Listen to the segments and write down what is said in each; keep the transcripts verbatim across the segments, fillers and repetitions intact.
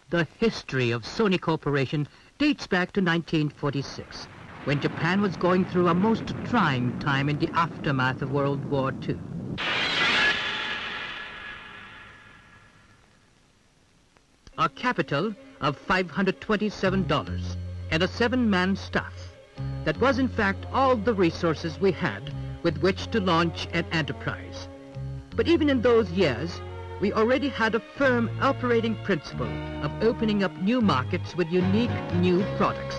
The history of Sony Corporation dates back to nineteen forty-six, when Japan was going through a most trying time in the aftermath of World War Two. A capital of five hundred twenty-seven dollars and a seven-man staff. That was in fact all the resources we had with which to launch an enterprise. But even in those years, we already had a firm operating principle of opening up new markets with unique new products.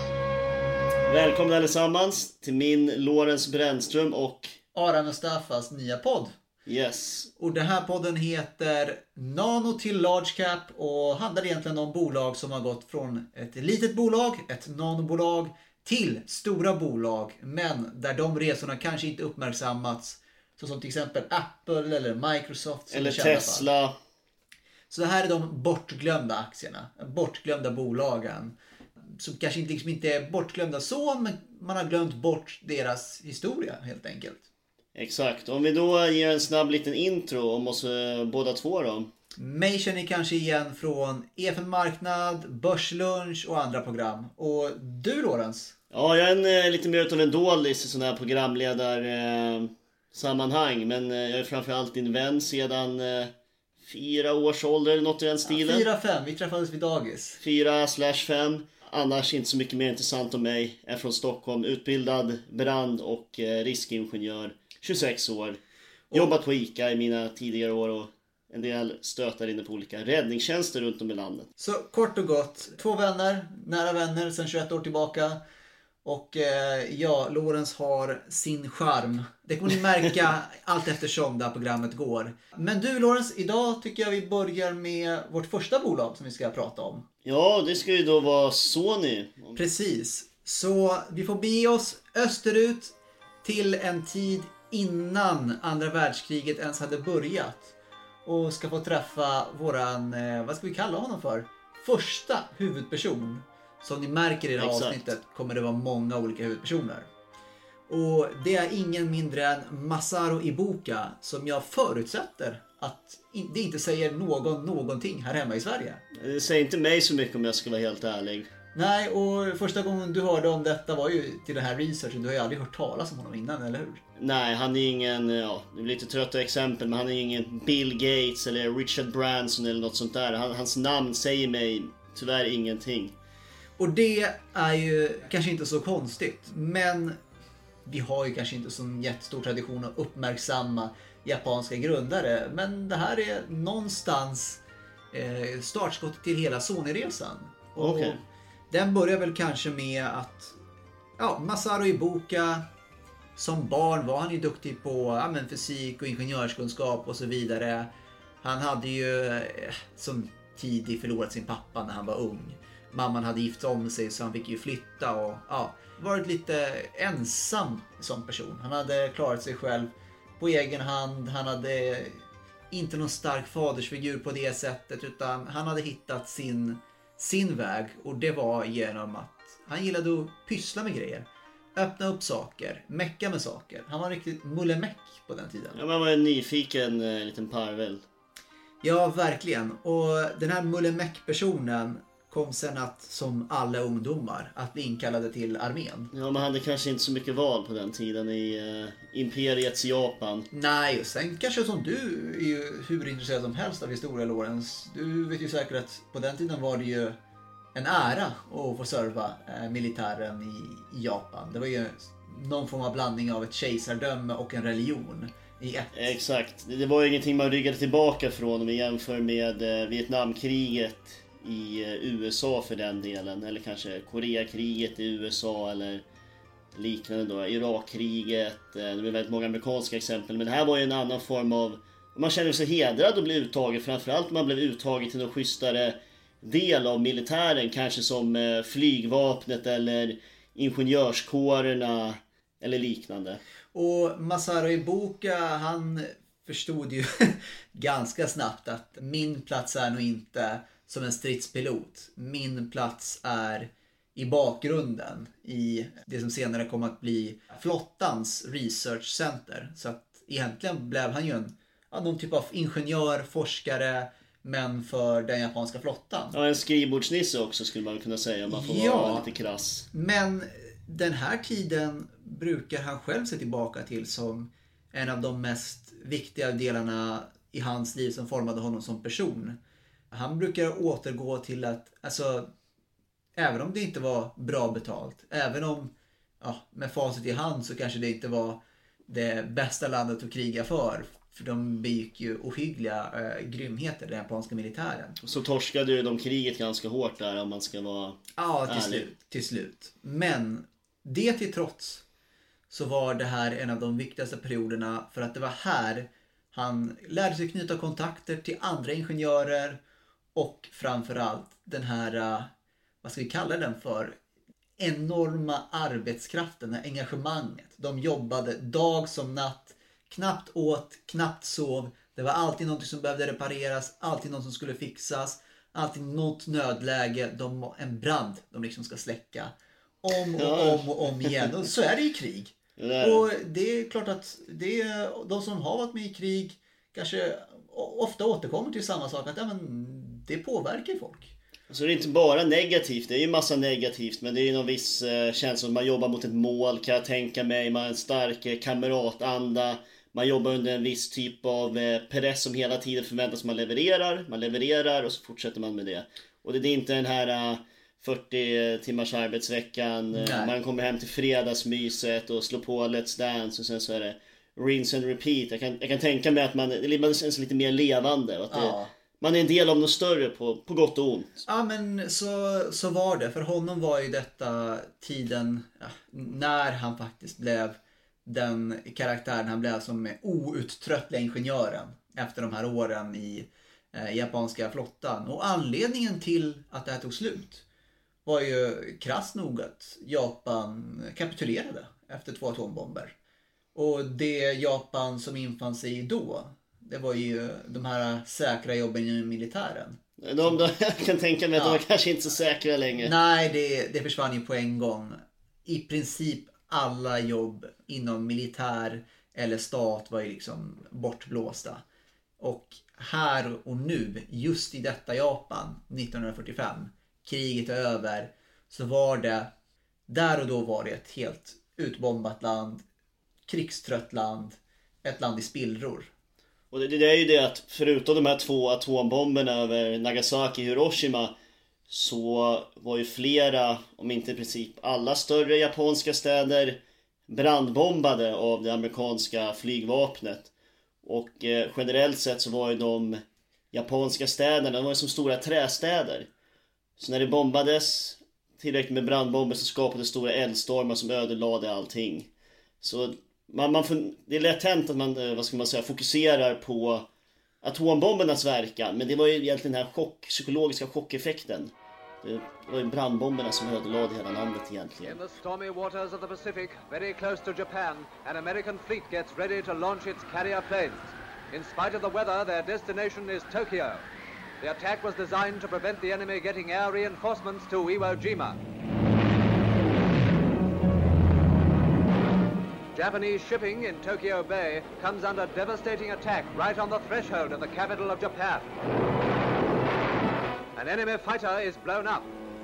Välkomna allesammans till min Lorentz Brännström och Aran och Staffas nya podd. Yes. Och den här podden heter Nano till Large Cap och handlar egentligen om bolag som har gått från ett litet bolag, ett nanobolag, till stora bolag. Men där de resorna kanske inte uppmärksammats, så som till exempel Apple eller Microsoft. Eller Tesla. Så det här är de bortglömda aktierna, bortglömda bolagen. Som kanske inte, liksom inte är bortglömda så, men man har glömt bort deras historia helt enkelt. Exakt, om vi då ger en snabb liten intro om oss båda två då. Mig känner ni kanske igen från E F N-marknad, Börslunch och andra program. Och du, Lorentz? Ja, jag är en, lite mer av en doldis i sådana här programledarsammanhang. Eh, men jag är framförallt din vän sedan eh, fyra års ålder eller något i den stilen. Ja, fyra, fem, vi träffades vid dagis. Fyra slash fem. Annars inte så mycket mer intressant om mig. Jag är från Stockholm, utbildad brand- och eh, riskingenjör. tjugosex år. Jobbat på ICA i mina tidigare år och en del stötar inne på olika räddningstjänster runt om i landet. Så kort och gott, två vänner, nära vänner sedan tjugoett år tillbaka. Och eh, ja, Lorentz har sin charm. Det kommer ni märka allt eftersom det här programmet går. Men du, Lorentz, idag tycker jag vi börjar med vårt första bolag som vi ska prata om. Ja, det ska ju då vara Sony. Precis. Så vi får bege oss österut till en tid innan andra världskriget ens hade börjat. Och ska få träffa våran, eh, vad ska vi kalla honom för? Första huvudperson. Som ni märker i det här Exakt. avsnittet kommer det vara många olika huvudpersoner. Och det är ingen mindre än Masaru Ibuka, som jag förutsätter att in, det inte säger någon någonting här hemma i Sverige. Det säger inte mig så mycket om jag ska vara helt ärlig. Nej, och första gången du hörde om detta var ju till den här researchen. Du har ju aldrig hört talas om honom innan, eller hur? Nej, han är ingen, ja, det blir lite trötta exempel, men han är ingen Bill Gates eller Richard Branson eller något sånt där. Han, hans namn säger mig tyvärr ingenting. Och det är ju kanske inte så konstigt, men vi har ju kanske inte så en jättestor tradition att uppmärksamma japanska grundare. Men det här är någonstans eh, startskottet till hela Sony-resan. Och Okay. Den börjar väl kanske med att ja, Masaru Ibuka, som barn var han ju duktig på ja, men fysik och ingenjörskunskap och så vidare. Han hade ju eh, som tidigt förlorat sin pappa när han var ung. Mamman hade gift om sig så han fick ju flytta och ja, varit lite ensam som person. Han hade klarat sig själv på egen hand. Han hade inte någon stark fadersfigur på det sättet, utan han hade hittat sin, sin väg, och det var genom att han gillade att pyssla med grejer. Öppna upp saker, mecka med saker. Han var riktigt mullemäck på den tiden. Ja, man var en nyfiken eh, liten parvel. Ja, verkligen. Och den här mullemäck-personen kom sen att, som alla ungdomar, att bli inkallade till armén. Ja, man hade kanske inte så mycket val på den tiden i eh, imperiets Japan. Nej, och sen kanske som du är ju hur intresserad som helst av historia, Lorentz. Du vet ju säkert att på den tiden var det ju en ära att få serva eh, militären i, i Japan. Det var ju någon form av blandning av ett kejsardöme och en religion i ett. Exakt, det var ju ingenting man ryggade tillbaka från om vi jämför med eh, Vietnamkriget i eh, U S A för den delen. Eller kanske Koreakriget i U S A eller liknande då, Irakkriget. Eh, det blir väldigt många amerikanska exempel, men det här var ju en annan form av, man känner sig hedrad att bli uttagen, framförallt om man blev uttagen till någon schysstare del av militären, kanske som eh, flygvapnet eller ingenjörskårerna eller liknande. Och Masaru Ibuka, han förstod ju ganska snabbt att min plats är nog inte som en stridspilot. Min plats är i bakgrunden i det som senare kom att bli flottans research center. Så att egentligen blev han ju en, ja, någon typ av ingenjör, forskare men för den japanska flottan. Ja, en skrivbordsnisse också skulle man kunna säga om man får Ja, vara lite krass. Men den här tiden brukar han själv se tillbaka till som en av de mest viktiga delarna i hans liv som formade honom som person. Han brukar återgå till att, alltså, även om det inte var bra betalt, även om, ja, med facit i hand så kanske det inte var det bästa landet att kriga för. För de begick ju ohyggliga äh, grymheter, den japanska militären. Så torskade ju de kriget ganska hårt där om man ska vara Ja, till ärlig. slut, till slut. Men det till trots så var det här en av de viktigaste perioderna, för att det var här han lärde sig knyta kontakter till andra ingenjörer och framförallt den här, äh, vad ska vi kalla den för, enorma arbetskraften, engagemanget. De jobbade dag som natt, knappt åt, knappt sov. Det var alltid något som behövde repareras, alltid något som skulle fixas, alltid något nödläge, de, en brand de liksom ska släcka. Om och om och om igen. Och så är det i krig. Det och det är klart att det är, de som har varit med i krig kanske ofta återkommer till samma sak, att ja, men det påverkar folk. Så det är inte bara negativt, det är ju massa negativt, men det är ju någon viss eh, känsla att man jobbar mot ett mål, kan jag tänka mig. Man har en stark eh, kamratanda, man jobbar under en viss typ av eh, press som hela tiden förväntas man levererar, man levererar och så fortsätter man med det. Och det är inte den här eh, fyrtio timmars arbetsveckan, eh, man kommer hem till fredagsmyset och slår på Let's Dance och sen så är det rinse and repeat. Jag kan, jag kan tänka mig att man, man känns lite mer levande och att det, Ja. Man är en del av något större på, på gott och ont. Ja, men så, så var det. För honom var ju detta tiden ja, när han faktiskt blev den karaktären han blev som outtröttliga ingenjören efter de här åren i eh, japanska flottan. Och anledningen till att det här tog slut var ju krasst nog att Japan kapitulerade efter två atombomber. Och det Japan som infann sig då, det var ju de här säkra jobben i militären. De, de, jag kan tänka mig att Ja. de var kanske inte så säkra längre. Nej, det, det försvann ju på en gång. I princip alla jobb inom militär eller stat var ju liksom bortblåsta. Och här och nu, just i detta Japan, nittonhundrafyrtiofem, kriget är över, så var det, där och då var det ett helt utbombat land, krigstrött land, ett land i spillror. Och det, det är ju det att förutom de här två atombomberna över Nagasaki och Hiroshima så var ju flera, om inte i princip alla större japanska städer brandbombade av det amerikanska flygvapnet. Och eh, generellt sett så var ju de japanska städerna, de var ju som stora trästäder. Så när det bombades tillräckligt med brandbomber så skapades stora eldstormar som ödelade allting. Så man, man, det är lätt hänt att man, vad ska man säga, fokuserar på atombombernas verkan. Men det var ju egentligen den här chock, psykologiska chockeffekten. Det var ju brandbomberna som ödelade hela landet egentligen. In the stormy waters of the Pacific, very close to Japan, an American fleet gets ready to launch its carrier planes. In spite of the weather, their destination is Tokyo. The attack was designed to prevent the enemy getting air reinforcements to Iwo Jima. Japanese shipping in Tokyo Bay comes under devastating attack right on the threshold of the capital of Japan. An enemy fighter is blown up.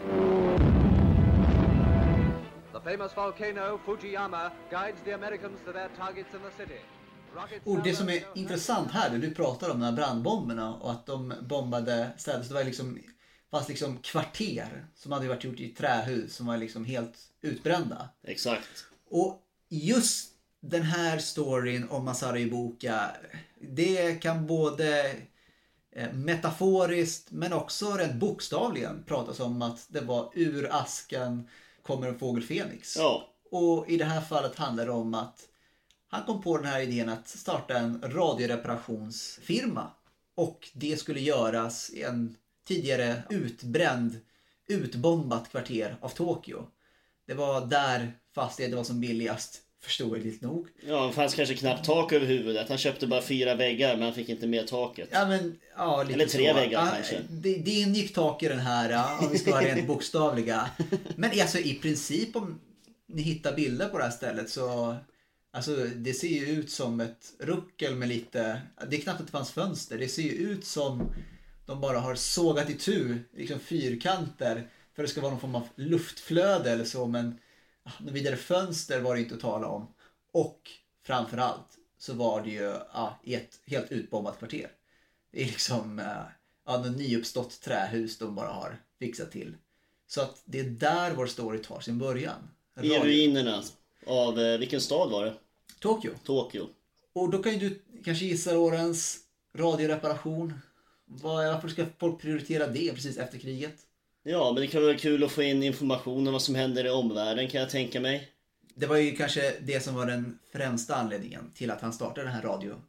The famous volcano Fujiyama guides the Americans to their targets in the city. Rockets Och det som är intressant här, när du pratar om de här brandbomberna och att de bombade städer, så det var liksom, fanns liksom kvarter som hade varit gjort i trähus som var liksom helt utbrända. Exakt. Och just den här storyn om Masaru Ibuka, det kan både metaforiskt men också rent bokstavligen pratas om att det var ur askan kommer en fågel Fenix. Ja. Och i det här fallet handlar det om att han kom på den här idén att starta en radioreparationsfirma. Och det skulle göras i en tidigare utbränd, utbombat kvarter av Tokyo. Det var där fastigheten var som billigast, förståeligt nog. Ja, det fanns kanske knappt tak över huvudet. Han köpte bara fyra väggar men han fick inte med taket. Ja, men, ja, lite Eller tre så. väggar Ja, kanske. Det, det ingick tak i den här, ja, om vi ska vara rent bokstavliga. Men alltså i princip om ni hittar bilder på det här stället så... Alltså det ser ju ut som ett ruckel med lite... Det är knappt att det fanns fönster. Det ser ju ut som de bara har sågat itu liksom fyrkanter för att det ska vara någon form av luftflöde eller så, men ja, någon vidare fönster var det inte att tala om. Och framförallt så var det ju ja, i ett helt utbombat kvarter. Det är liksom ja, något nyuppstått trähus de bara har fixat till. Så att det är där vår story tar sin början. I ruinerna av, vilken stad var det? Tokyo. Tokyo. Och då kan ju du kanske gissa årens radioreparation. Varför ska folk prioritera det precis efter kriget? Ja, men det kan vara kul att få in information om vad som händer i omvärlden, kan jag tänka mig. Det var ju kanske det som var den främsta anledningen till att han startade den här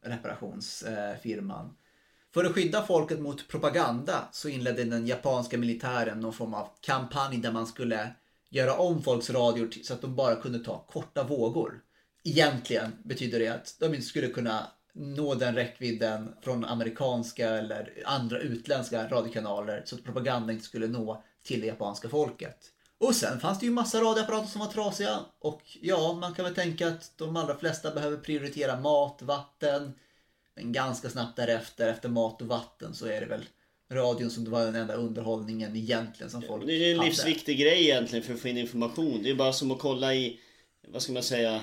radioreparationsfirman. För att skydda folket mot propaganda så inledde den japanska militären någon form av kampanj där man skulle göra om folks radior så att de bara kunde ta korta vågor. Egentligen betyder det att de inte skulle kunna nå den räckvidden från amerikanska eller andra utländska radiokanaler så att propaganda inte skulle nå till det japanska folket. Och sen fanns det ju massa radioapparater som var trasiga och ja, man kan väl tänka att de allra flesta behöver prioritera mat, vatten. Men ganska snabbt därefter, efter mat och vatten, så är det väl radion som var den enda underhållningen egentligen som folk hade. Det är en livsviktig grej egentligen för att få in information. Det är bara som att kolla i, vad ska man säga,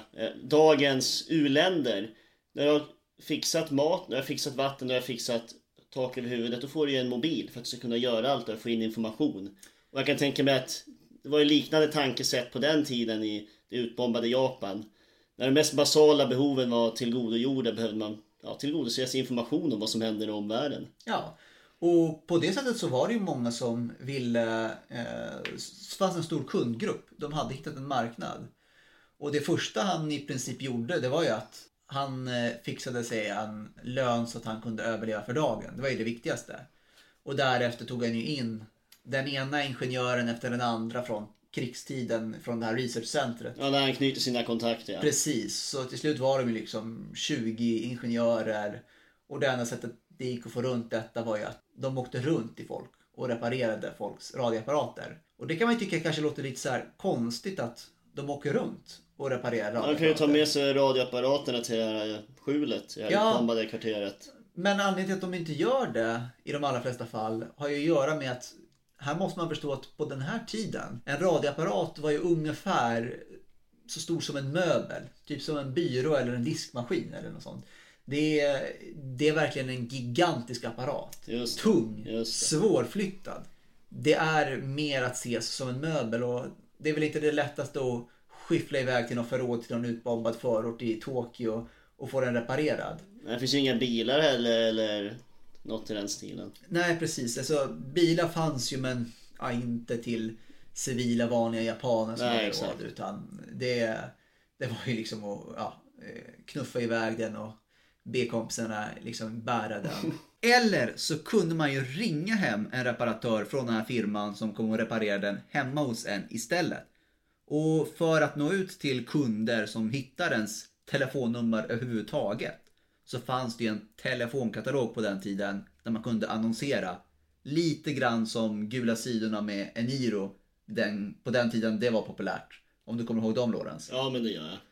dagens u-länder. När jag har fixat mat, när jag har fixat vatten, när jag har fixat tak över huvudet, då får du ju en mobil för att du ska kunna göra allt och få in information. Och jag kan tänka mig att det var ju liknande tankesätt på den tiden i det utbombade Japan. När de mest basala behoven var tillgodogjorda behövde man ja, tillgodose sig information om vad som händer i omvärlden. Ja, och på det sättet så var det ju många som ville, eh, det fanns en stor kundgrupp. De hade hittat en marknad. Och det första han i princip gjorde, det var ju att han eh, fixade sig en lön så att han kunde överleva för dagen. Det var ju det viktigaste. Och därefter tog han ju in den ena ingenjören efter den andra från krigstiden, från det här researchcentret. Ja, där han knyter sina kontakter. Ja. Precis, så till slut var de ju liksom tjugo ingenjörer. Och det enda sättet det gick att få runt detta var ju att de åkte runt i folk och reparerade folks radioapparater. Och det kan man ju tycka kanske låter lite så här konstigt att de åker runt och reparerar radioapparater. Man kan ju ta med sig radioapparaterna till det här skjulet i det här ja, utbombade kvarteret. Men anledningen till att de inte gör det i de allra flesta fall har ju att göra med att här måste man förstå att på den här tiden, en radioapparat var ju ungefär så stor som en möbel. Typ som en byrå eller en diskmaskin eller något sånt. Det är, det är verkligen en gigantisk apparat. Just det. Tung, Just det. svårflyttad. Det är mer att ses som en möbel och det är väl inte det lättaste att skyffla iväg till någon förråd till någon utbombad förort i Tokyo och få den reparerad. Det finns ju inga bilar heller eller något i den stilen. Nej, precis. Alltså, bilar fanns ju men ja, inte till civila vanliga japaner som Nej, var det, utan det, det var ju liksom att ja, knuffa iväg den och be kompisarna liksom bära den. Eller så kunde man ju ringa hem en reparatör från den här firman som kom och reparerade den hemma hos en istället. Och för att nå ut till kunder som hittar ens telefonnummer överhuvudtaget så fanns det ju en telefonkatalog på den tiden där man kunde annonsera lite grann som Gula sidorna med Eniro. Den, på den tiden det var populärt. Om du kommer ihåg dem, Lorentz. Ja, men det gör jag.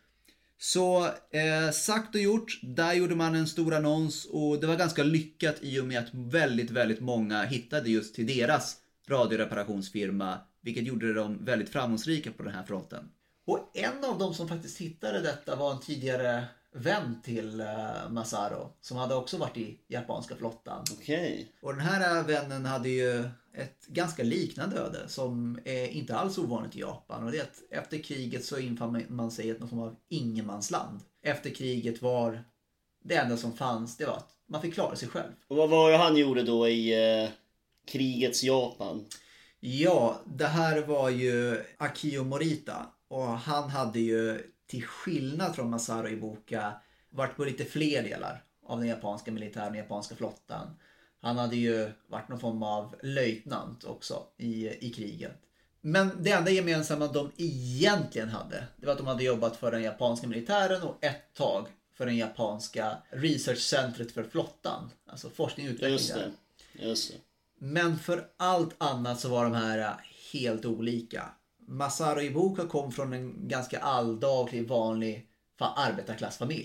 Så eh, sagt och gjort, där gjorde man en stor annons och det var ganska lyckat i och med att väldigt, väldigt många hittade just till deras radioreparationsfirma, vilket gjorde dem väldigt framgångsrika på den här fronten. Och en av dem som faktiskt hittade detta var en tidigare vän till uh, Masaru som hade också varit i japanska flottan. Okej. Okay. Och den här vännen hade ju ett ganska liknande öde som är inte alls ovanligt i Japan. Och det är att efter kriget så infann man sig i någon form av ingenmansland. Efter kriget var det enda som fanns, det var att man fick klara sig själv. Och vad var det han gjorde då i eh, krigets Japan? Ja, det här var ju Akio Morita. Och han hade ju till skillnad från Masaru Ibuka varit på lite fler delar av den japanska militären och japanska flottan. Han hade ju varit någon form av löjtnant också i, i kriget. Men det enda gemensamma de egentligen hade, det var att de hade jobbat för den japanska militären och ett tag för den japanska researchcentret för flottan. Alltså forskning och utveckling. Just det. Just det. Men för allt annat så var de här helt olika. Masaru Ibuka kom från en ganska alldaglig, vanlig arbetarklassfamilj.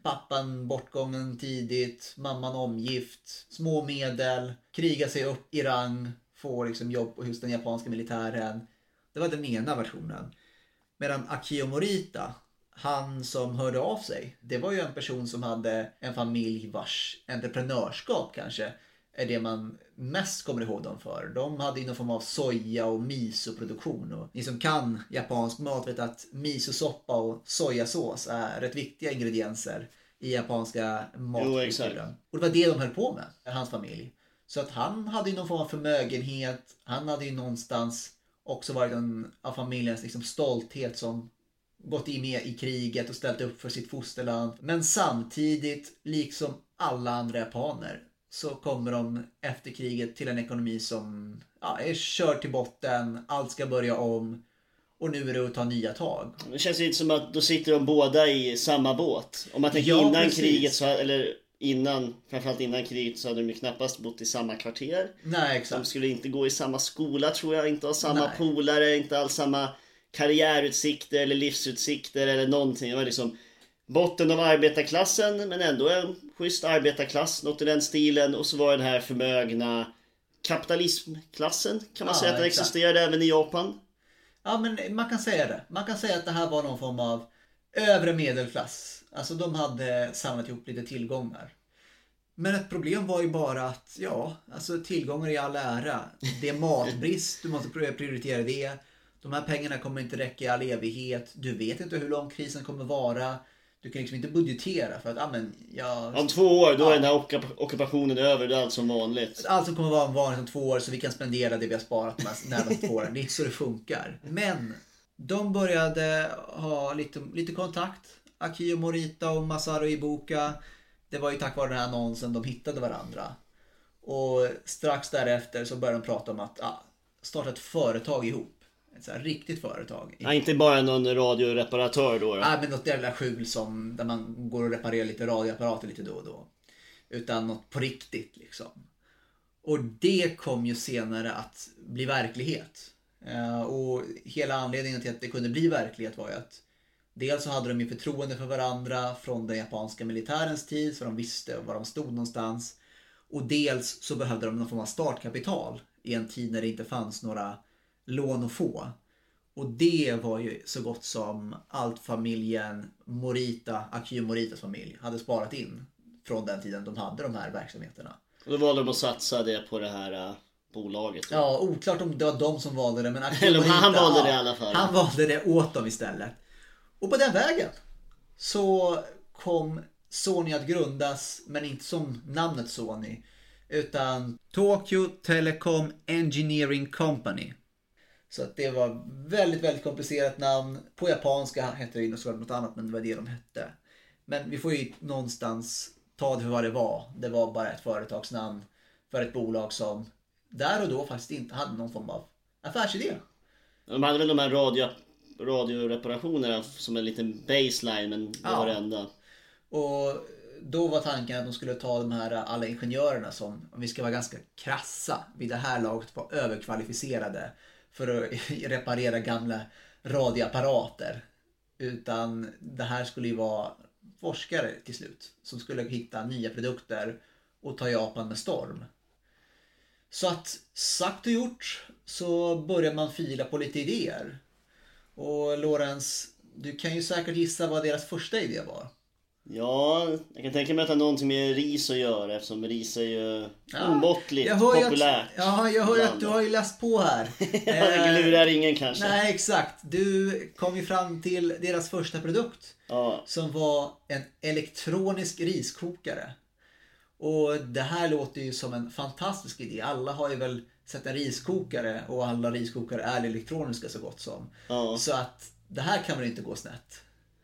pappan bortgången tidigt, mamman omgift, små medel, kriga sig upp i rang, få liksom jobb hos den japanska militären. Det var den ena versionen. Medan Akio Morita, han som hörde av sig, det var ju en person som hade en familj vars entreprenörskap kanske är det man mest kommer ihåg dem för. De hade ju någon form av soja- och miso-produktion. Och ni som kan japansk mat vet att miso-soppa och sojasås är rätt viktiga ingredienser i japanska matkulturen. Och det var det de höll på med, hans familj. Så att han hade ju någon form av förmögenhet. Han hade ju någonstans också varit en av familjens liksom stolthet som gått in med i kriget och ställt upp för sitt fosterland. Men samtidigt, liksom alla andra japaner, så kommer de efter kriget till en ekonomi som ja, är körd till botten. Allt ska börja om. Och nu är det att ta nya tag. Det känns lite som att då sitter de båda i samma båt. Om man tänker Ja, innan precis. kriget så, eller innan, framförallt innan kriget så hade de ju knappast bott i samma kvarter. Nej, De exakt. skulle inte gå i samma skola tror jag, inte ha samma Nej. polare, inte alls samma karriärutsikter eller livsutsikter eller någonting. Det var liksom botten av arbetarklassen men ändå en schysst arbetarklass, något i den stilen. Och så var den här förmögna kapitalismklassen, kan man Ja, säga att det exakt. existerade även i Japan. Ja, men man kan säga det. Man kan säga att det här var någon form av övre medelklass. Alltså de hade samlat ihop lite tillgångar. Men ett problem var ju bara att, ja, alltså tillgångar i all ära. Det är matbrist, du måste prioritera det. De här pengarna kommer inte räcka i all evighet. Du vet inte hur lång krisen kommer vara. Du kan liksom inte budgetera för att, ja men, jag... Om två år, då Ja. är den här ockup- ockupationen över, det är allt som vanligt. Allt som kommer vara vanligt om två år så vi kan spendera det vi har sparat de här närmaste två åren. Det är inte så det funkar. Men de började ha lite, lite kontakt. Akio Morita och Masaru Ibuka. Det var ju tack vare den här annonsen de hittade varandra. Och strax därefter så började de prata om att ah, starta ett företag ihop. Ett så här riktigt företag. Nej, inte bara någon radioreparatör då. då. Nej, men något jävla skjul som där man går och reparerar lite radioapparater lite då och då. Utan något på riktigt liksom. Och det kom ju senare att bli verklighet. Eh, och hela anledningen till att det kunde bli verklighet var ju att dels så hade de ju förtroende för varandra från den japanska militärens tid, så de visste var de stod någonstans. Och dels så behövde de någon form av startkapital i en tid när det inte fanns några lån att få. Och det var ju så gott som allt familjen Morita, Akio Moritas familj, hade sparat in från den tiden de hade de här verksamheterna. Och då valde de att satsa det på det här uh, bolaget. då. Ja, oklart om det var de som valde det, men Akio Eller Morita, han valde ja, det i alla fall. Han valde det åt dem istället. Och på den vägen så kom Sony att grundas, men inte som namnet Sony, utan Tokyo Telecom Engineering Company. Så att det var väldigt, väldigt komplicerat namn. På japanska hette det ju något annat, men det var det de hette. Men vi får ju någonstans ta det för vad det var. Det var bara ett företagsnamn för ett bolag som där och då faktiskt inte hade någon form av affärsidé. De hade väl de här radio, radioreparationerna som en liten baseline, men det Ja. var det enda. Och då var tanken att de skulle ta de här alla ingenjörerna som, om vi ska vara ganska krassa, vid det här laget var överkvalificerade för att reparera gamla radioapparater. Utan det här skulle ju vara forskare till slut som skulle hitta nya produkter och ta Japan med storm. Så att sagt och gjort så börjar man fila på lite idéer. Och Lorenz, du kan ju säkert gissa vad deras första idé var. Ja, jag kan tänka mig att det har någonting med ris att göra, eftersom ris är ju Ja, omåttligt jag hör ju populärt. Att, ja, jag hör ju att du har ju läst på här. Jag lurar ingen kanske. Nej, exakt. Du kom ju fram till deras första produkt. Ja. Som var en elektronisk riskokare. Och det här låter ju som en fantastisk idé. Alla har ju väl sett en riskokare. Och alla riskokare är elektroniska så gott som. Ja. Så att det här kan väl inte gå snett.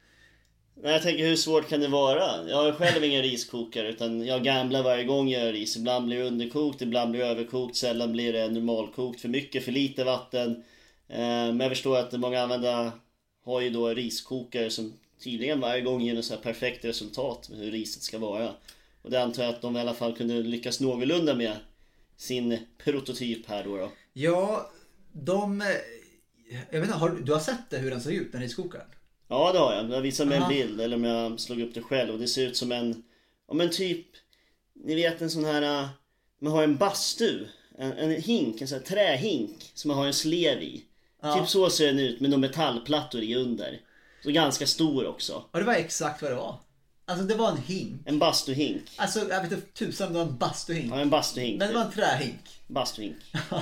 Nej, jag tänker hur svårt kan det vara? Jag har själv ingen riskokare, utan jag gamblar varje gång jag gör ris. Ibland blir det underkokt, ibland blir det överkokt, sällan blir det normalkokt. För mycket, för lite vatten. Eh, Men jag förstår att många användare har ju då riskokare som tydligen varje gång ger en så här perfekt resultat med hur riset ska vara. Och det antar jag att de i alla fall kunde lyckas någorlunda med sin prototyp här då. då. Ja, de... Jag vet inte, har, du har sett det, hur den ser ut, den riskokaren? Ja, det har jag. Jag visar mig en Aha. bild, eller om jag slog upp det själv. Och det ser ut som en, om en typ, ni vet en sån här, man har en bastu, en, en hink, en sån här trähink som man har en slev i. Ja. Typ så ser den ut med några metallplattor i under. Så ganska stor också. Och det var exakt vad det var. Alltså det var en hink. En bastuhink. Alltså jag vet inte tusan om det var en bastuhink. Ja, en bastuhink. Men det var en trähink. Bastuhink.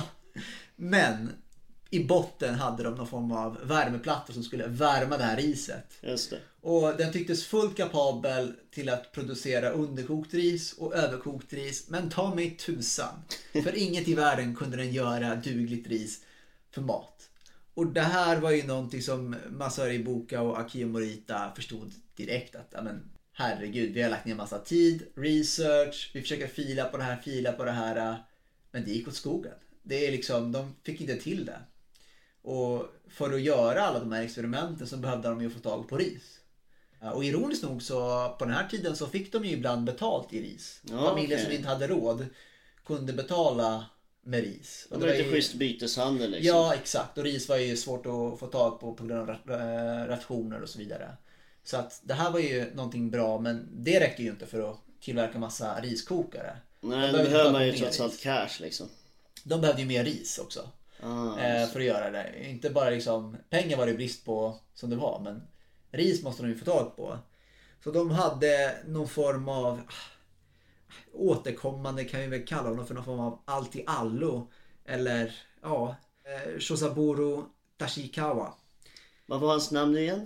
Men i botten hade de någon form av värmeplattor som skulle värma det här riset. Just det. Och den tycktes fullt kapabel till att producera underkokt ris och överkokt ris. Men ta mig tusan. För inget i världen kunde den göra dugligt ris för mat. Och det här var ju någonting som Masaru Ibuka och Akio Morita förstod direkt att ja, men, herregud, vi har lagt ner massa tid, research, vi försöker fila på det här, fila på det här. Men det gick åt skogen. Det är liksom, de fick inte till det. Och för att göra alla de här experimenten så behövde de ju få tag på ris. Och ironiskt nog så på den här tiden så fick de ju ibland betalt i ris. Ja, familjer okay. som inte hade råd kunde betala med ris. Och det var lite ju... schysst byteshandel liksom. Ja, exakt. Och ris var ju svårt att få tag på på grund av rationer och så vidare. Så att det här var ju någonting bra, men det räcker ju inte för att tillverka massa riskokare. Nej, då behöver man ju trots allt cash liksom. De behövde ju mer ris också. Ah, eh, för att göra det. Inte bara liksom, pengar var det brist på som det var, men ris måste de ju få tag på. Så de hade någon form av återkommande, kan vi väl kalla dem för någon form av allt i allo. Eller ja, eh, Shosaburo Tashikawa. Vad var hans namn igen?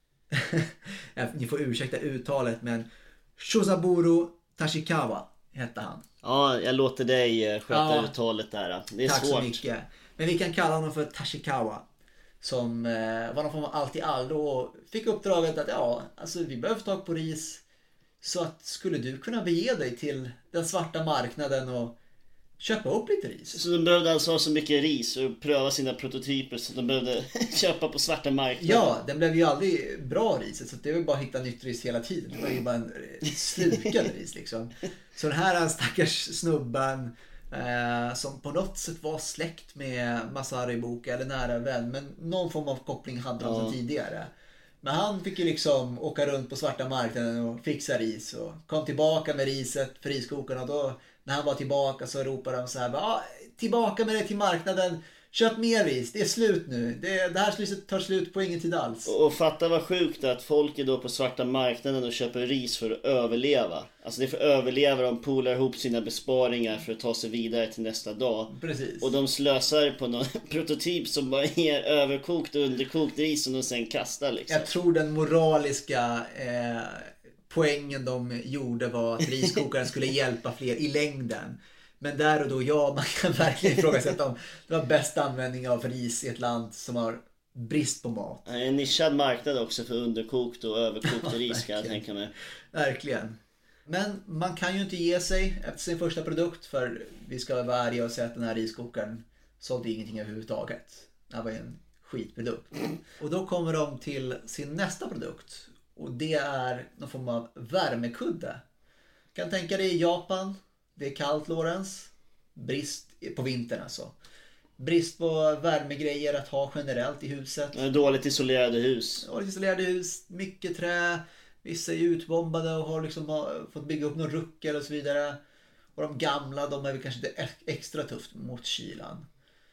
Ni får ursäkta uttalet, men Shosaburo Tashikawa hette han. Ja, jag låter dig sköta ja, uttalet där. Det är tack svårt. Så mycket. Men vi kan kalla honom för Tashikawa. Som eh, var någon form av allt i allo och fick uppdraget att ja, alltså vi behöver ta på ris. Så att skulle du kunna bege dig till den svarta marknaden och köpa upp lite ris. Så de behövde alltså ha så mycket ris och pröva sina prototyper så de behövde köpa på svarta marknaden. Ja, den blev ju aldrig bra riset, så det var bara att hitta nytt ris hela tiden. Det var ju bara en slukad ris liksom. Så den här stackars snubben eh, som på något sätt var släkt med Masaru Ibuka eller nära vän, men någon form av koppling hade de ja. sedan tidigare. Men han fick ju liksom åka runt på svarta marknaden och fixa ris och kom tillbaka med riset för riskokarna. Då när han var tillbaka så ropade de så här: ah, tillbaka med det till marknaden, köp mer ris, det är slut nu, det, det här riset tar slut på ingen tid alls. Och fatta vad sjukt att folk är då på svarta marknaden och köper ris för att överleva. Alltså det är för att överleva, de polar ihop sina besparingar för att ta sig vidare till nästa dag. Precis. Och de slösar på någon prototyp som bara är överkokt och underkokt ris som de sen kastar liksom. Jag tror den moraliska eh, poängen de gjorde var att riskokaren skulle hjälpa fler i längden. Men där och då, ja, man kan verkligen ifrågasätta om det var bäst användning av ris i ett land som har brist på mat. En nischad marknad också för underkokt och överkokt ris, kan jag tänka mig. Verkligen. Men man kan ju inte ge sig efter sin första produkt, för vi ska vara ärliga och säga att den här riskokaren sålde ingenting överhuvudtaget. Det här var ju en skitprodukt. Och då kommer de till sin nästa produkt. Och det är någon form av värmekudde. Kan tänka dig i Japan. Det är kallt, Lorenz. Brist på vintern alltså. Brist på värmegrejer att ha generellt i huset. Dåligt isolerade hus. Dåligt isolerade hus. Mycket trä. Vissa är utbombade och har liksom fått bygga upp någon ruckel och så vidare. Och de gamla, de är väl kanske inte extra tufft mot kylan.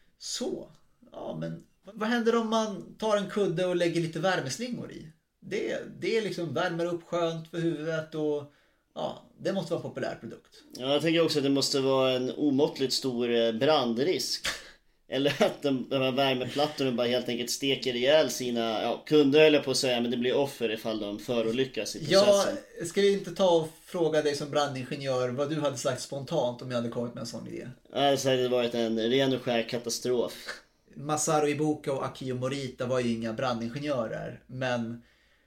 Så. Ja, men vad händer om man tar en kudde och lägger lite värmeslingor i? Det, det är liksom värmer upp skönt för huvudet och ja, det måste vara en populär produkt. Ja, jag tänker också att det måste vara en omåttligt stor brandrisk. Eller att de, de här värmeplattorna bara helt enkelt steker ihjäl sina ja, kunder, eller på att säga, men det blir offer ifall de förolyckas i processen. Ja, ska vi inte ta och fråga dig som brandingenjör vad du hade sagt spontant om jag hade kommit med en sån idé? Alltså, det hade varit en ren och skär katastrof. Masaru Ibuka och Akio Morita var ju inga brandingenjörer, men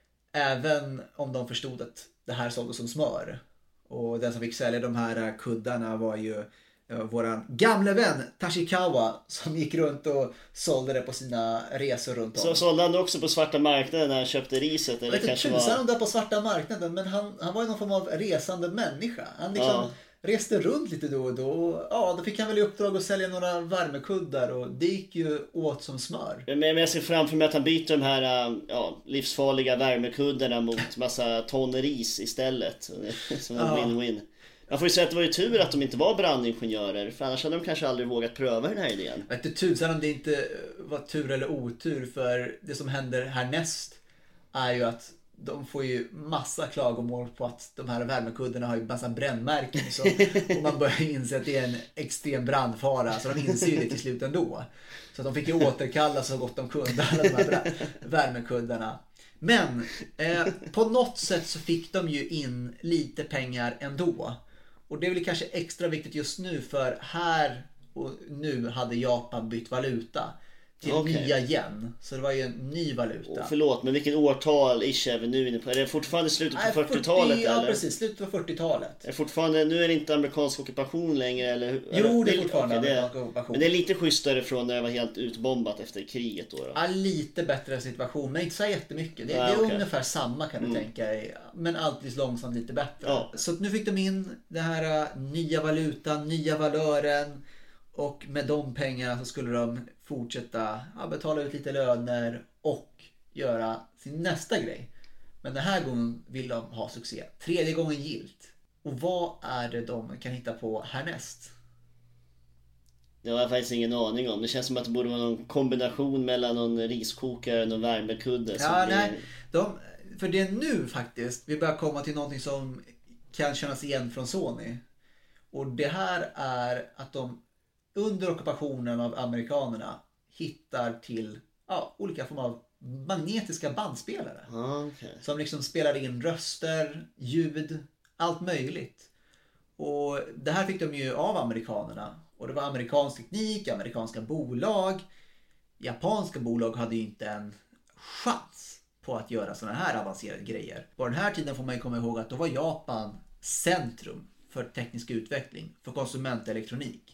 även om de förstod att det här såldes som smör, och den som fick sälja de här kuddarna var ju våran gamla vän Tashikawa, som gick runt och sålde det på sina resor runt om. Så sålde han också på svarta marknaden när han köpte riset? Eller jag vet inte kanske tusan var... om det på svarta marknaden, men han, han var ju någon form av resande människa. Han liksom ja. reste runt lite då och då. Ja, då fick han väl i uppdrag att sälja några värmekuddar och det gick ju åt som smör. Men jag ser framför mig att han byter de här ja, livsfarliga värmekuddarna mot massa ton ris istället. Som en ja. win-win. Jag får ju säga att det var ju tur att de inte var brandingenjörer, för annars hade de kanske aldrig vågat pröva den här idén. Jag vet inte tusan om det inte var tur eller otur, för det som händer härnäst är ju att de får ju massa klagomål på att de här värmekuddarna har ju massa brännmärken. Så, och man börjar inse att det är en extrem brandfara. Så de inser ju det till slut ändå. Så de fick ju återkalla så gott de kunde alla de här värmekuddarna. Men eh, på något sätt så fick de ju in lite pengar ändå. Och det är väl kanske extra viktigt just nu, för här och nu hade Japan bytt valuta till okay. nya yen. Så det var ju en ny valuta. Oh, förlåt, men vilket årtal ish är vi nu inne på? Är det fortfarande slutet på Nej, fyrtiotalet? fyrtio, ja, precis. Slutet på fyrtiotalet. Är det fortfarande, nu är det inte amerikansk ockupation längre? Eller? Jo, det är fortfarande okay, amerikansk ockupation. Men det är lite schysstare från när det var helt utbombat efter kriget då? då. Ja, lite bättre situation, men inte så jättemycket. Det, ah, det är okay. ungefär samma kan du mm. tänka dig. Men alltid långsamt lite bättre. Ja. Så nu fick de in den här nya valutan, nya valören. Och med de pengarna så skulle de fortsätta ja, betala ut lite löner och göra sin nästa grej. Men den här gången vill de ha succé. Tredje gången gilt. Och vad är det de kan hitta på härnäst? Det har jag faktiskt ingen aning om. Det känns som att det borde vara någon kombination mellan någon riskokare och någon värmekudde. Ja, blir... nej. De, för det är nu faktiskt vi börjar komma till någonting som kan kännas igen från Sony. Och det här är att de under ockupationen av amerikanerna hittar till ja, olika former av magnetiska bandspelare. Ah, okay. Som liksom spelar in röster, ljud, allt möjligt. Och det här fick de ju av amerikanerna. Och det var amerikansk teknik, amerikanska bolag. Japanska bolag hade ju inte en chans på att göra såna här avancerade grejer. På den här tiden får man ju komma ihåg att då var Japan centrum för teknisk utveckling, för konsumentelektronik.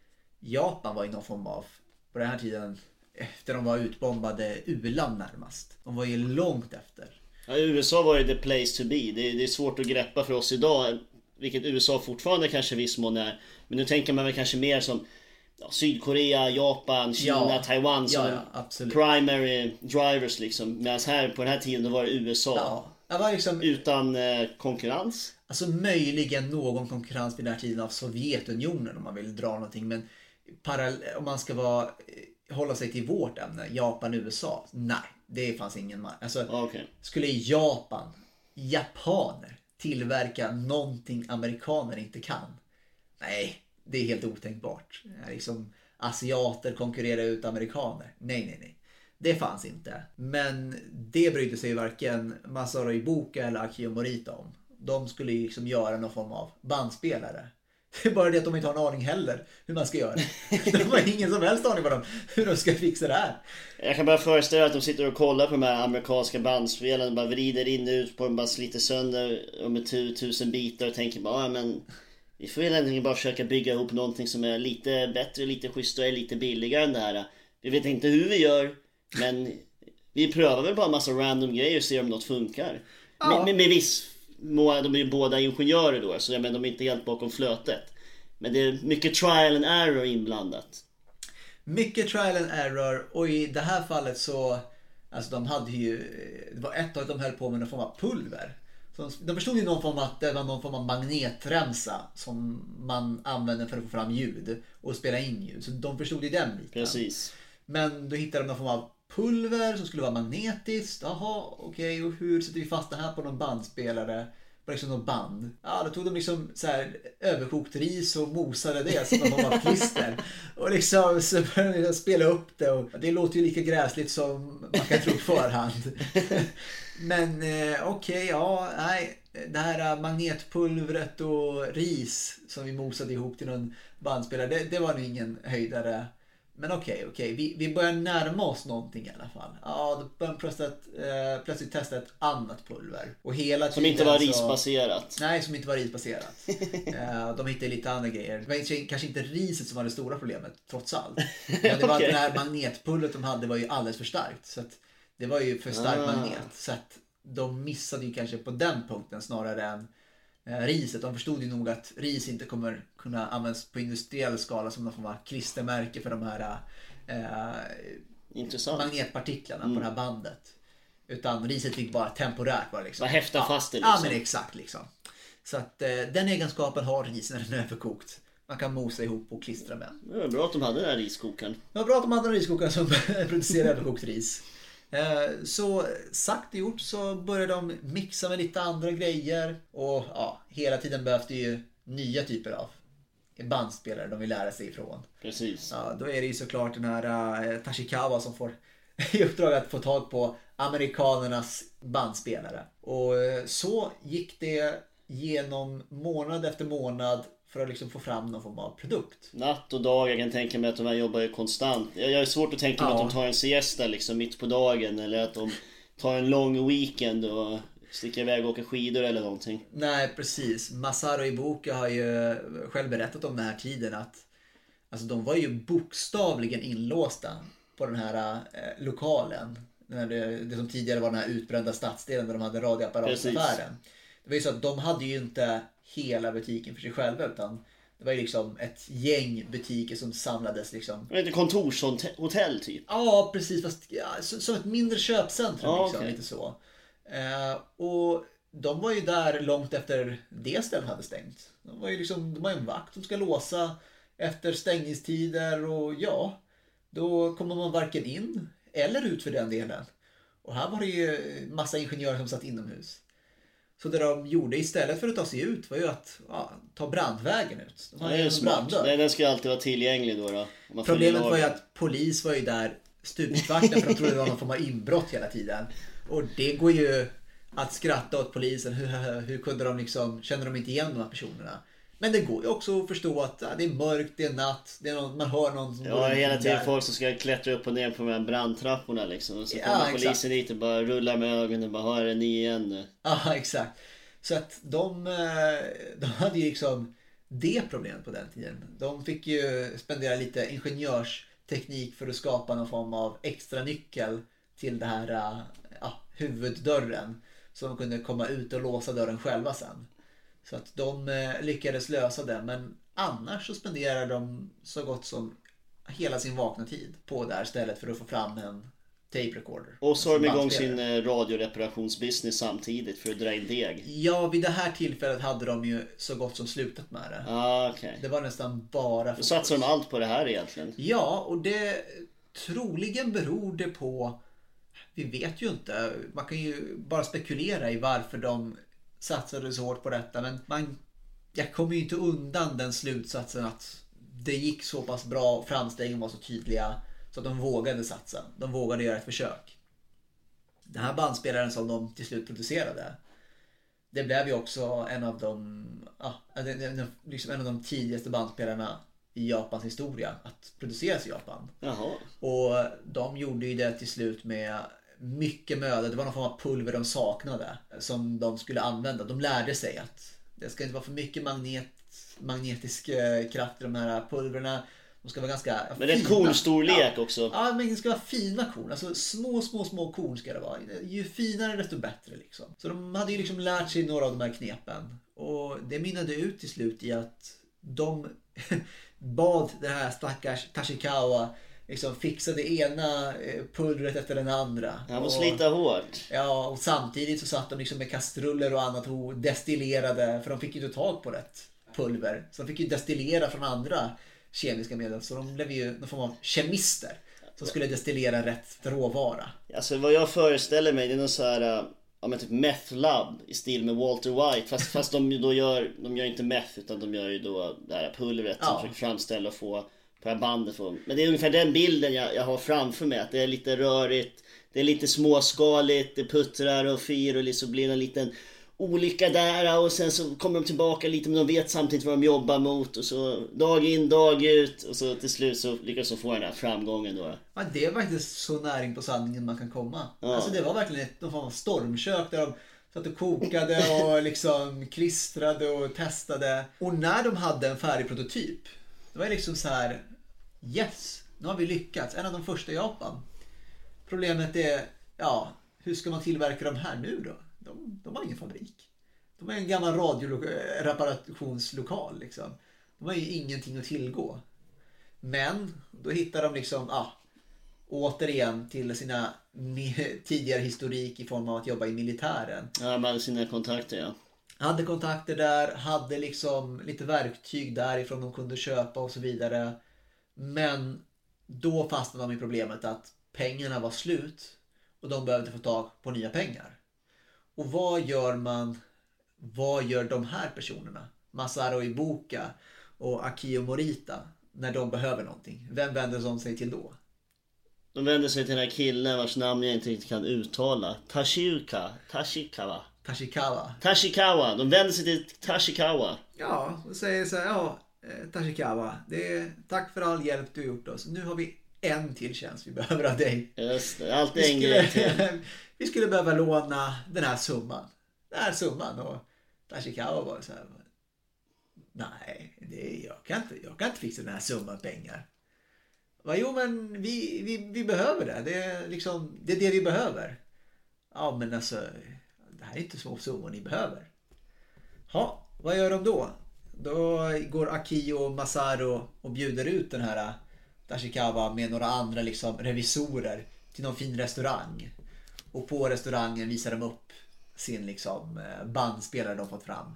Japan var i någon form av, på den här tiden, efter de var utbombade, u-land närmast. De var ju långt efter. Ja, U S A var ju the place to be. Det är, det är svårt att greppa för oss idag, vilket U S A fortfarande kanske viss mån är. Men nu tänker man väl kanske mer som ja, Sydkorea, Japan, Kina, ja, Taiwan som ja, ja, primary drivers liksom. Medan här på den här tiden då var det U S A. Ja, det var liksom, utan eh, konkurrens. Alltså möjligen någon konkurrens vid den här tiden av Sovjetunionen om man vill dra någonting. Men parallell, om man ska vara, hålla sig till vårt ämne, Japan, U S A. Nej, det fanns ingen. Alltså, okay. Skulle Japan, japaner tillverka någonting amerikaner inte kan? Nej, det är helt otänkbart. Liksom, asiater konkurrerar ut amerikaner. Nej, nej, nej. Det fanns inte. Men det brydde sig varken Masaru Ibuka eller Akio Morita om. De skulle liksom göra någon form av bandspelare. Det är bara det att de inte har en aning heller hur man ska göra. De har ingen som helst aning på dem, hur de ska fixa det här. Jag kan bara föreställa att de sitter och kollar på de här amerikanska bandspelarna och bara vrider in och ut på dem, bara sliter sönder om ett tusen bitar och tänker bara, ja men vi får väl ändå bara försöka bygga ihop någonting som är lite bättre, lite schysstare, lite billigare än det här. Vi vet inte hur vi gör, men vi prövar väl bara en massa random grejer och ser om något funkar. Ja. Med, med, med viss de är ju båda ingenjörer då, så jag menar, de är inte helt bakom flötet. Men det är mycket trial and error inblandat. Mycket trial and error. Och i det här fallet så alltså de hade ju, det var ett tag de höll på med någon form av pulver. Så de förstod ju någon form av att det var någon form av magnetremsa som man använde för att få fram ljud och spela in ljud. Så de förstod ju den biten. Precis. Men då hittade de någon form av pulver som skulle vara magnetiskt. Jaha, okej, okay, och hur sätter vi fast det här på någon bandspelare? På liksom någon band. Ja, då tog de liksom så här överkokt ris och mosade det som de var klister. Och liksom så började de spela upp det. Och det låter ju lika gräsligt som man kan tro på förhand. Men eh, okej, okay, ja, nej. Det här magnetpulvret och ris som vi mosade ihop till någon bandspelare, det, det var nog ingen höjdare. Men okej, okay, okej. Okay. Vi, vi börjar närma oss någonting i alla fall. Ja, då började plötsligt, eh, plötsligt testa ett annat pulver. Och hela som inte var risbaserat. Så, nej, som inte var risbaserat. eh, de hittade lite andra grejer. Det var kanske inte riset som var det stora problemet, trots allt. Men det var okay. Att det här magnetpulvret de hade var ju alldeles för starkt. Så att det var ju för stark ah. magnet. Så att de missade ju kanske på den punkten snarare än eh, riset. De förstod ju nog att ris inte kommer kunna användas på industriell skala som någon form av klistermärke för de här eh, Intressant. magnetpartiklarna Mm. på det här bandet. Utan riset fick bara temporärt vara liksom. Bara häfta ja, fast det liksom. Ja, men exakt liksom. Så att eh, den egenskapen har risen när den är förkokt. Man kan mosa ihop och klistra med. Det var bra att de hade den här riskokaren. Det var bra att de hade en riskokare som producerar överkokt ris. Eh, så sagt och gjort så började de mixa med lite andra grejer. Och ja, hela tiden behövde ju nya typer av bandspelare de vill lära sig ifrån. Precis. Ja, då är det ju såklart den här eh, Tashikawa som får i uppdrag att få tag på amerikanernas bandspelare. Och eh, så gick det genom månad efter månad för att liksom få fram någon form av produkt. Natt och dag, jag kan tänka mig att de här jobbar ju konstant. Jag har svårt att tänka mig Ja. att de tar en siesta liksom mitt på dagen. Eller att de tar en lång weekend och sticker iväg och åker skidor eller någonting. Nej, precis. Masaru Ibuka har ju själv berättat om den här tiden att alltså, de var ju bokstavligen inlåsta på den här eh, lokalen. Det, det som tidigare var den här utbrända stadsdelen där de hade radioapparataffären. Det var ju så att de hade ju inte hela butiken för sig själva utan det var ju liksom ett gäng butiker som samlades liksom. Det är ett kontorshotell typ. Ja, precis. Fast, ja, som ett mindre köpcentrum Ja, liksom, okej. lite så. Eh, och de var ju där långt efter det stället hade stängt. De var ju liksom, de har ju en vakt som ska låsa efter stängningstider och ja, då kommer man varken in eller ut för den delen. Och här var det ju massa ingenjörer som satt inomhus. Så det de gjorde istället för att ta sig ut var ju att ja, ta brandvägen ut. De Ja, hade det är en smart. branddörr. Nej, den ska alltid vara tillgänglig då. då om man Problemet följer var ju lagen. att polis var ju där stupvakten för de trodde det var någon form av inbrott hela tiden. Och det går ju att skratta åt polisen. Hur, hur kunde de liksom, känner de inte igen de här personerna? Men det går ju också att förstå att ja, det är mörkt, det är natt, det är någon, man hör någon som Ja, går hela runt tiden där. folk som ska klättra upp och ner på de här brandtrapporna liksom. Och så Ja, kommer exakt. polisen dit och bara rullar med ögonen och bara, har är ni igen nu? Ja, exakt. Så att de, eh, de hade ju liksom det problemet på den tiden. De fick ju spendera lite ingenjörsteknik för att skapa någon form av extra nyckel till det här eh, ja, huvuddörren. Så de kunde komma ut och låsa dörren själva sen. Så att de eh, lyckades lösa det. Men annars så spenderar de så gott som hela sin vakna tid på det här stället för att få fram en tape recorder. Och så har de Alltså igång bandspelare. sin eh, radioreparationsbusiness samtidigt för att dra in deg. Ja, vid det här tillfället hade de ju så gott som slutat med det. Ah, okej. Det var nästan bara Då fokus. satsar de allt på det här egentligen. Ja, och det troligen beror det på, vi vet ju inte, man kan ju bara spekulera i varför de satsade så hårt på detta, men man, jag kommer ju inte undan den slutsatsen att det gick så pass bra och framstegen var så tydliga så att de vågade satsa. De vågade göra ett försök. Den här bandspelaren som de till slut producerade, det blev ju också en av de, ja, liksom en av de tidigaste bandspelarna i Japans historia att produceras i Japan. Jaha. Och de gjorde ju det till slut med mycket möda. Det var någon form av pulver de saknade som de skulle använda. De lärde sig att det ska inte vara för mycket magnet, magnetisk eh, kraft i de här pulverna. De ska vara ganska Men det är ett fina. kornstorlek Ja. också. Ja, men det ska vara fina korn. Alltså små, små, små korn ska det vara. Ju finare desto bättre liksom. Så de hade ju liksom lärt sig några av de här knepen. Och det mynnade ut till slut i att de bad det här stackars Tashikawa liksom fixa det ena pulvret efter den andra. Han måste och, slita hårt. Ja, och samtidigt så satt de liksom med kastruller och annat och destillerade. För de fick ju inte tag på rätt pulver. Så de fick ju destillera från andra kemiska medel. Så de blev ju någon form av kemister som skulle destillera rätt råvara. Alltså vad jag föreställer mig, det är någon så här, ja men typ meth lab i stil med Walter White. Fast, fast de då gör, de gör inte meth utan de gör ju då det här pulvret som Ja. försöker framställa och få på det här bandet. För. Men det är ungefär den bilden jag, jag har framför mig. Att det är lite rörigt, det är lite småskaligt, det puttrar och fyr och liksom blir en liten olycka där och sen så kommer de tillbaka lite men de vet samtidigt vad de jobbar mot och så dag in, dag ut och så till slut så lyckas de få den här framgången då. Ja, det är faktiskt så näring på sanningen man kan komma. Ja. Alltså det var verkligen ett någon form av stormkök där de satt och kokade och liksom klistrade och testade. Och när de hade en färdig prototyp, det var liksom så här: yes, nu har vi lyckats. En av de första i Japan. Problemet är, ja, hur ska man tillverka de här nu då? De, de har ingen fabrik. De är en gammal radioreparationslokal liksom. De har ju ingenting att tillgå. Men då hittar de liksom, ja, ah, återigen till sina tidigare historik i form av att jobba i militären. Ja, med sina kontakter, ja. Hade kontakter där, hade liksom lite verktyg därifrån de kunde köpa och så vidare. Men då fastnade de i problemet att pengarna var slut och de behövde få tag på nya pengar. Och vad gör man, vad gör de här personerna? Masaru Ibuka och Akio Morita när de behöver någonting? Vem vänder de sig till då? De vänder sig till den här killen vars namn jag inte riktigt kan uttala. Tashika, Tashikawa. Tashikawa. Tashikawa, de vänder sig till Tashikawa. Ja, och säger så här, ja, Tashikawa, det är, tack för all hjälp du har gjort oss. Nu har vi en till tjänst vi behöver av dig. Just det, alltid en grej till. Vi skulle behöva låna den här summan. Den här summan och Tashikawa var så här, nej, det, jag, kan inte, jag kan inte fixa den här summan pengar. Va, jo, men vi, vi, vi behöver det. Det är, liksom, det är det vi behöver. Ja, men alltså, det här är inte små summor ni behöver. Ja, vad gör de då? Då går Akio och Masaru och bjuder ut den här Tashikawa med några andra liksom revisorer till någon fin restaurang. Och på restaurangen visar de upp sin liksom bandspelare de fått fram.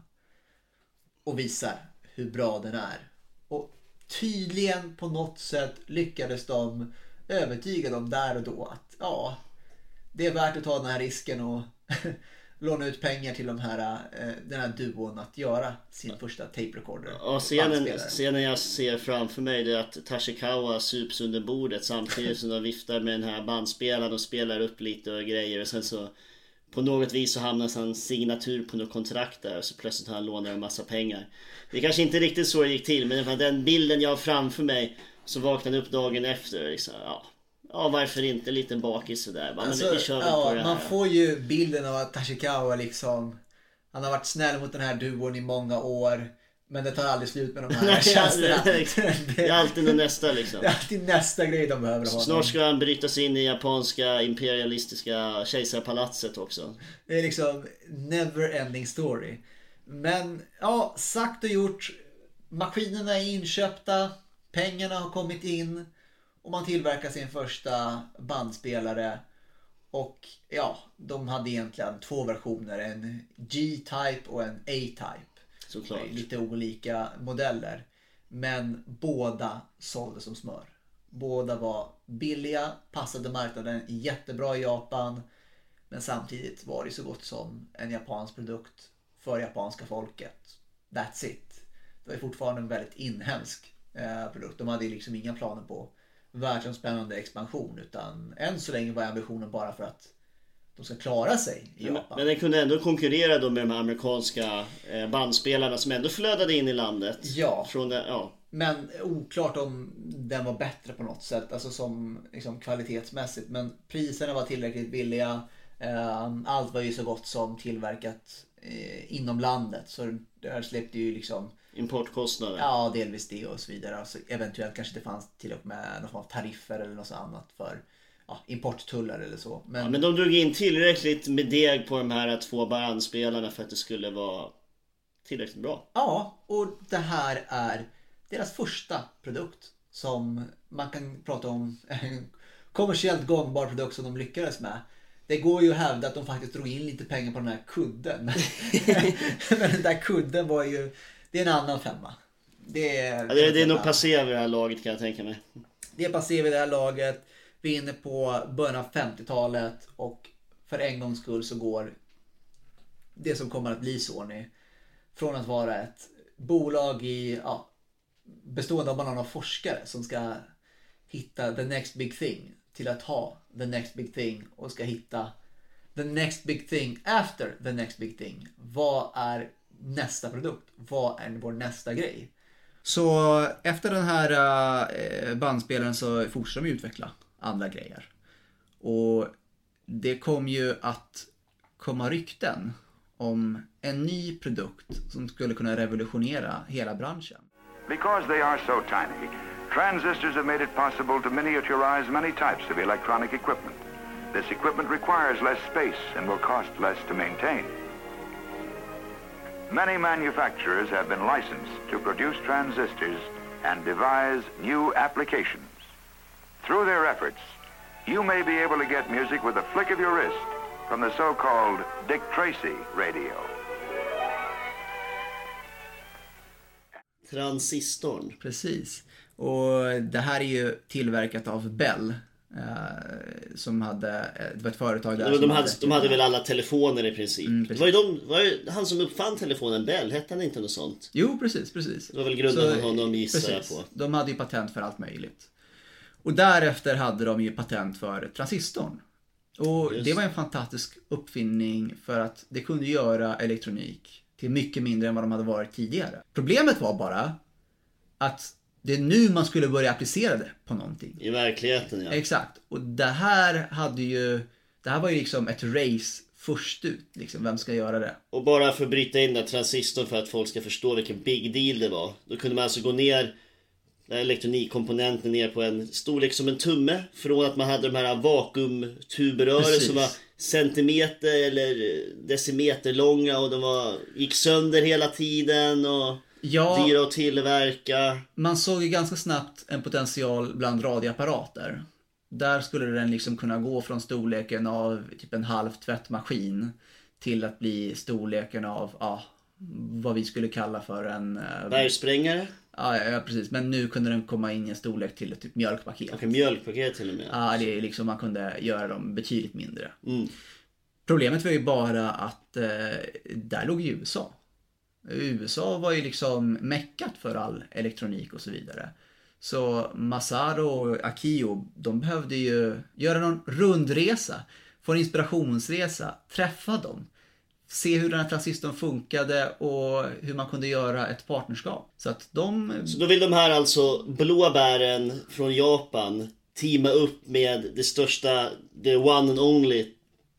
Och visar hur bra den är. Och tydligen på något sätt lyckades de övertyga dem där och då att ja, det är värt att ta den här risken och låna ut pengar till de här, den här duon att göra sin första tape recorder. Och scenen, scenen jag ser framför mig det är att Tashikawa sups under bordet samtidigt som de viftar med den här bandspelaren och spelar upp lite och grejer och sen så på något vis så hamnar han signatur på något kontrakt där och så plötsligt han lånar en massa pengar. Det är kanske inte riktigt så det gick till, men den bilden jag har framför mig så vaknade upp dagen efter liksom, ja. Ja, varför inte en liten bakis sådär. Men alltså, vi kör ja, på det här. Man får ju bilden av att Tashikawa liksom, han har varit snäll mot den här duon i många år, men det tar aldrig slut med de här tjänsterna. Det är alltid den nästa liksom. Det är alltid nästa grej de behöver ha. Snart ska han bryta sig in i japanska imperialistiska kejsarpalatset också. Det är liksom never ending story. Men ja, sagt och gjort. Maskinerna är inköpta, pengarna har kommit in och man tillverkar sin första bandspelare. Och ja, de hade egentligen två versioner, en G-type och en A-type. Såklart. Lite olika modeller. Men båda sålde som smör. Båda var billiga, passade marknaden jättebra i Japan. Men samtidigt var det så gott som en japansk produkt för japanska folket. That's it. Det var fortfarande en väldigt inhemsk eh, produkt. De hade liksom inga planer på världsomspännande expansion. Utan än så länge var ambitionen bara för att de ska klara sig i Japan. Men, men den kunde ändå konkurrera då med de amerikanska eh, bandspelarna som ändå flödade in i landet. Ja. Från det, ja. Men oklart om den var bättre på något sätt. Alltså som liksom, kvalitetsmässigt. Men priserna var tillräckligt billiga. Eh, allt var ju så gott som tillverkat eh, inom landet. Så där släppte ju liksom importkostnader. Ja, delvis det och så vidare. Alltså, eventuellt kanske det fanns till och med någon form av tariffer eller något annat för ja, importtullar eller så. Men... Ja, men de drog in tillräckligt med deg på de här två bandspelarna för att det skulle vara tillräckligt bra. Ja, och det här är deras första produkt som man kan prata om en kommersiellt gångbar produkt som de lyckades med. Det går ju att hävda att de faktiskt drog in lite pengar på den här kudden. Men den där kudden var ju, det är en annan femma. Det är, ja, det, är, det är nog passé vid det här laget kan jag tänka mig. Det är passé vid det här laget. Vi är inne på början av femtiotalet och för en gångs skull så går det som kommer att bli Sony från att vara ett bolag i, ja, bestående av bara några forskare som ska hitta the next big thing till att ha the next big thing och ska hitta the next big thing after the next big thing. Vad är nästa produkt? Vad är vår nästa grej? Så efter den här bandspelaren så fortsätter de utveckla andra grejer. Och det kom ju att komma rykten om en ny produkt som skulle kunna revolutionera hela branschen. Because they are so tiny, transistors have made it possible to miniaturize many types of electronic equipment. This equipment requires less space and will cost less to maintain. Many manufacturers have been licensed to produce transistors and devise new applications. Through their efforts, you may be able to get music with a flick of your wrist from the so-called Dick Tracy radio. Transistorn. Precis. Och det här är ju tillverkat av Bell. Eh, som hade, det var ett företag där. De, de, hade, hade, de hade väl alla telefoner i princip. Mm, det var ju de, var ju han som uppfann telefonen Bell, hette han inte något sånt? Jo, precis, precis. Det var väl grunden för honom, gissar jag på. De hade ju patent för allt möjligt. Och därefter hade de ju patent för transistorn. Och Just. det var en fantastisk uppfinning för att det kunde göra elektronik till mycket mindre än vad de hade varit tidigare. Problemet var bara att det är nu man skulle börja applicera det på någonting. I verkligheten, ja. Exakt. Och det här hade ju, det här var ju liksom ett race först ut. Liksom, vem ska göra det? Och bara för att bryta in den transistorn för att folk ska förstå vilken big deal det var. Då kunde man alltså gå ner elektronikkomponenten ner på en storlek som en tumme. Från att man hade de här vakuumtuberören som var centimeter eller decimeter långa. Och de var, gick sönder hela tiden och ja, dyra att tillverka. Man såg ju ganska snabbt en potential bland radioapparater. Där skulle den liksom kunna gå från storleken av typ en halv tvättmaskin till att bli storleken av ja, vad vi skulle kalla för en bergsprängare. Ja, ja, precis. Men nu kunde den komma in i en storlek till ett typ mjölkpaket. Okej, mjölkpaket till och med. Ja, det är liksom, man kunde göra dem betydligt mindre. Mm. Problemet var ju bara att eh, där låg ju U S A. U S A var ju liksom meckat för all elektronik och så vidare. Så Masaru och Akio, de behövde ju göra någon rundresa, få en inspirationsresa, träffa dem, se hur den här transistorn funkade och hur man kunde göra ett partnerskap. Så att de... Så då vill de här alltså blåbären från Japan teama upp med det största, the one and only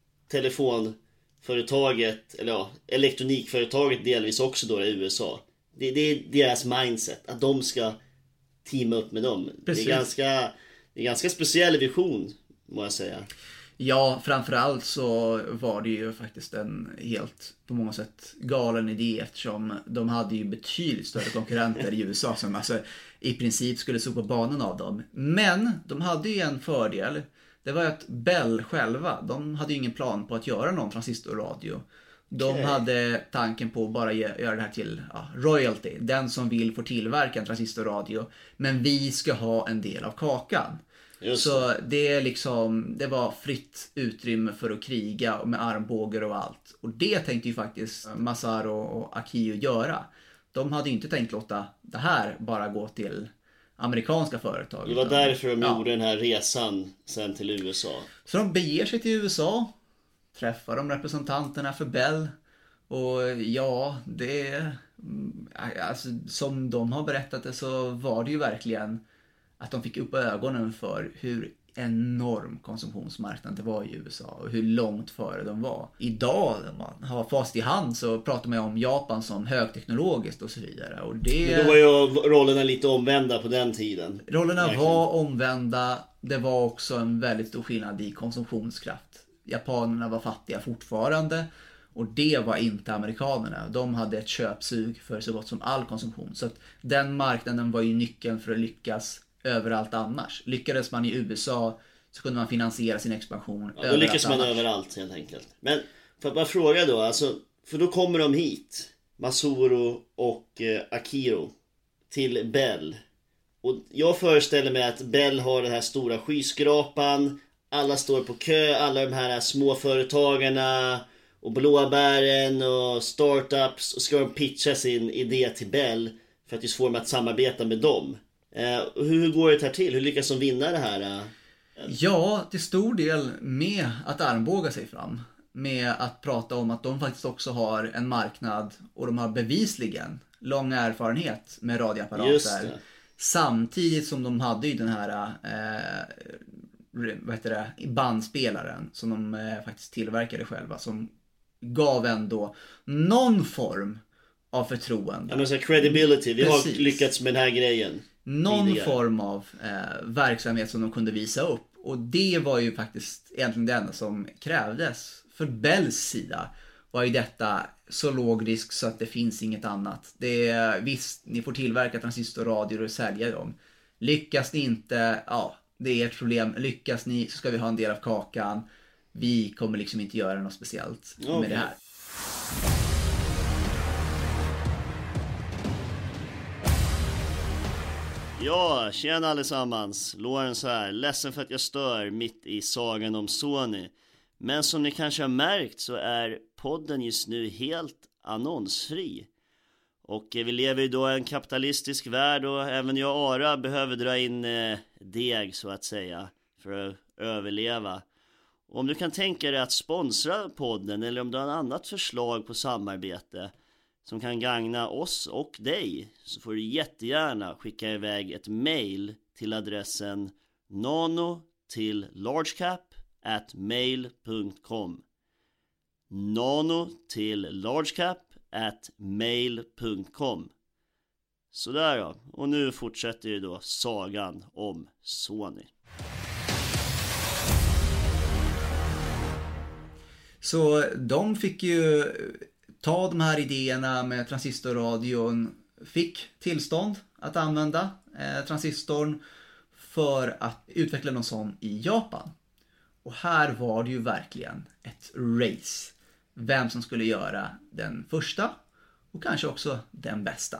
telefonföretaget, eller ja, elektronikföretaget delvis också då i U S A. Det, det är deras mindset, att de ska teama upp med dem. Precis. Det är ganska, det är ganska speciell vision, må jag säga. Ja, framförallt så var det ju faktiskt en helt på många sätt galen idé, eftersom de hade ju betydligt större konkurrenter i U S A som alltså i princip skulle sopa banan av dem. Men de hade ju en fördel. Det var att Bell själva, de hade ju ingen plan på att göra någon transistorradio. De okay. hade tanken på att bara göra det här till ja, royalty. Den som vill får tillverka en transistorradio. Men vi ska ha en del av kakan. Just så det. det är liksom, det var fritt utrymme för att kriga med armbågar och allt. Och det tänkte ju faktiskt Masaru och Akio göra. De hade ju inte tänkt låta det här bara gå till amerikanska företag. Det var utan, därför de ja. gjorde den här resan sen till U S A. Så de beger sig till U S A, träffar de representanterna för Bell. Och ja, det alltså, som de har berättat det så var det ju verkligen att de fick upp ögonen för hur enorm konsumtionsmarknad det var i U S A och hur långt före de var. Idag, när man har fast i hand, så pratar man ju om Japan som högteknologiskt och så vidare. Och det... Men då var ju rollerna lite omvända på den tiden. Rollerna verkligen. var omvända. Det var också en väldigt stor skillnad i konsumtionskraft. Japanerna var fattiga fortfarande. Och det var inte amerikanerna. De hade ett köpsug för så gott som all konsumtion. Så att den marknaden var ju nyckeln för att lyckas överallt annars. Lyckades man i U S A så kunde man finansiera sin expansion ja, då lyckas man annars. Överallt helt enkelt. Men för att bara fråga då, alltså, för då kommer de hit, Masaru och eh, Akio, till Bell. Och jag föreställer mig att Bell har den här stora skyskrapan, alla står på kö, alla de här småföretagarna och blåbären och startups, och ska de pitcha sin idé till Bell för att just få dem att samarbeta med dem. Eh, hur går det här till? Hur lyckas de vinna det här? Eh? Ja, till stor del med att armbåga sig fram. Med att prata om att de faktiskt också har en marknad och de har bevisligen lång erfarenhet med radioapparater. Samtidigt som de hade ju den här eh, vad heter det, bandspelaren som de eh, faktiskt tillverkade själva, som gav ändå någon form av förtroende. Ja, men så credibility. Vi Precis. har lyckats med den här grejen. Någon tidigare. form av eh, verksamhet som de kunde visa upp. Och det var ju faktiskt egentligen det enda som krävdes. För Bells sida var ju detta så låg risk så att det finns inget annat. Det är, visst, ni får tillverka transistorradior och sälja dem. Lyckas ni inte, ja, det är ett problem. Lyckas ni så ska vi ha en del av kakan. Vi kommer liksom inte göra något speciellt Okay. med det här. Ja, tjena allesammans. Lawrence här. Ledsen för att jag stör mitt i sagan om Sony. Men som ni kanske har märkt så är podden just nu helt annonsfri. Och vi lever ju då i en kapitalistisk värld och även jag och Ara behöver dra in eh, deg så att säga för att överleva. Och om du kan tänka dig att sponsra podden eller om du har ett annat förslag på samarbete som kan gagna oss och dig, så får du jättegärna skicka iväg ett mail till adressen nano till largecap at mail punkt com. Nano till largecap at mail punkt com. Sådär då. Och nu fortsätter ju då sagan om Sony. Så de fick ju ta de här idéerna med transistorradion, fick tillstånd att använda eh, transistorn för att utveckla någon sån i Japan. Och här var det ju verkligen ett race. Vem som skulle göra den första och kanske också den bästa.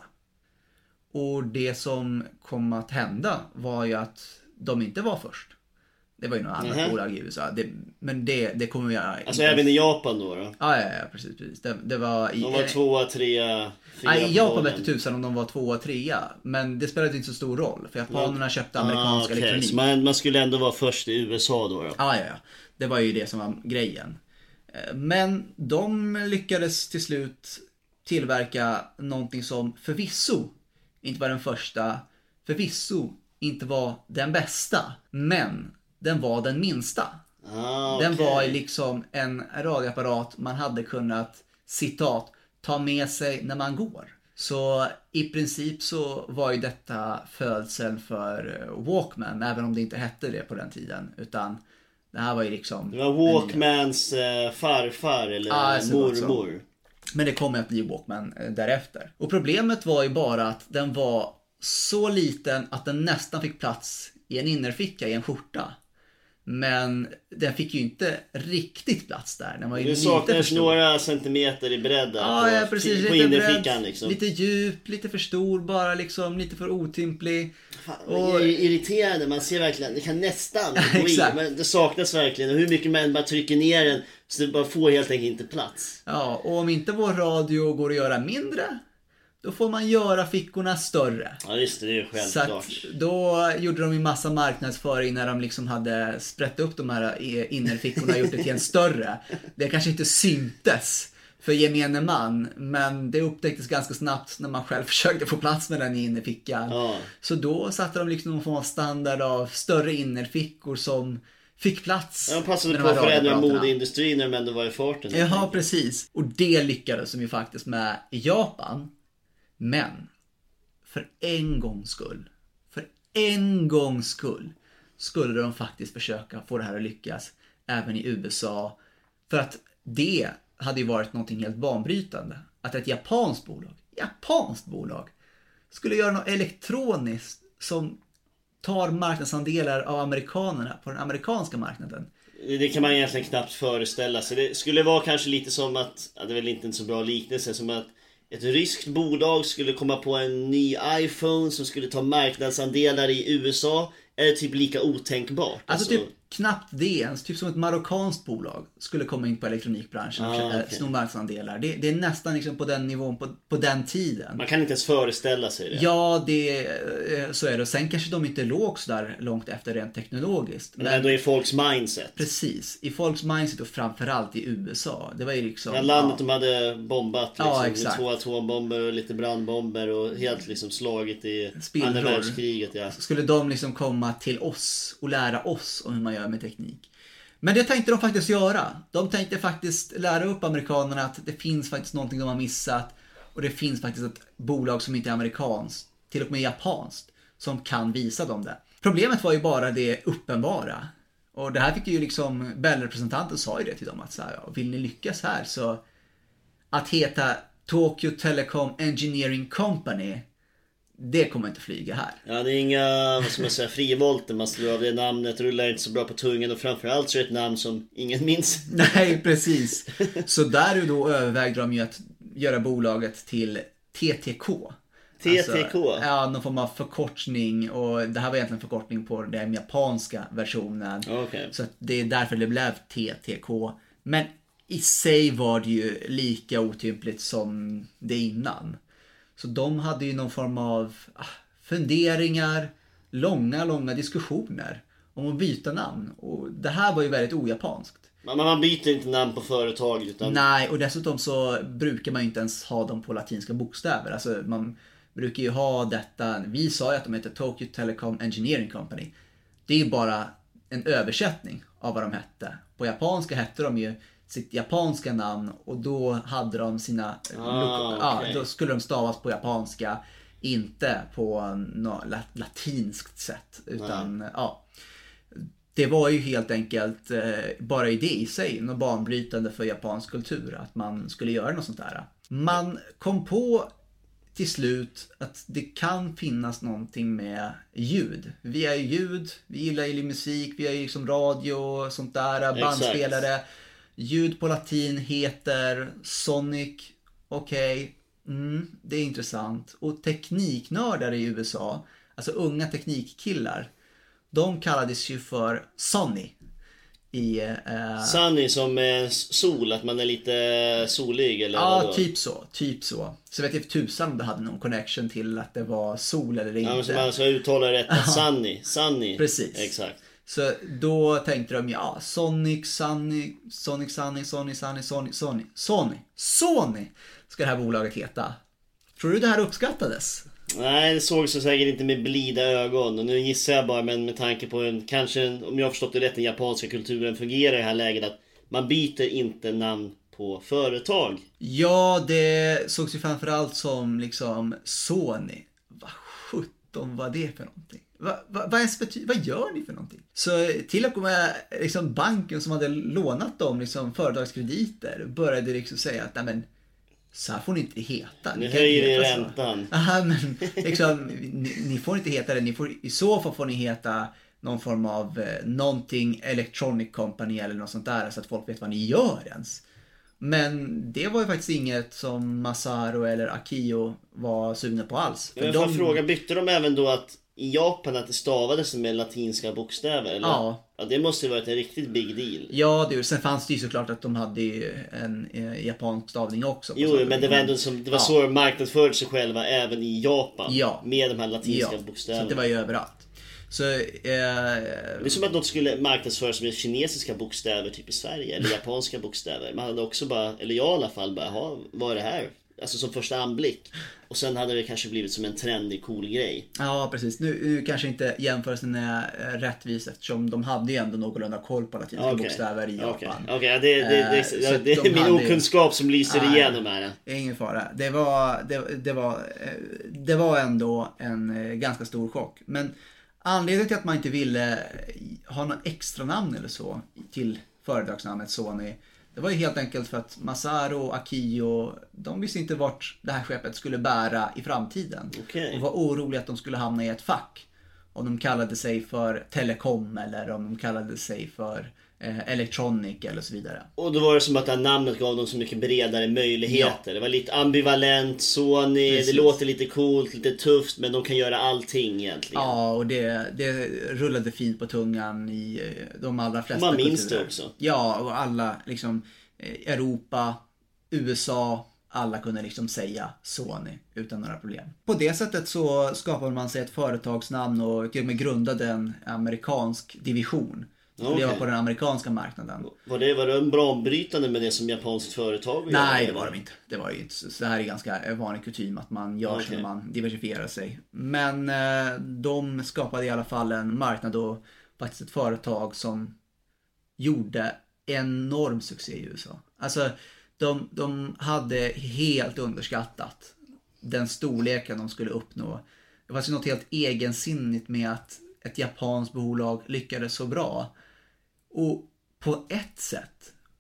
Och det som kom att hända var ju att de inte var först. Det var ju något annat Mm-hmm. bolag i U S A. Det, men det, det kommer vi göra. Alltså inte... även i Japan då då? Ja, ja, ja precis. precis. Det, det var i, de var tvåa, trea, fyra. Nej, i Japan vet tusan om de var tvåa, trea. Men det spelade inte så stor roll. För japanerna mm. köpte amerikansk ah, okay. elektronik. Så man, man skulle ändå vara först i U S A då då? Ja, ja, ja. Det var ju det som var grejen. Men de lyckades till slut tillverka någonting som förvisso inte var den första, förvisso inte var den bästa, men den var den minsta. Ah, okay. Den var liksom en radioapparat man hade kunnat, citat, ta med sig när man går. Så i princip så var ju detta födseln för Walkman, även om det inte hette det på den tiden, utan det här var ju liksom... Det var Walkmans eh, farfar eller ah, mormor. Men det kom att bli Walkman eh, därefter. Och problemet var ju bara att den var så liten att den nästan fick plats i en innerficka i en skjorta. Men den fick ju inte riktigt plats där. Den var ju det lite saknades några centimeter i bredden ja, på, ja, precis, på lite innerfickan bredd, liksom. Lite djup, lite för stor bara liksom, lite för otymplig. Fan, och... irriterande, man ser verkligen, det kan nästan gå i, men det saknas verkligen. Och hur mycket man bara trycker ner den så det bara får helt enkelt inte plats. Ja, och om inte vår radio går att göra mindre, då får man göra fickorna större. Ja just det, det är ju självklart. Så att då gjorde de ju massa marknadsföring när de liksom hade sprätt upp de här innerfickorna och gjort det till en större. Det kanske inte syntes för gemene man, men det upptäcktes ganska snabbt när man själv försökte få plats med den i innerfickan. Ja. Så då satte de liksom någon form av standard av större innerfickor som fick plats. Ja, de passade på att förändra modeindustrin när de ändå var i farten. Ja, precis. Och det lyckades de ju faktiskt med i Japan. Men för en gångs skull, för en gångs skull skulle de faktiskt försöka få det här att lyckas även i U S A. För att det hade ju varit någonting helt banbrytande. Att ett japanskt bolag, japanskt bolag skulle göra något elektroniskt som tar marknadsandelar av amerikanerna på den amerikanska marknaden. Det kan man egentligen knappt föreställa sig. Det skulle vara kanske lite som att, ja, det är väl inte en så bra liknelse, som att ett ryskt bolag skulle komma på en ny iPhone som skulle ta marknadsandelar i U S A. Är typ lika otänkbart. Alltså, alltså typ knappt det ens. Typ som ett marockanskt bolag skulle komma in på elektronikbranschen och ah, okay. sno marknadsandelar. Det, det är nästan liksom på den nivån, på, på den tiden. Man kan inte ens föreställa sig det. Ja, det, så är det. Och sen kanske de inte låg så där långt efter rent teknologiskt. Men, men ändå i folks mindset. Precis. I folks mindset och framförallt i U S A. Det var ju liksom... Ja, landet ja. de hade bombat liksom, ja, med två atombomber och lite brandbomber och helt liksom slagit i andra världskriget. Ja. Så skulle de liksom komma till oss och lära oss om hur man gör med teknik. Men det tänkte de faktiskt göra. De tänkte faktiskt lära upp amerikanerna att det finns faktiskt någonting de har missat. Och det finns faktiskt ett bolag som inte är amerikanskt, till och med japanskt, som kan visa dem det. Problemet var ju bara det uppenbara. Och det här fick ju liksom, Bell-representanten sa ju det till dem att så här, ja, vill ni lyckas här så att heta Tokyo Telecom Engineering Company, det kommer inte flyga här. Ja, det är inga, vad ska man säga, frivolter man slår av. Det namnet rullar inte så bra på tungan, och framförallt så är det ett namn som ingen minns. Nej, precis. Så där då övervägde de ju att göra bolaget till T T K. T T K? Alltså, ja, någon form av förkortning, och det här var egentligen förkortning på den japanska versionen. Okay. Så att det är därför det blev T T K. Men i sig var det ju lika otympligt som det innan. Så de hade ju någon form av funderingar, långa, långa diskussioner om att byta namn. Och det här var ju väldigt ojapanskt. Men man byter inte namn på företag utan... Nej, och dessutom så brukar man ju inte ens ha dem på latinska bokstäver. Alltså man brukar ju ha detta, vi sa ju att de heter Tokyo Telecom Engineering Company. Det är ju bara en översättning av vad de hette. På japanska hette de ju sitt japanska namn, och då hade de sina ah, okay. ja, då skulle de stavas på japanska, inte på något latinskt sätt, utan Nej. ja det var ju helt enkelt eh, bara i det i sig något banbrytande för japansk kultur att man skulle göra något sånt där. Man kom på till slut att det kan finnas någonting med ljud. Vi är ju ljud, vi gillar ju musik, vi har ju liksom radio och sånt där, bandspelare. Exakt. Ljud på latin heter Sonic. Okej, okay. mm, det är intressant. Och tekniknördar i U S A, alltså unga teknikkillar, de kallades ju för Sonny. I, eh... Sunny som eh, sol, att man är lite solig eller ja, vadå? typ så, typ så. Så vet jag för tusan om det hade någon connection till att det var sol eller inte. Ja, men så man ska uttala rätt. Sunny, Sunny. Precis. Exakt. Så då tänkte de, ja, Sonic, Sunny, Sonic, Sunny, Sony, Sunny, Sony, Sony, Sony, Sony ska det här bolaget heta. Tror du det här uppskattades? Nej, det såg så säkert inte med blida ögon. Och nu gissar jag bara, men med tanke på en, kanske en, om jag har förstått det rätt, den japanska kulturen fungerar i det här läget att man byter inte namn på företag. Ja, det sågs ju framförallt som liksom Sony. Vad sjutton var det för någonting? Va, va, vad, bety- vad gör ni för någonting? Så till och med liksom banken som hade lånat dem liksom företagskrediter började liksom säga att nej men, så här får ni inte heta. Nu höjer ni räntan. Aha, men liksom, ni, ni får inte heta det. Ni får, i så fall får ni heta någon form av eh, någonting Electronic Company eller något sånt där, så att folk vet vad ni gör ens. Men det var ju faktiskt inget som Masaru eller Akio var sugna på alls. För jag får de... fråga, bytte de även då att i Japan att det stavades med latinska bokstäver? Eller? Ja. Ja, det måste ju varit en riktigt big deal. Ja, det, sen fanns det ju såklart att de hade en eh, japansk stavning också. Jo, men det var ändå som, det var ja. så de marknadsförde sig själva även i Japan. Ja. Med de här latinska ja. bokstäverna. Så det var ju överallt. Så, eh... det är som att något skulle marknadsföras med kinesiska bokstäver typ i Sverige. Eller japanska bokstäver. Man hade också bara, eller jag i alla fall bara, jaha, vad är det här? Alltså som första anblick. Och sen hade det kanske blivit som en trendig cool grej. Ja, precis. Nu, nu kanske inte jämförelsen är rättvis, eftersom de hade ju ändå någorlunda koll på latinska okay. bokstäver i Japan. Okej, okay. okay. det, det, det, det, uh, det är de min hade... okunskap som lyser uh, igenom här. Ingen fara. Det var, det, det, var, det var ändå en ganska stor chock. Men anledningen till att man inte ville ha någon extra namn eller så till företagsnamnet Sony, det var ju helt enkelt för att Masaru och Akio, de visste inte vart det här skeppet skulle bära i framtiden. Okay. Och var oroliga att de skulle hamna i ett fack. Om de kallade sig för Telekom eller om de kallade sig för eh, Electronic eller så vidare. Och då var det som att det här namnet gav dem så mycket bredare möjligheter. Ja. Det var lite ambivalent, Sony, precis. Det låter lite coolt, lite tufft, men de kan göra allting egentligen. Ja, och det, det rullade fint på tungan i de allra flesta man minns kulturer. Det också. Ja, och alla liksom Europa, U S A, alla kunde liksom säga Sony utan några problem. På det sättet så skapade man sig ett företagsnamn och till och med grundade en amerikansk division. Skulle okay. leva på den amerikanska marknaden. Var det, var det en bra ombrytande med det som japanskt företag? Nej, det var det inte. Det var ju inte. Så det här är ganska vanlig kutym att man gör okay. så när man diversifierar sig. Men eh, de skapade i alla fall en marknad och faktiskt ett företag som gjorde enorm succé i U S A. Alltså de, de hade helt underskattat den storleken de skulle uppnå. Det var så något helt egensinnigt med att ett japanskt bolag lyckades så bra. Och på ett sätt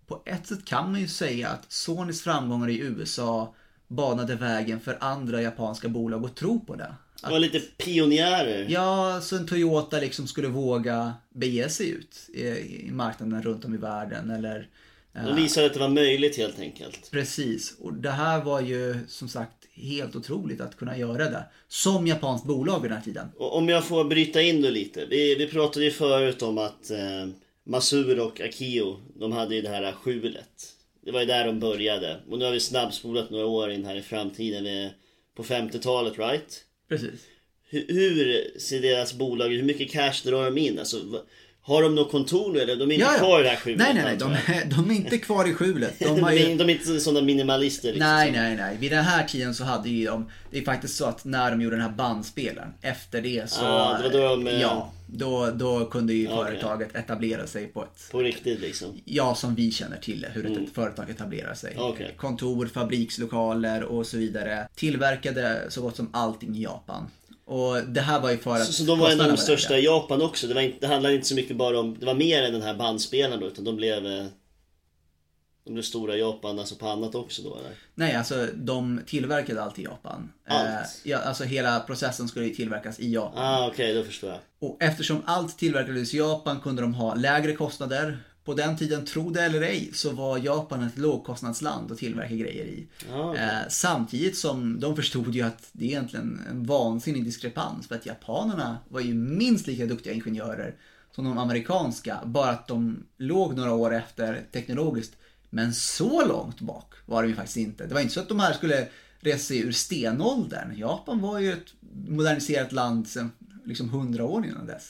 på ett sätt kan man ju säga att Sonys framgångar i U S A banade vägen för andra japanska bolag att tro på det. Det var lite pionjärer. Ja, så en Toyota liksom skulle våga bege sig ut i, i marknaden runt om i världen. Eller, de visade att det var möjligt helt enkelt. Precis, och det här var ju som sagt helt otroligt att kunna göra det. Som japanskt bolag vid den här tiden. Och om jag får bryta in då lite. Vi, vi pratade ju förut om att eh, Masur och Akio, de hade ju det här skjulet. Det var ju där de började. Och nu har vi snabbspolat några år in här i framtiden. Vi på femtiotalet, right? Precis. Hur, hur ser deras bolag, hur mycket cash drar de in? Alltså, har de något kontor nu eller? De är inte ja, ja. kvar i det här skjulet? Nej, nej, nej. De är, de är inte kvar i skjulet. De, har ju... de är inte sådana minimalister. Liksom, nej, så. nej, nej. Vid den här tiden så hade ju de... Det är faktiskt så att när de gjorde den här bandspelaren, efter det så... Ah, det var då de... Ja, då, då kunde ju okay. företaget etablera sig på ett... På riktigt liksom? Ja, som vi känner till det, hur ett mm. företag etablerar sig. Okay. Kontor, fabrikslokaler och så vidare. Tillverkade så gott som allting i Japan. Och det här var ju för att... Så, så de var en av de största i Japan också? Det, var inte, det handlade inte så mycket bara om... Det var mer än den här bandspelaren då, utan de blev... De blev stora i Japan, alltså på annat också då eller? Nej, alltså de tillverkade allt i Japan. Allt? Eh, ja, alltså hela processen skulle ju tillverkas i Japan. Ah, okej, okay, då förstår jag. Och eftersom allt tillverkades i Japan kunde de ha lägre kostnader. På den tiden, tro det eller ej, så var Japan ett lågkostnadsland att tillverka grejer i. Ah, okay. eh, samtidigt som de förstod ju att det är egentligen en vansinnig diskrepans. För att japanerna var ju minst lika duktiga ingenjörer som de amerikanska. Bara att de låg några år efter teknologiskt. Men så långt bak var det ju faktiskt inte. Det var inte så att de här skulle resa sig ur stenåldern. Japan var ju ett moderniserat land sedan liksom hundra år innan dess.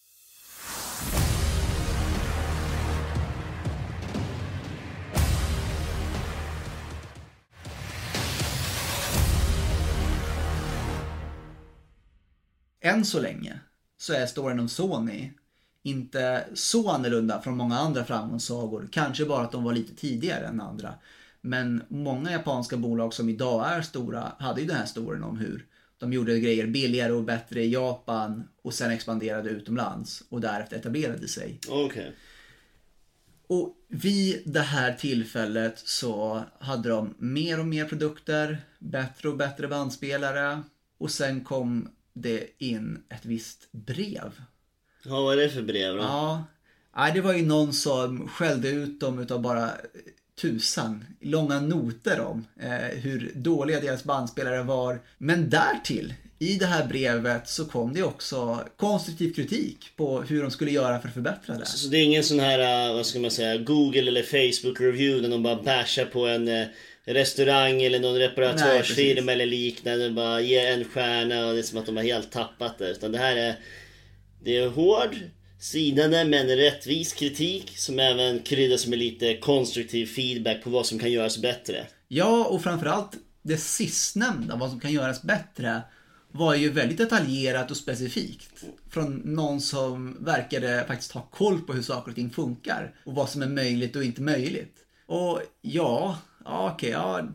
Än så länge så är storyn om Sony inte så annorlunda från många andra framgångssagor. Kanske bara att de var lite tidigare än andra. Men många japanska bolag som idag är stora hade ju den här storyn om hur de gjorde grejer billigare och bättre i Japan och sen expanderade utomlands och därefter etablerade sig. Okej. Okay. Och vid det här tillfället så hade de mer och mer produkter, bättre och bättre bandspelare och sen kom det in ett visst brev. Ja, vad är det för brev då? Ja, det var ju någon som skällde ut dem utav bara tusan. Långa noter om eh, hur dåliga deras bandspelare var. Men därtill, i det här brevet så kom det också konstruktiv kritik på hur de skulle göra för att förbättra det. Så, så det är ingen sån här, vad ska man säga, Google eller Facebook review där de bara bashar på en eh, restaurang eller någon reparatörsfirma eller liknande. Bara ger en stjärna och det är som att de har helt tappat det. Utan det här är... Det är hård, sidande men rättvis kritik som även kryddas med lite konstruktiv feedback på vad som kan göras bättre. Ja, och framförallt det sistnämnda, vad som kan göras bättre, var ju väldigt detaljerat och specifikt. Från någon som verkade faktiskt ha koll på hur saker och ting funkar och vad som är möjligt och inte möjligt. Och ja, ja okej, ja,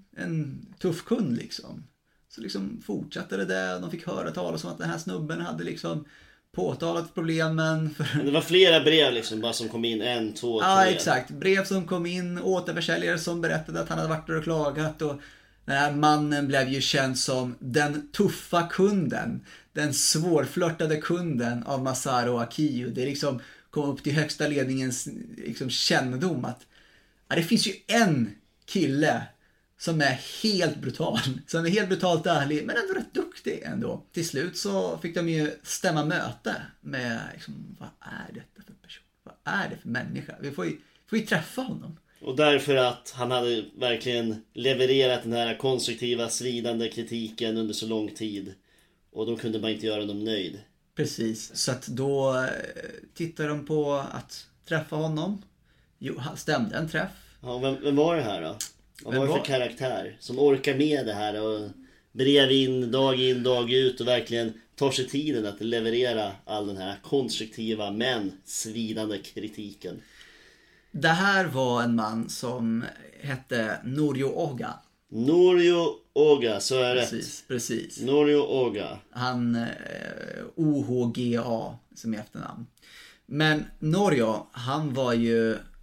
en tuff kund liksom. Så liksom fortsatte det där, de fick höra talas om att den här snubben hade liksom påtalat problemen. För... Det var flera brev liksom bara som kom in, en, två, tre. Ja, exakt. Brev som kom in, återförsäljare som berättade att han hade varit där och klagat och den här mannen blev ju känd som den tuffa kunden, den svårflörtade kunden av Masaru Akio. Det liksom kom upp till högsta ledningens liksom kännedom att ja, det finns ju en kille som är helt brutal. Som är helt brutalt ärlig, men ändå rätt duktig ändå. Till slut så fick de ju stämma möte med, liksom, vad är detta för person? Vad är det för människa? Vi får ju, får ju träffa honom. Och därför att han hade verkligen levererat den här konstruktiva, svidande kritiken under så lång tid. Och de kunde bara inte göra dem nöjd. Precis, så att då tittade de på att träffa honom. Jo, stämde en träff. Ja, vem, vem var det här då? Vad var det för karaktär som orkar med det här och brev in, dag in, dag ut och verkligen tar sig tiden att leverera all den här konstruktiva men svidande kritiken? Det här var en man som hette Norio Oga. Norio Oga, så är det. Precis, precis. Norio Oga. Han eh, O H G A som är efternamn. Men Norio, han var ju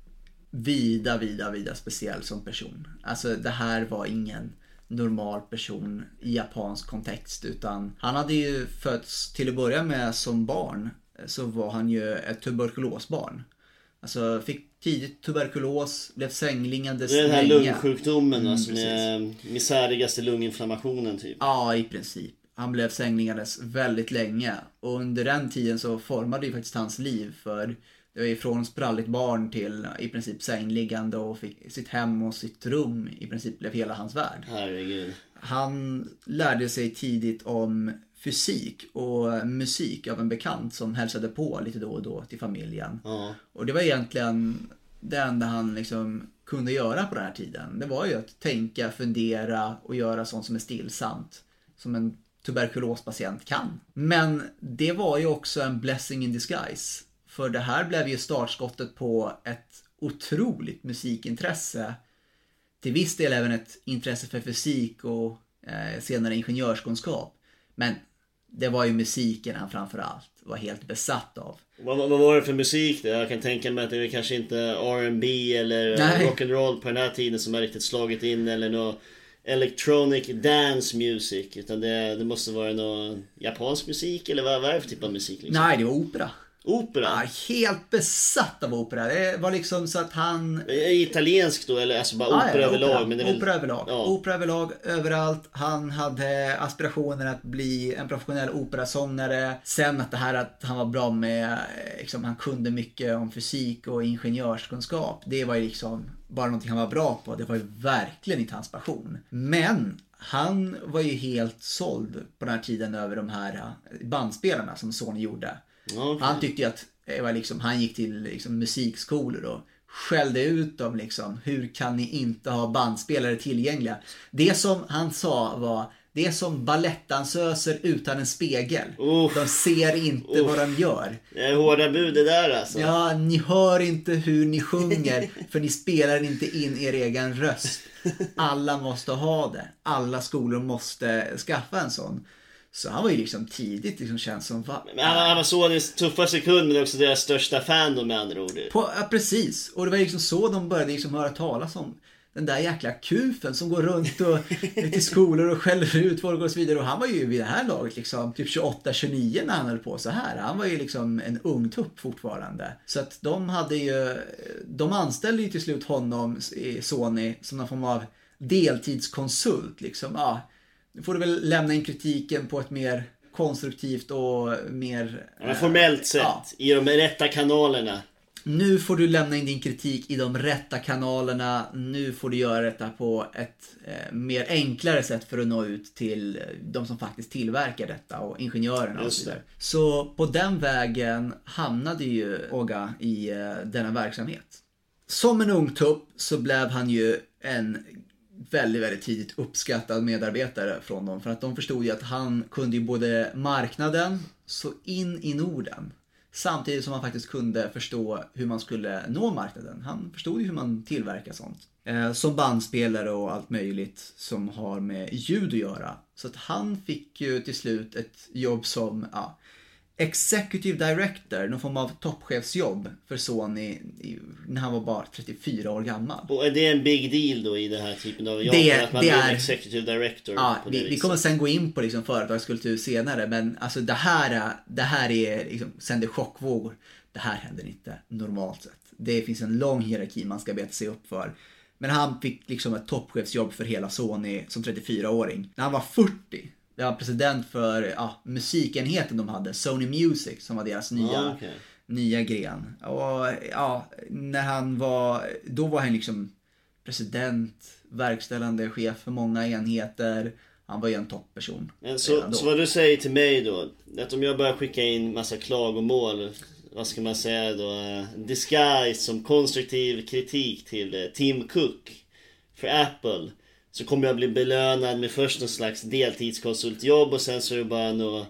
vida, vida, vida speciell som person. Alltså det här var ingen normal person i japansk kontext, utan han hade ju fötts till att börja med som barn, så var han ju ett tuberkulosbarn. Alltså fick tidigt tuberkulos, blev sänglingandes länge. Det är den här länge. lungsjukdomen Mm, alltså, med misärigaste lunginflammationen typ. Ja, i princip. Han blev sänglingandes väldigt länge, och under den tiden så formade ju faktiskt hans liv, för det var ifrån spralligt barn till i princip sängliggande och fick sitt hem och sitt rum i princip blev hela hans värld. Herregud. Han lärde sig tidigt om fysik och musik av en bekant som hälsade på lite då och då till familjen. Ja. Och det var egentligen det enda han liksom kunde göra på den här tiden. Det var ju att tänka, fundera och göra sånt som är stillsamt, som en tuberkulospatient kan. Men det var ju också en blessing in disguise. För det här blev ju startskottet på ett otroligt musikintresse. Till viss del även ett intresse för fysik och eh, senare ingenjörskunskap. Men det var ju musiken han framförallt var helt besatt av. Vad, vad var det för musik det? Jag kan tänka mig att det är kanske inte R and B eller Nej. rock'n'roll på den här tiden som har riktigt slagit in, eller något electronic dance music, utan det, det måste vara någon japansk musik, eller vad, vad är det för typ av musik liksom? Nej, det var opera. Opera? Ja, helt besatt av opera. Det var liksom så att han... Italiensk då, eller alltså bara opera Ah, ja, överlag? opera, Men det är väl... opera överlag. Ja. Opera överlag, överallt. Han hade aspirationen att bli en professionell operasångare. Sen att det här att han var bra med, liksom, han kunde mycket om fysik och ingenjörskunskap. Det var ju liksom bara någonting han var bra på. Det var ju verkligen inte hans passion. Men han var ju helt såld på den här tiden över de här bandspelarna som Sony gjorde. Okay. Han tyckte ju att det var liksom, han gick till liksom musikskolor och skällde ut dem liksom. Hur kan ni inte ha bandspelare tillgängliga? Det som han sa var, det är som ballettdansöser utan en spegel. Uff. De ser inte Uff. vad de gör. Det är hårda bud det där alltså. Ja, ni hör inte hur ni sjunger, för ni spelar inte in er egen röst. Alla måste ha det. Alla skolor måste skaffa en sån. Så han var ju liksom tidigt liksom känd som... Va- Men han, han var så den tuffa sekunden, men också deras största fan då, med andra ord. På, ja, precis. Och det var liksom så de började liksom höra talas om den där jäkla kufen som går runt och till skolor och skäller ut folk och så vidare. Och han var ju vid det här laget liksom typ tjugoåtta tjugonio när han höll på så här. Han var ju liksom en ung tupp fortfarande. Så att de hade ju... De anställde ju till slut honom i Sony som någon form av deltidskonsult liksom. Ja, nu får du väl lämna in kritiken på ett mer konstruktivt och mer... Ja, formellt sett, ja. I de rätta kanalerna. Nu får du lämna in din kritik i de rätta kanalerna. Nu får du göra detta på ett eh, mer enklare sätt för att nå ut till de som faktiskt tillverkar detta och ingenjörerna och så vidare. Så på den vägen hamnade ju Oga i eh, denna verksamhet. Som en ung tupp så blev han ju en väldigt, väldigt tidigt uppskattad medarbetare från dem. För att de förstod ju att han kunde ju både marknaden så in i Norden. Samtidigt som han faktiskt kunde förstå hur man skulle nå marknaden. Han förstod ju hur man tillverkar sånt. Eh, som bandspelare och allt möjligt som har med ljud att göra. Så att han fick ju till slut ett jobb som ja, Executive Director, någon form av toppchefsjobb för Sony när han var bara trettiofyra år gammal. Och är det en big deal då i den här typen av jobb? Det, att man det är är Executive Director? Ja, på det vi, vi viset? kommer sen gå in på liksom företagskultur senare, men alltså det här är, det här är liksom, sänder chockvågor. Det här händer inte normalt sett. Det finns en lång hierarki man ska beta sig upp för. Men han fick liksom ett toppchefsjobb för hela Sony som trettiofyra-åring. När han var fyrtio, det var president för ja, musikenheten de hade, Sony Music, som var deras nya, ah, okay. nya gren. Och ja, när han var, då var han liksom president, verkställande chef för många enheter. Han var ju en toppperson. Men så, så vad du säger till mig då, att om jag börjar skicka in massa klagomål, vad ska man säga då, disguise som konstruktiv kritik till Tim Cook för Apple, så kommer jag bli belönad med först någon slags deltidskonsultjobb och sen så är det bara några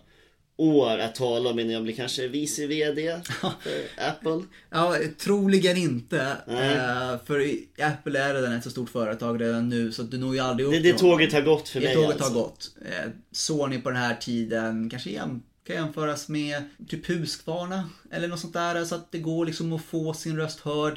år att tala om innan jag blir kanske vice vd för Apple. Ja, troligen inte. Mm. För Apple är redan ett så stort företag redan nu, så du når ju aldrig upp. Det, det tåget har gått för det mig. Det tåget alltså. har gått. Sony på den här tiden kanske jäm, kan jämföras med typ Husqvarna eller något sånt där, så att det går liksom att få sin röst hörd.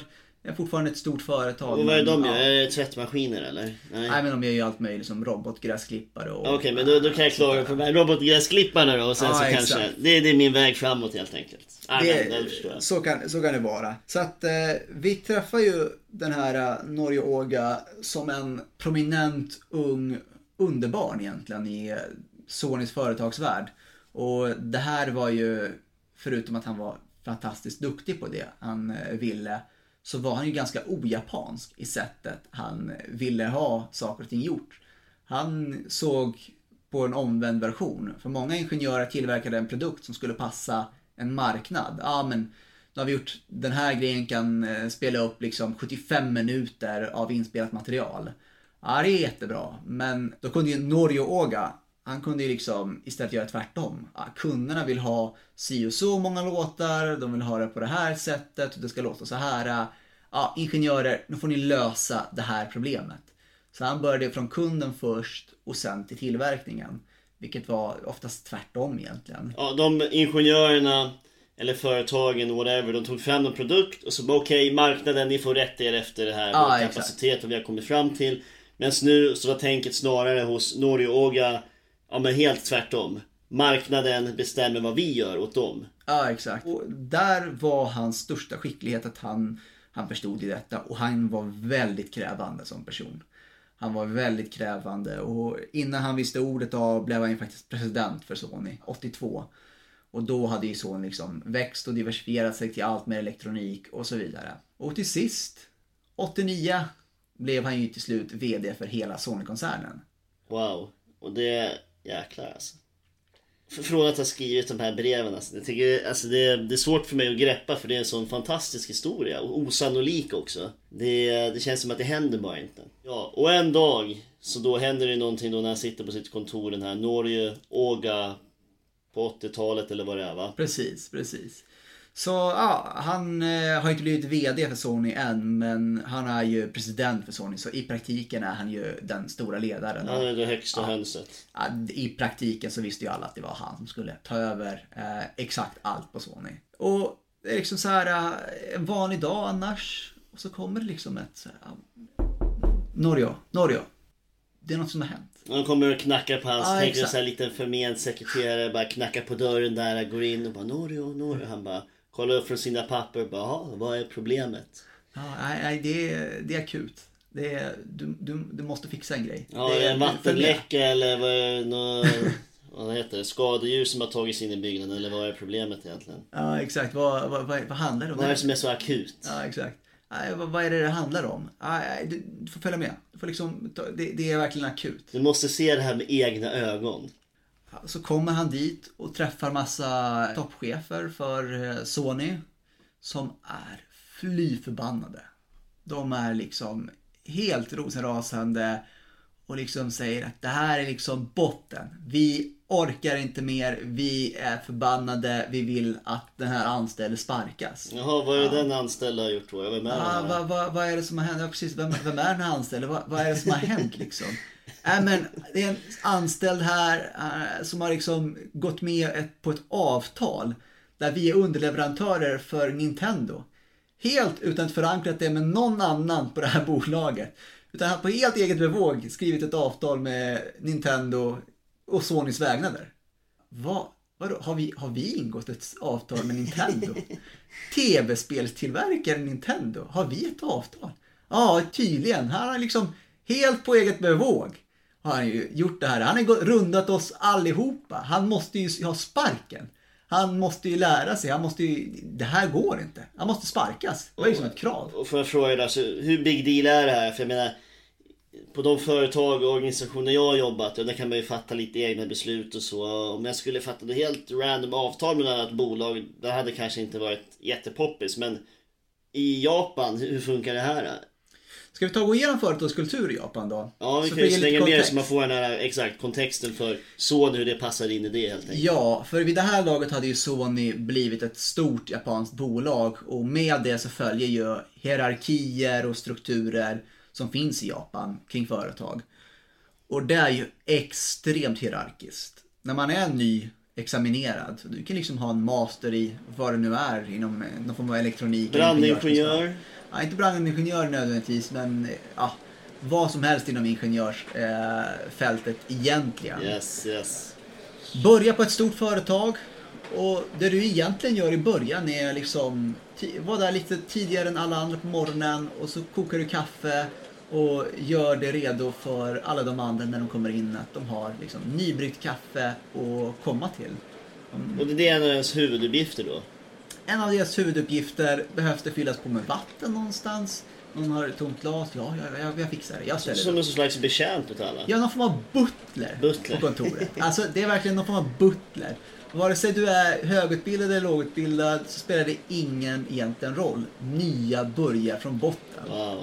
Det är fortfarande ett stort företag. Och vad är det de gör? Ja. Är det tvättmaskiner eller? Nej, Nej men de gör ju allt möjligt som robotgräsklippare och... Okej, okay, men då, då kan jag klara på de här robotgräsklipparna då. Och sen ja, så exakt. kanske... Det, det är min väg framåt helt enkelt. Ah, Det, men, det förstår jag. så, kan, så kan det vara. Så att eh, vi träffar ju den här uh, Norio Ohga som en prominent ung underbarn egentligen i uh, Sonys företagsvärld. Och det här var ju, förutom att han var fantastiskt duktig på det han uh, ville, så var han ju ganska ojapansk i sättet han ville ha saker och ting gjort. Han såg på en omvänd version. För många ingenjörer tillverkade en produkt som skulle passa en marknad. Ja, men nu har vi gjort den här grejen, kan spela upp liksom sjuttiofem minuter av inspelat material. Ja, det är jättebra. Men då kunde ju Norio Ohga, han kunde ju liksom istället göra tvärtom. Ja, kunderna vill ha si och så många låtar, de vill ha det på det här sättet och det ska låta så här. Ja, ingenjörer, nu får ni lösa det här problemet. Så han började från kunden först och sen till tillverkningen. Vilket var oftast tvärtom egentligen. Ja, de ingenjörerna eller företagen, whatever, de tog fram en produkt och så bara okej, okay, marknaden, ni får rätta er efter det här, ja, vår kapacitet och vi har kommit fram till. Men nu så var tänket snarare hos Norio Ohga, ja men helt tvärtom. Marknaden bestämmer vad vi gör åt dem. Ja, exakt. Och där var hans största skicklighet att han, han förstod i detta och han var väldigt krävande som person. Han var väldigt krävande och innan han visste ordet av blev han ju faktiskt president för Sony åttiotvå. Och då hade ju Sony liksom växt och diversifierat sig till allt med elektronik och så vidare. Och till sist, åttionio, blev han ju till slut vd för hela Sony-koncernen. Wow, och det jäklar alltså. Från att ha skrivit de här breven alltså, jag tycker, alltså det, det är svårt för mig att greppa för det är en sån fantastisk historia och osannolik också. Det, det känns som att det händer bara inte. Ja, och en dag så då händer det någonting då när han sitter på sitt kontor, den här Norio Ohga på åttiotalet eller vad det är, va? Precis, precis. Så ja, han eh, har inte blivit vd för Sony än, men han är ju president för Sony, så i praktiken är han ju den stora ledaren. Han är det högsta ja. hönset. Ja, i praktiken så visste ju alla att det var han som skulle ta över eh, exakt allt på Sony. Och det är liksom så här eh, en vanlig dag annars, och så kommer det liksom ett så här, ja, Norio, Norio, det är något som har hänt. Han kommer och knackar på hans, ja, tänker en sån här liten förment sekreterare, bara knackar på dörren där, går in och bara Norio, Norio, han bara kollar upp från sina papper och bara, vad är problemet? Ja, nej, nej det, är, det är akut. Det är, du, du, du måste fixa en grej. Ja, det är en vattenläcka eller vad är det, något, vad heter det, skadedjur som har tagit sig in i byggnaden, eller vad är problemet egentligen? Ja, exakt. Vad, vad, vad, vad handlar det om? Vad är det som är så akut? Ja, exakt. Nej, vad, vad är det det handlar om? Nej, du, du får följa med. Du får liksom, det, det är verkligen akut. Du måste se det här med egna ögon. Så kommer han dit och träffar massa toppchefer för Sony som är fly förbannade. De är liksom helt rosenrasande och liksom säger att det här är liksom botten. Vi orkar inte mer, vi är förbannade, vi vill att den här anställde sparkas. Jaha, vad är det ja. den anställda har gjort då? Vem är ja, vad, vad, vad är det som har hänt? Ja, precis, vem, vem är den här anställde? Vad, vad är det som har hänt liksom? Äh, men det är en anställd här äh, som har liksom gått med ett, på ett avtal där vi är underleverantörer för Nintendo. Helt utan att förankrat det med någon annan på det här bolaget. Utan han på helt eget bevåg skrivit ett avtal med Nintendo och Sonys vägnader. Vad? Vadå? Har vi, har vi ingått ett avtal med Nintendo? Tv-spelstillverkaren Nintendo? Har vi ett avtal? Ja, tydligen. Han har liksom helt på eget bevåg har han ju gjort det här. Han har rundat oss allihopa. Han måste ju ha sparken. Han måste ju lära sig. Han måste ju, det här går inte. Han måste sparkas. Det var ju som ett krav. Och får jag fråga dig, så hur big deal är det här? För jag menar, på de företag och organisationer jag har jobbat, och där kan man ju fatta lite egna beslut och så. Om jag skulle fatta det helt random avtal med ett annat bolag, det hade kanske inte varit jättepoppis. Men i Japan, hur funkar det här? Ska vi ta och gå igenom företagskultur i Japan då? Ja, vi så kan ju slänga mer så man får den här exakt kontexten för Sony, hur det passar in i det helt enkelt. Ja, för vid det här laget hade ju Sony blivit ett stort japanskt bolag, och med det så följer ju hierarkier och strukturer som finns i Japan kring företag. Och det är ju extremt hierarkiskt. När man är ny examinerad, du kan liksom ha en master i vad det nu är inom någon form av elektronik. Brandingenjör. ja, inte brandingenjör nödvändigtvis, men ja, vad som helst inom ingenjörsfältet eh, egentligen. Yes, yes. Börja på ett stort företag, och det du egentligen gör i början är liksom vara där lite tidigare än alla andra på morgonen, och så kokar du kaffe och gör det redo för alla de andra när de kommer in, att de har liksom nybryggt kaffe att komma till. Mm. Och det är en av deras huvuduppgifter då? En av deras huvuduppgifter. Behövs det fyllas på med vatten någonstans? Någon har ett tomt glas? Ja, jag, jag, jag fixar det. Jag ställer Som det. en slags betjänt åt alla? Ja, någon form av butler, butler. på kontoret. Alltså, det är verkligen någon form av butler. Vare sig du är högutbildad eller lågutbildad så spelar det ingen egentligen roll. Nya börjar från botten. Wow.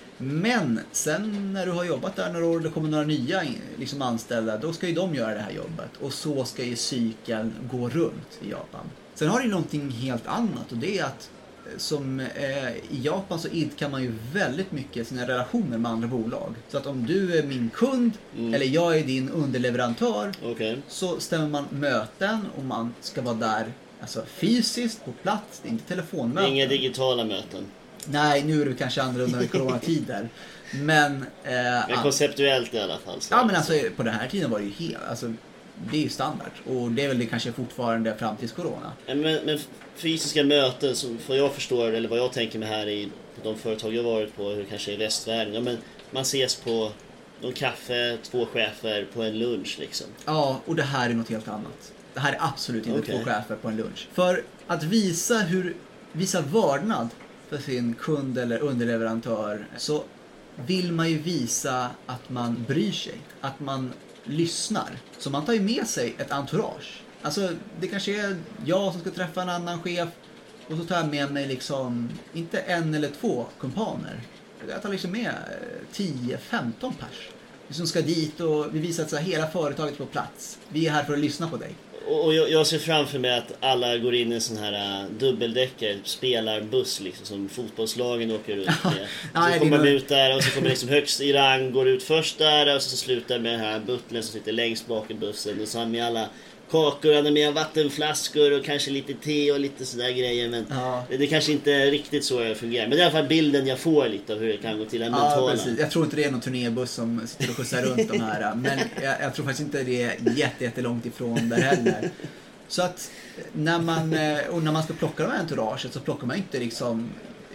Men sen när du har jobbat där några år, det kommer några nya liksom anställda, då ska ju de göra det här jobbet. Och så ska ju cykeln gå runt i Japan. Sen har det ju någonting helt annat, och det är att som eh, i Japan så idkar man ju väldigt mycket sina relationer med andra bolag. Så att om du är min kund mm. eller jag är din underleverantör, okay. så stämmer man möten och man ska vara där alltså fysiskt på plats, det är inte telefonmöten. Inga digitala möten. Nej, nu är det kanske annorlunda i coronatider. Men, eh, men konceptuellt i alla fall. Ja, men alltså på den här tiden var det ju helt, alltså det är ju standard. Och det är väl det kanske fortfarande fram till corona. Men, men fysiska möten, som för jag förstår, eller vad jag tänker med här i de företag jag varit på, hur kanske i västvärlden, ja, men man ses på någon kaffe, två chefer på en lunch liksom. Ja, och det här är något helt annat. Det här är absolut inte okay. två chefer på en lunch. För att visa hur, visa vördnad för sin kund eller underleverantör, så vill man ju visa att man bryr sig, att man lyssnar. Så man tar ju med sig ett entourage. Alltså det kanske är jag som ska träffa en annan chef, och så tar jag med mig liksom inte en eller två kumpaner. Jag tar liksom med tio femton pers som ska dit, och vi visar att så här, hela företaget är på plats. Vi är här för att lyssna på dig. Och jag, jag ser framför mig att alla går in i en sån här uh, dubbeldäckare, spelar buss liksom, som fotbollslagen åker runt med. Nej, så kommer man nog... ut där, och så kommer liksom högst i rang, går ut först där, och så, så slutar med den här butlern som sitter längst bak i bussen. Och så har med alla kakor, han har med vattenflaskor och kanske lite te och lite sådär grejer. Men ja. det, det kanske inte är riktigt så det fungerar. Men det är i alla fall bilden jag får lite av hur det kan gå till. En ja, mentala. Precis. Jag tror inte det är någon turnébuss som sitter och skjutsar runt de här. Men jag, jag tror faktiskt inte det är jätte, jättelångt ifrån där heller. Så att när man, och när man ska plocka de här entouraget, så plockar man inte liksom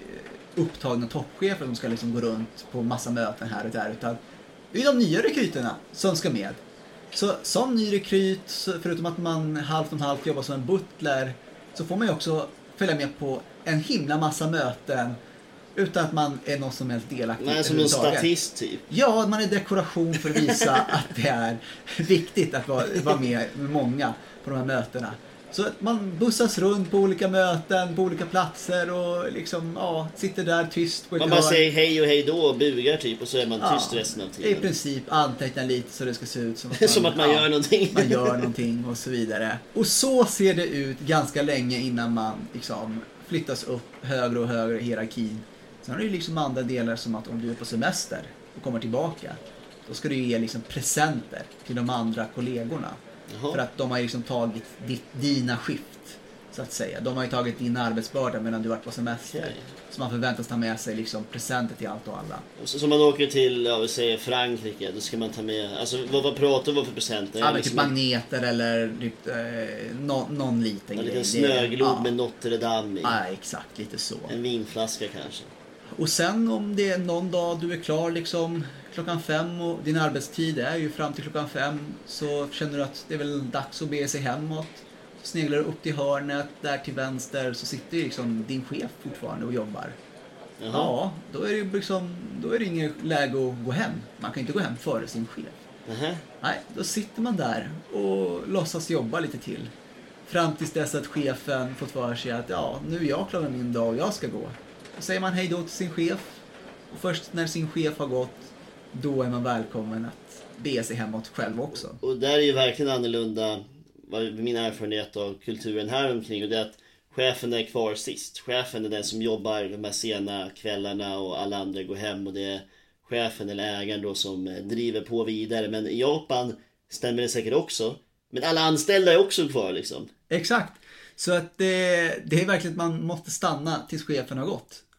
upptagna toppchefer som ska liksom gå runt på massa möten här och där, utan det är de nya rekryterna som ska med. Så som ny rekryt, förutom att man halvt om halvt jobbar som en butler, så får man ju också följa med på en himla massa möten utan att man är någon som helst delaktig. Man är som en statist typ. Ja, man är dekoration för att visa att det är viktigt att vara, vara med med många på de här mötena. Så att man bussas runt på olika möten, på olika platser, och liksom, ja, sitter där tyst på ett man bara hörn. säger hej och hej då och bugar typ, och så är man tyst ja, resten av tiden. I princip antecknar lite så det ska se ut som att man, som att man ja, gör någonting. Man gör någonting och så vidare. Och så ser det ut ganska länge innan man liksom flyttas upp högre och högre i hierarkin. Sen har du ju liksom andra delar, som att om du är på semester och kommer tillbaka, då ska du ge liksom presenter till de andra kollegorna. Jaha. För att de har liksom tagit ditt, dina skift, så att säga. De har ju tagit din arbetsbörda medan du varit på semester. Okay. Så man förväntas ta med sig liksom presenter till allt och alla. Så, så man åker till, ja, vi säger Frankrike, då ska man ta med, alltså vad, vad pratar vi för presenter? Ja, men liksom typ magneter eller typ, eh, no, någon liten en grej. En liten snöglob ja. med Notre Dame i. Ja, exakt, lite så. En vinflaska kanske. Och sen om det är någon dag du är klar liksom klockan fem, och din arbetstid är ju fram till klockan fem, så känner du att det är väl dags att be sig hemåt. Så sneglar du upp till hörnet, där till vänster så sitter ju liksom din chef fortfarande och jobbar. Jaha. Ja, då är det ju liksom, då är det inget läge att gå hem. Man kan inte gå hem före sin chef. Jaha. Nej, då sitter man där och låtsas jobba lite till. Fram tills dess att chefen fått för sig att ja, nu är jag klar med min dag och jag ska gå. Då säger man hej då till sin chef. Och först när sin chef har gått, då är man välkommen att be sig hemåt själv också. Och där är ju verkligen annorlunda, min erfarenhet av kulturen här omkring, och det är att chefen är kvar sist. Chefen är den som jobbar de här sena kvällarna och alla andra går hem, och det är chefen eller ägaren då som driver på vidare. Men i Japan stämmer det säkert också. Men alla anställda är också kvar liksom. Exakt. Så att det, det är verkligen att man måste stanna tills chefen har gått.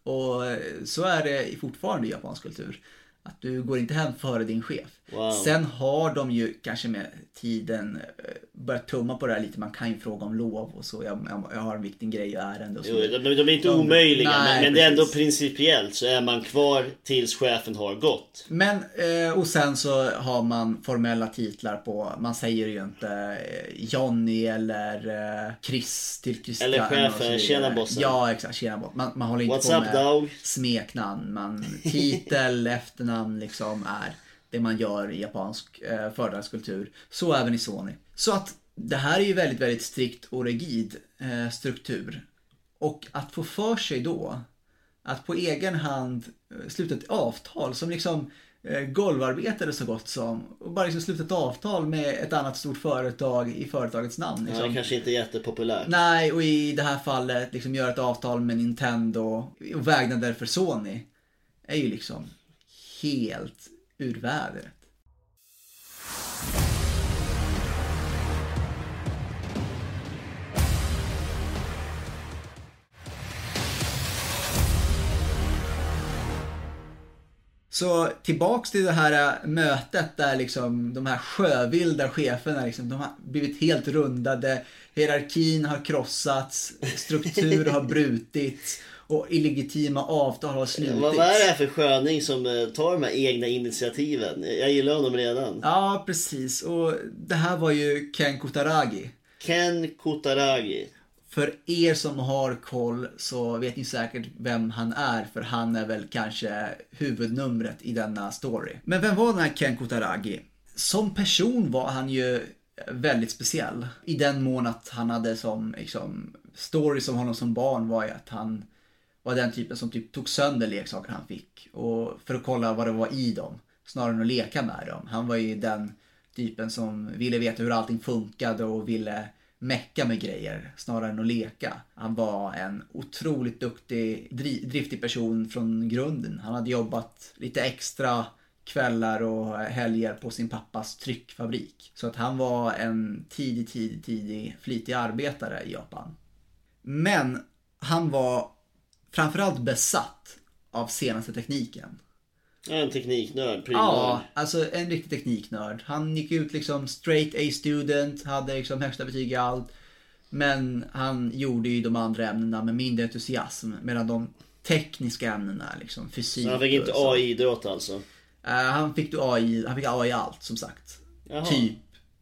Och så är det fortfarande i japansk kultur. Att du går inte hem före din chef. Wow. Sen har de ju kanske med tiden börjat tumma på det här lite. Man kan ju fråga om lov och så. Jag, jag, jag har en viktig grej och ärende. Och så. Jo, de, de är inte de, omöjliga, nej, men, men det är ändå principiellt så är man kvar tills chefen har gått. Men, eh, och sen så har man formella titlar på, man säger ju inte eh, Johnny eller eh, Chris till Christian. Eller chefen, tjena bossen. Ja, exakt, tjena bossen. Man, man håller inte What's på up, med dog? smeknamn. Man, titel, efternamn liksom är det man gör i japansk eh, företagskultur. Så även i Sony. Så att det här är ju väldigt, väldigt strikt och rigid eh, struktur. Och att få för sig då att på egen hand eh, sluta ett avtal som liksom eh, golvarbetare så gott som. Och bara liksom sluta ett avtal med ett annat stort företag i företagets namn. Liksom. Ja, det kanske inte är jättepopulärt. Nej, och i det här fallet liksom göra ett avtal med Nintendo och vägnader för Sony är ju liksom helt ur vädret. Så tillbaks till det här mötet där liksom de här sjövilda cheferna liksom, de har blivit helt rundade, hierarkin har krossats, struktur har brutits och illegitima avtal har slutits. Vad är det här för sköning som tar de här egna initiativen? Jag gillar honom redan. Ja, precis. Och det här var ju Ken Kutaragi. Ken Kutaragi. För er som har koll så vet ni säkert vem han är, för han är väl kanske huvudnumret i denna story. Men vem var den här Ken Kutaragi? Som person var han ju väldigt speciell. I den mån att han hade som liksom, story som honom som barn var ju att han var den typen som typ tog sönder leksaker han fick. Och för att kolla vad det var i dem, snarare än att leka med dem. Han var ju den typen som ville veta hur allting funkade och ville mecka med grejer snarare än att leka. Han var en otroligt duktig, driftig person från grunden. Han hade jobbat lite extra kvällar och helger på sin pappas tryckfabrik. Så att han var en tidig, tidig, tidig flitig arbetare i Japan. Men han var framförallt besatt av senaste tekniken. En tekniknörd, prima. Ja, alltså en riktig tekniknörd. Han gick ut liksom straight A-student, hade liksom högsta betyg i allt. Men han gjorde ju de andra ämnena med mindre entusiasm. Medan de tekniska ämnena, liksom fysik. Så han fick inte A I-idrott alltså? Uh, han fick A I, han fick A I allt som sagt. Jaha. Typ.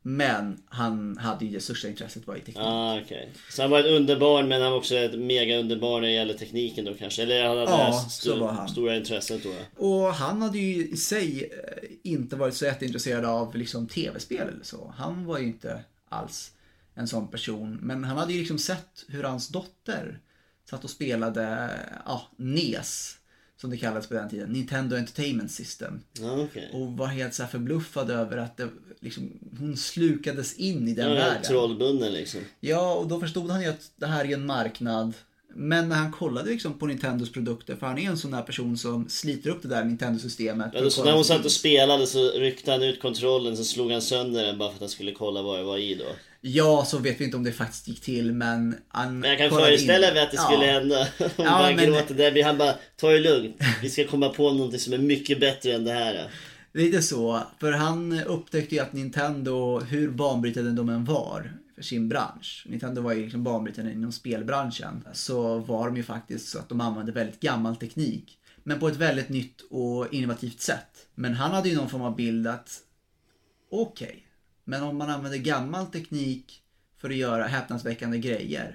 Men han hade ju det största intresset var i teknik. Ah, okay. Så han var ett underbarn, men han var också ett mega underbarn när det gäller tekniken då kanske? Eller han hade ja, st- så var han. Stora intresset då? Och han hade ju i sig inte varit så jätteintresserad av liksom tv-spel eller så. Han var ju inte alls en sån person. Men han hade ju liksom sett hur hans dotter satt och spelade ja, N E S, som det kallades på den tiden, Nintendo Entertainment System. Ah, okay. Och var helt så här förbluffad över att det, liksom, hon slukades in i den ja, världen. Trollbunden liksom. Ja, och då förstod han ju att det här är en marknad. Men när han kollade liksom på Nintendos produkter, för han är en sån här person som sliter upp det där Nintendo-systemet. Ja, så när hon satt och spelade så ryckte han ut kontrollen, så slog han sönder den bara för att han skulle kolla vad det var i då. Ja, så vet vi inte om det faktiskt gick till, men han men jag kan föreställa mig att det skulle ja. hända. Hon ja, bara men... gråter där, han bara, ta det lugnt. Vi ska komma på något som är mycket bättre än det här. Lite så, för han upptäckte ju att Nintendo, hur banbrytande de än var för sin bransch. Nintendo var ju liksom banbrytande inom spelbranschen. Så var de ju faktiskt så att de använde väldigt gammal teknik. Men på ett väldigt nytt och innovativt sätt. Men han hade ju någon form av bild att okej, okay, men om man använder gammal teknik för att göra häpnadsväckande grejer.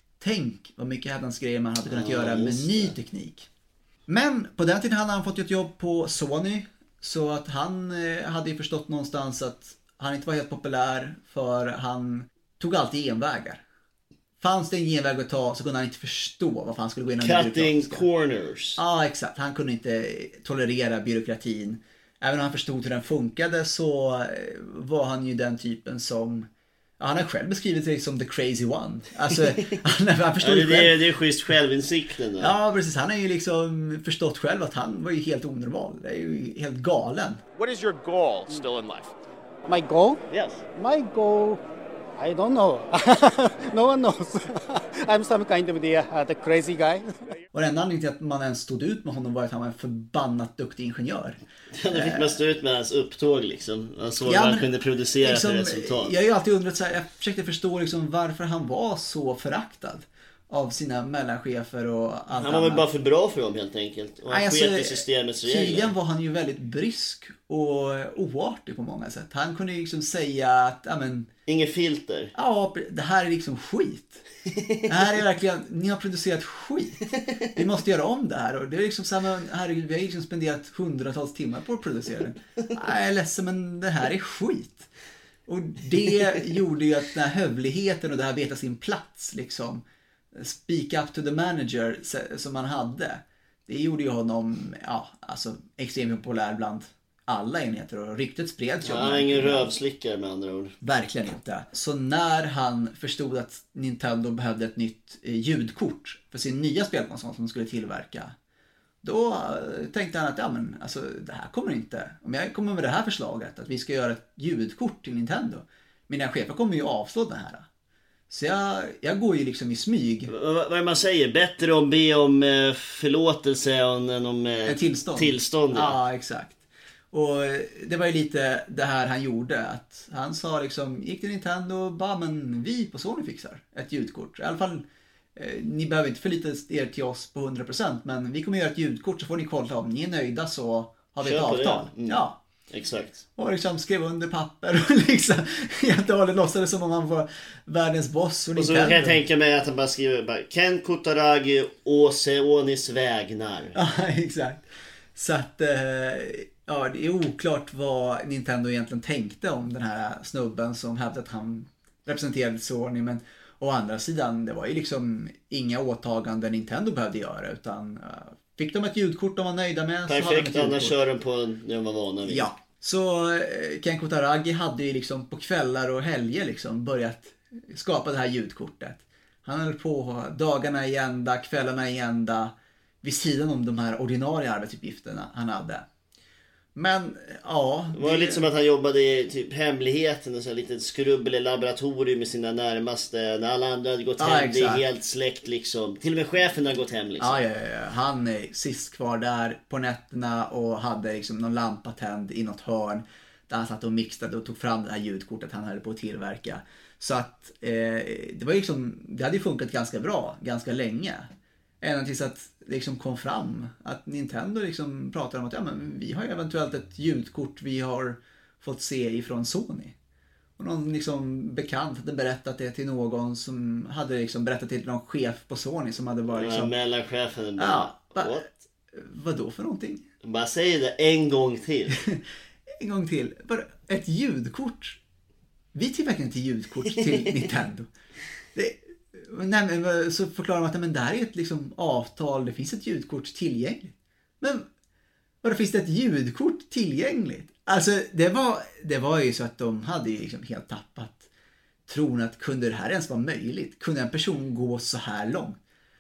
Tänk vad mycket häpnadsgrejer man hade kunnat ja, göra med ny teknik. Men på den tiden hade han fått ett jobb på Sony. Så att han hade ju förstått någonstans att han inte var helt populär, för han tog alltid genvägar. Fanns det en genväg att ta så kunde han inte förstå vad fan skulle gå in. Cutting corners. Ja, exakt. Han kunde inte tolerera byråkratin. Även om han förstod hur den funkade så var han ju den typen som... Ja, han har själv beskrivit sig som the crazy one. Alltså, han, han förstod ja, det, själv... är, det är schysst självinsikten då. Ja, precis. Han har ju liksom förstått själv att han var ju helt onormal. Det är ju helt galen. What is your goal still in life? My goal? Yes. My goal I don't know. No one knows. I'm some kind of the, uh, the crazy guy. Och den anledningen till att man ens stod ut med honom var att han var en förbannat duktig ingenjör. Ja, då fick man stå ut med hans upptåg liksom. Han såg Ja, vad men, han kunde producera liksom, för resultat. Jag har ju alltid undrat så här, jag försökte förstå liksom varför han var så föraktad av sina mellanchefer och allt annat. Han var väl bara för bra för dem helt enkelt. Och han alltså, sket i systemets regler. Tydligen var han ju väldigt brysk och oartig på många sätt. Han kunde ju liksom säga att, ja men... Inget filter. Ja, det här är liksom skit. Det här är verkligen, ni har producerat skit. Vi måste göra om det här. Och det är liksom samma, herregud, vi har liksom spenderat hundratals timmar på att producera den. Nej, jag är ledsen, men det här är skit. Och det gjorde ju att den här hövligheten och det här veta sin plats liksom, speak up to the manager som man hade, det gjorde ju honom, ja, alltså extremt populär bland alla enheter och ryktet spreds ju. Ja, han är ingen rövslickare med andra ord. Verkligen inte. Så när han förstod att Nintendo behövde ett nytt ljudkort för sin nya spelkonsol som de skulle tillverka, då tänkte han att ja, men, alltså, det här kommer inte. Om jag kommer med det här förslaget att vi ska göra ett ljudkort till Nintendo, mina chefer kommer ju avslå det här. Så jag, jag går ju liksom i smyg. Vad, vad är det man säger? Bättre om be om eh, förlåtelse än om eh, tillstånd. tillstånd ja. Ja, exakt. Och det var ju lite det här han gjorde. Att han sa liksom, gick till Nintendo och bara, men vi på Sony fixar ett ljudkort. I alla fall, eh, ni behöver inte förlita er till oss på hundra procent. Men vi kommer göra ett ljudkort så får ni kolla om ni är nöjda så har vi ett avtal. Mm. Ja. Exakt. Och liksom skrev under papper och liksom helt och hållet låtsades som om han var världens boss. Och, och så kan jag tänka mig att han bara skriver bara, Ken Kutaragi å Seonis vägnar. Ja, exakt. Så att, eh, ja, det är oklart vad Nintendo egentligen tänkte om den här snubben som hävdade att han representerade Sony. Men å andra sidan, det var ju liksom inga åtaganden Nintendo behövde göra, utan uh, fick de ett ljudkort de var nöjda med. Perfekt, annars kör de på en, när de var vana vid. Ja, så uh, Ken Kutaragi hade ju liksom på kvällar och helger liksom börjat skapa det här ljudkortet. Han höll på dagarna i ända, kvällarna i ända, vid sidan om de här ordinarie arbetsuppgifterna han hade. Men ja, det var det... lite som att han jobbade i typ hemligheten och så lite skrubbel i laboratorium med sina närmaste, när alla andra hade gått ja, hem. Exakt. Det är helt släckt liksom. Till och med chefen hade gått hem liksom. Ja, ja, ja. Han är sist kvar där på nätterna och hade liksom någon lampa tänd i något hörn där han satt och mixade och tog fram det här ljudkortet han hade på att tillverka. Så att eh, det var liksom, det hade ju funkat ganska bra ganska länge. Ända tills att det liksom kom fram att Nintendo liksom pratade om att ja, men vi har ju eventuellt ett ljudkort vi har fått se ifrån Sony. Och någon liksom bekant hade berättat det till någon som hade liksom berättat till någon chef på Sony som hade bara liksom... Ja, mellanchefen. Bara, ja, bara, what? Vad då för någonting? Bara säg det en gång till. En gång till. Bara ett ljudkort. Vi tillverkar inte ljudkort till Nintendo. Det Nej, men så förklarar man att men det här är ett liksom avtal, det finns ett ljudkort tillgängligt. Men vadå, finns det ett ljudkort tillgängligt? Alltså det var, det var ju så att de hade ju liksom helt tappat tron att kunde det här ens vara möjligt? Kunde en person gå så här långt?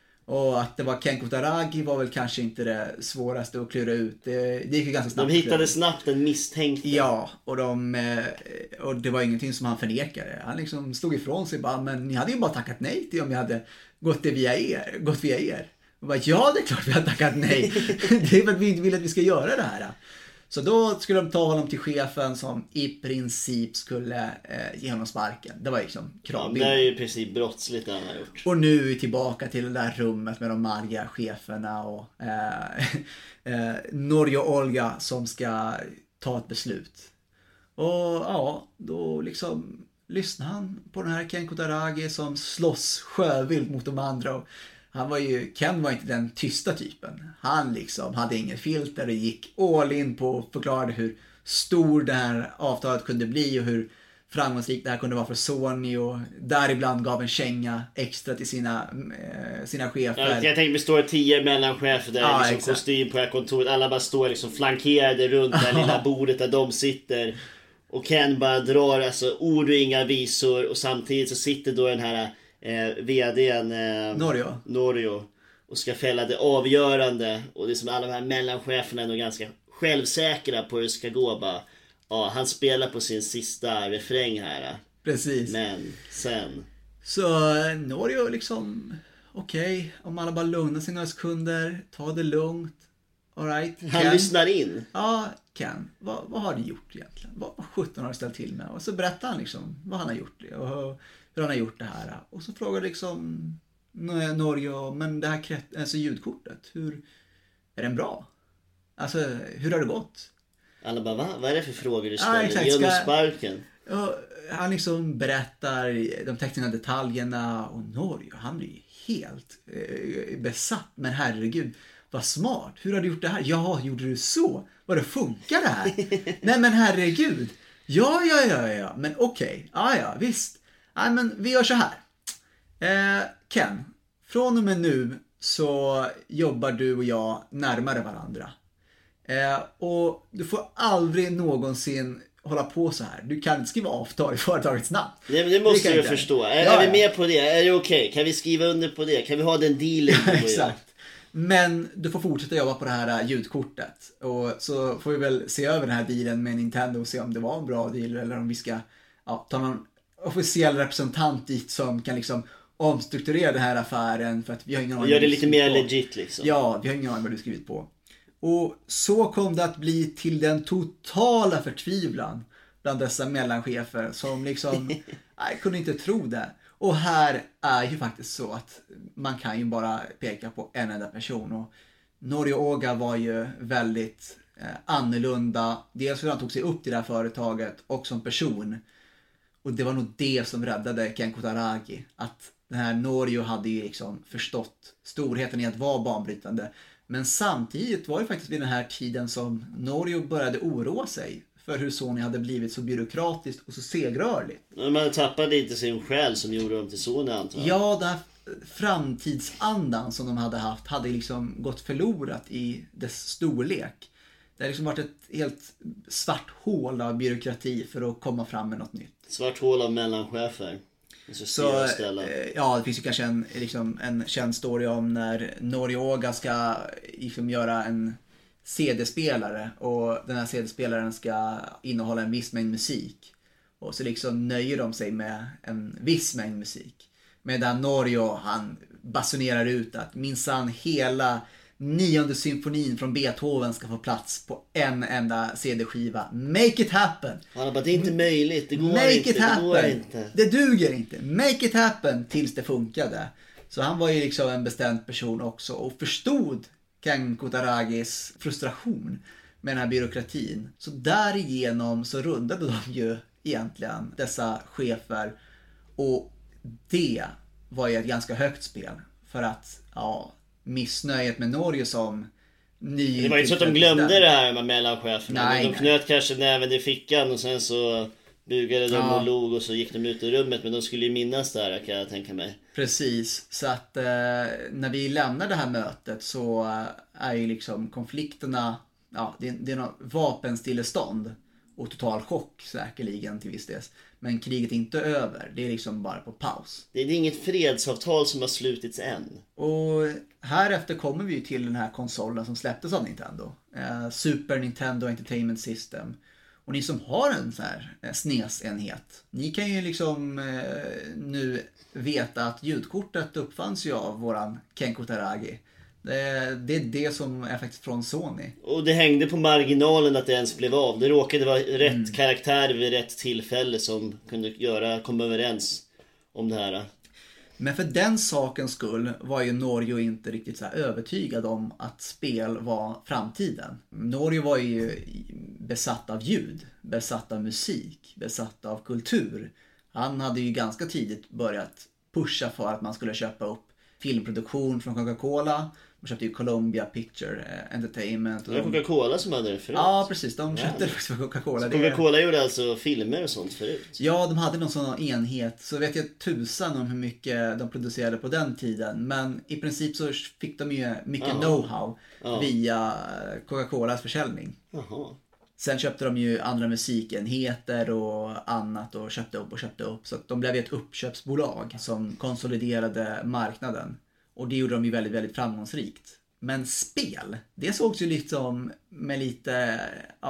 Och att det var Ken Kutaragi var väl kanske inte det svåraste att klura ut. Det, det gick ju ganska snabbt. De hittade snabbt en misstänkt. Ja, och, de, och det var ingenting som han förnekade. Han liksom stod ifrån sig bara, men ni hade ju bara tackat nej till om jag hade gått, det via er, gått via er. Och bara, ja, det är klart vi har tackat nej. Det är för att vi inte vill att vi ska göra det här. Så då skulle de ta honom till chefen som i princip skulle eh, ge honom sparken. Det var liksom kravbild. Ja, det är ju i princip brottsligt det han har gjort. Och nu är vi tillbaka till det där rummet med de arga cheferna och eh, eh, Norge och Olga som ska ta ett beslut. Och ja, då liksom lyssnar han på den här Ken Kutaragi som slåss sjövilt mot de andra. Och han var ju, Ken var inte den tysta typen. Han liksom hade ingen filter och gick all in på och förklarade hur stor det här avtalet kunde bli och hur framgångsrikt det här kunde vara för Sony, och däribland gav en känga extra till sina, eh, sina chefer. Ja, jag tänkte bestå tio mellanchefer där, ja, liksom kostym på det här kontoret. Alla bara står liksom flankerade runt det här lilla bordet där de sitter. Och Ken bara drar alltså ord och inga visor, och samtidigt så sitter då den här eh, vdn eh, Norio. Norio och ska fälla det avgörande. Och det är som alla de här mellancheferna är nog ganska självsäkra på hur det ska gå. Bara, ja, han spelar på sin sista refräng här. Precis. Men sen... Så Norge liksom, okej, okay, om alla bara lugnar sig några sekunder, ta det lugnt. All right, han Ken, lyssnar in. Ja, Ken, vad, vad har du gjort egentligen? Vad, vad sjutton har du ställt till med? Och så berättar han liksom vad han har gjort och hur han har gjort det här. Och så frågar liksom Norge, men det här kret, alltså ljudkortet, hur är den bra? Alltså, hur har det gått? Alla bara, va? Vad är det för frågor du ställer? Ja, exakt. Ge dem Ska... sparken. Och han liksom berättar de tekniska detaljerna och Norge, han blir helt eh, besatt. Men herregud, vad smart. Hur har du gjort det här? Ja, gjorde du så? Vad det funkar det här? Nej men herregud. Ja, ja, ja, ja. Men okej. Okay. Ja, ja, visst. Nej, men vi gör så här. Eh, Ken, från och med nu så jobbar du och jag närmare varandra. Eh, och du får aldrig någonsin hålla på så här. Du kan inte skriva avtal i företagets namn. Nej, men det måste det du inte. förstå. Är, ja, är vi ja. med på det? Är det okej? Okay? Kan vi skriva under på det? Kan vi ha den dealen? Ja, exakt. Men du får fortsätta jobba på det här ljudkortet. Och så får vi väl se över den här dealen med Nintendo och se om det var en bra deal eller om vi ska ja, ta någon officiell representant dit som kan liksom omstrukturera den här affären för att vi har ingen aning. Gör det lite mer legit liksom. Ja, vi har ingen aning vad du skrivit på. Och så kom det att bli till den totala förtvivlan bland dessa mellanchefer som liksom nej, kunde inte tro det. Och här är ju faktiskt så att man kan ju bara peka på en enda person. Och Norge Oga var ju väldigt eh, annorlunda. Dels hur han tog sig upp till det här företaget och som person. Och det var nog det som räddade Ken Kutaragi. Att den här Norge hade ju liksom förstått storheten i att vara banbrytande. Men samtidigt var det faktiskt vid den här tiden som Norge började oroa sig för hur Sony hade blivit så byråkratiskt och så segrörligt. Man tappade inte sin själ som gjorde dem till Sony, antar jag. Ja, den här framtidsandan som de hade haft hade liksom gått förlorat i dess storlek. Det har liksom varit ett helt svart hål av byråkrati för att komma fram med något nytt. Svart hål av mellanchefer. Så, så ja, det finns ju kanske en, liksom, en känd story om när Norge Oga ska liksom, göra en C D-spelare och den här C D-spelaren ska innehålla en viss mängd musik. Och så liksom nöjer de sig med en viss mängd musik. Medan Norge, han basunerar ut att minsann hela nionde symfonin från Beethoven ska få plats på en enda C D-skiva. Make it happen! Han bara, det är inte möjligt, det går Make inte, it det happen. går inte. Det duger inte. Make it happen tills det funkade. Så han var ju liksom en bestämd person också och förstod Ken Kutaragis frustration med den här byråkratin. Så därigenom så rundade de ju egentligen dessa chefer och det var ju ett ganska högt spel för att ja, missnöjet med Norge som ny... Det var ju inte så att de glömde det här med mellancheferna. Nej, de knöt nej. kanske näven i fickan och sen så bugade de ja. och log och så gick de ut i rummet. Men de skulle ju minnas det här, kan jag tänka mig. Precis, så att eh, när vi lämnar det här mötet så eh, är ju liksom konflikterna, ja det, det är något vapenstillestånd och total chock säkerligen till viss del. Men kriget är inte över, det är liksom bara på paus. Det är inget fredsavtal som har slutits än. Och här efter kommer vi ju till den här konsolen som släpptes av Nintendo. Eh, Super Nintendo Entertainment System. Och ni som har en sån här eh, S N E S-enhet, ni kan ju liksom eh, nu veta att ljudkortet uppfanns ju av våran Ken Kutaragi. Det, det är det som är faktiskt från Sony. Och det hängde på marginalen att det ens blev av. Det råkade vara rätt mm. karaktär vid rätt tillfälle som kunde göra, komma överens om det här. Men för den sakens skull var ju Norge inte riktigt så här övertygad om att spel var framtiden. Norge var ju besatt av ljud, besatt av musik, besatt av kultur. Han hade ju ganska tidigt börjat pusha för att man skulle köpa upp filmproduktion från Coca-Cola. De köpte ju Columbia Picture Entertainment. Det var Coca-Cola som hade det förut. Ja, precis. De köpte det faktiskt för Coca-Cola. Så Coca-Cola gjorde alltså filmer och sånt förut? Ja, de hade någon sån enhet. Så vet jag tusan om hur mycket de producerade på den tiden. Men i princip så fick de ju mycket Aha. know-how ja. via Coca-Colas försäljning. Aha. Sen köpte de ju andra musikenheter och annat och köpte upp och köpte upp. Så att de blev ett uppköpsbolag som konsoliderade marknaden. Och det gjorde de ju väldigt, väldigt framgångsrikt. Men spel, det sågs ju liksom med lite, ja,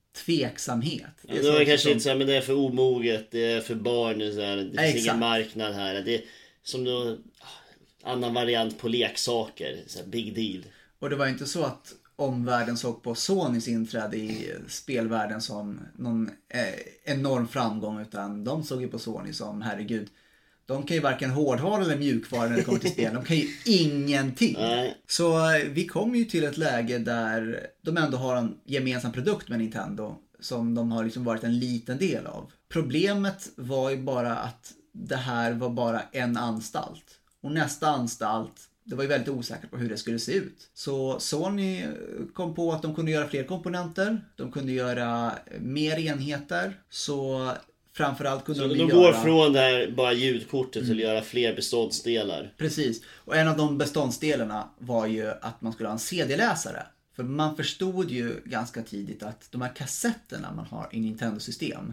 tveksamhet. Det, ja, det var kanske inte så här, men det är för omoget, det är för barn, så här, det finns Exakt. ingen marknad här. Det är som då annan variant på leksaker, så här, big deal. Och det var inte så att omvärlden såg på Sonys inträde i spelvärlden som någon eh, enorm framgång, utan de såg ju på Sony som, herregud, de kan ju varken hårdvara eller mjukvara när det kommer till spel. De kan ju ingenting. Nej. Så eh, vi kommer ju till ett läge där de ändå har en gemensam produkt med Nintendo som de har liksom varit en liten del av. Problemet var ju bara att det här var bara en anstalt. Och nästa anstalt, det var ju väldigt osäkert på hur det skulle se ut. Så Sony kom på att de kunde göra fler komponenter. De kunde göra mer enheter. Så framförallt kunde så de, de göra... går från det här bara ljudkortet mm. till att göra fler beståndsdelar. Precis. Och en av de beståndsdelarna var ju att man skulle ha en C D-läsare. För man förstod ju ganska tidigt att de här kassetterna man har i Nintendo-system,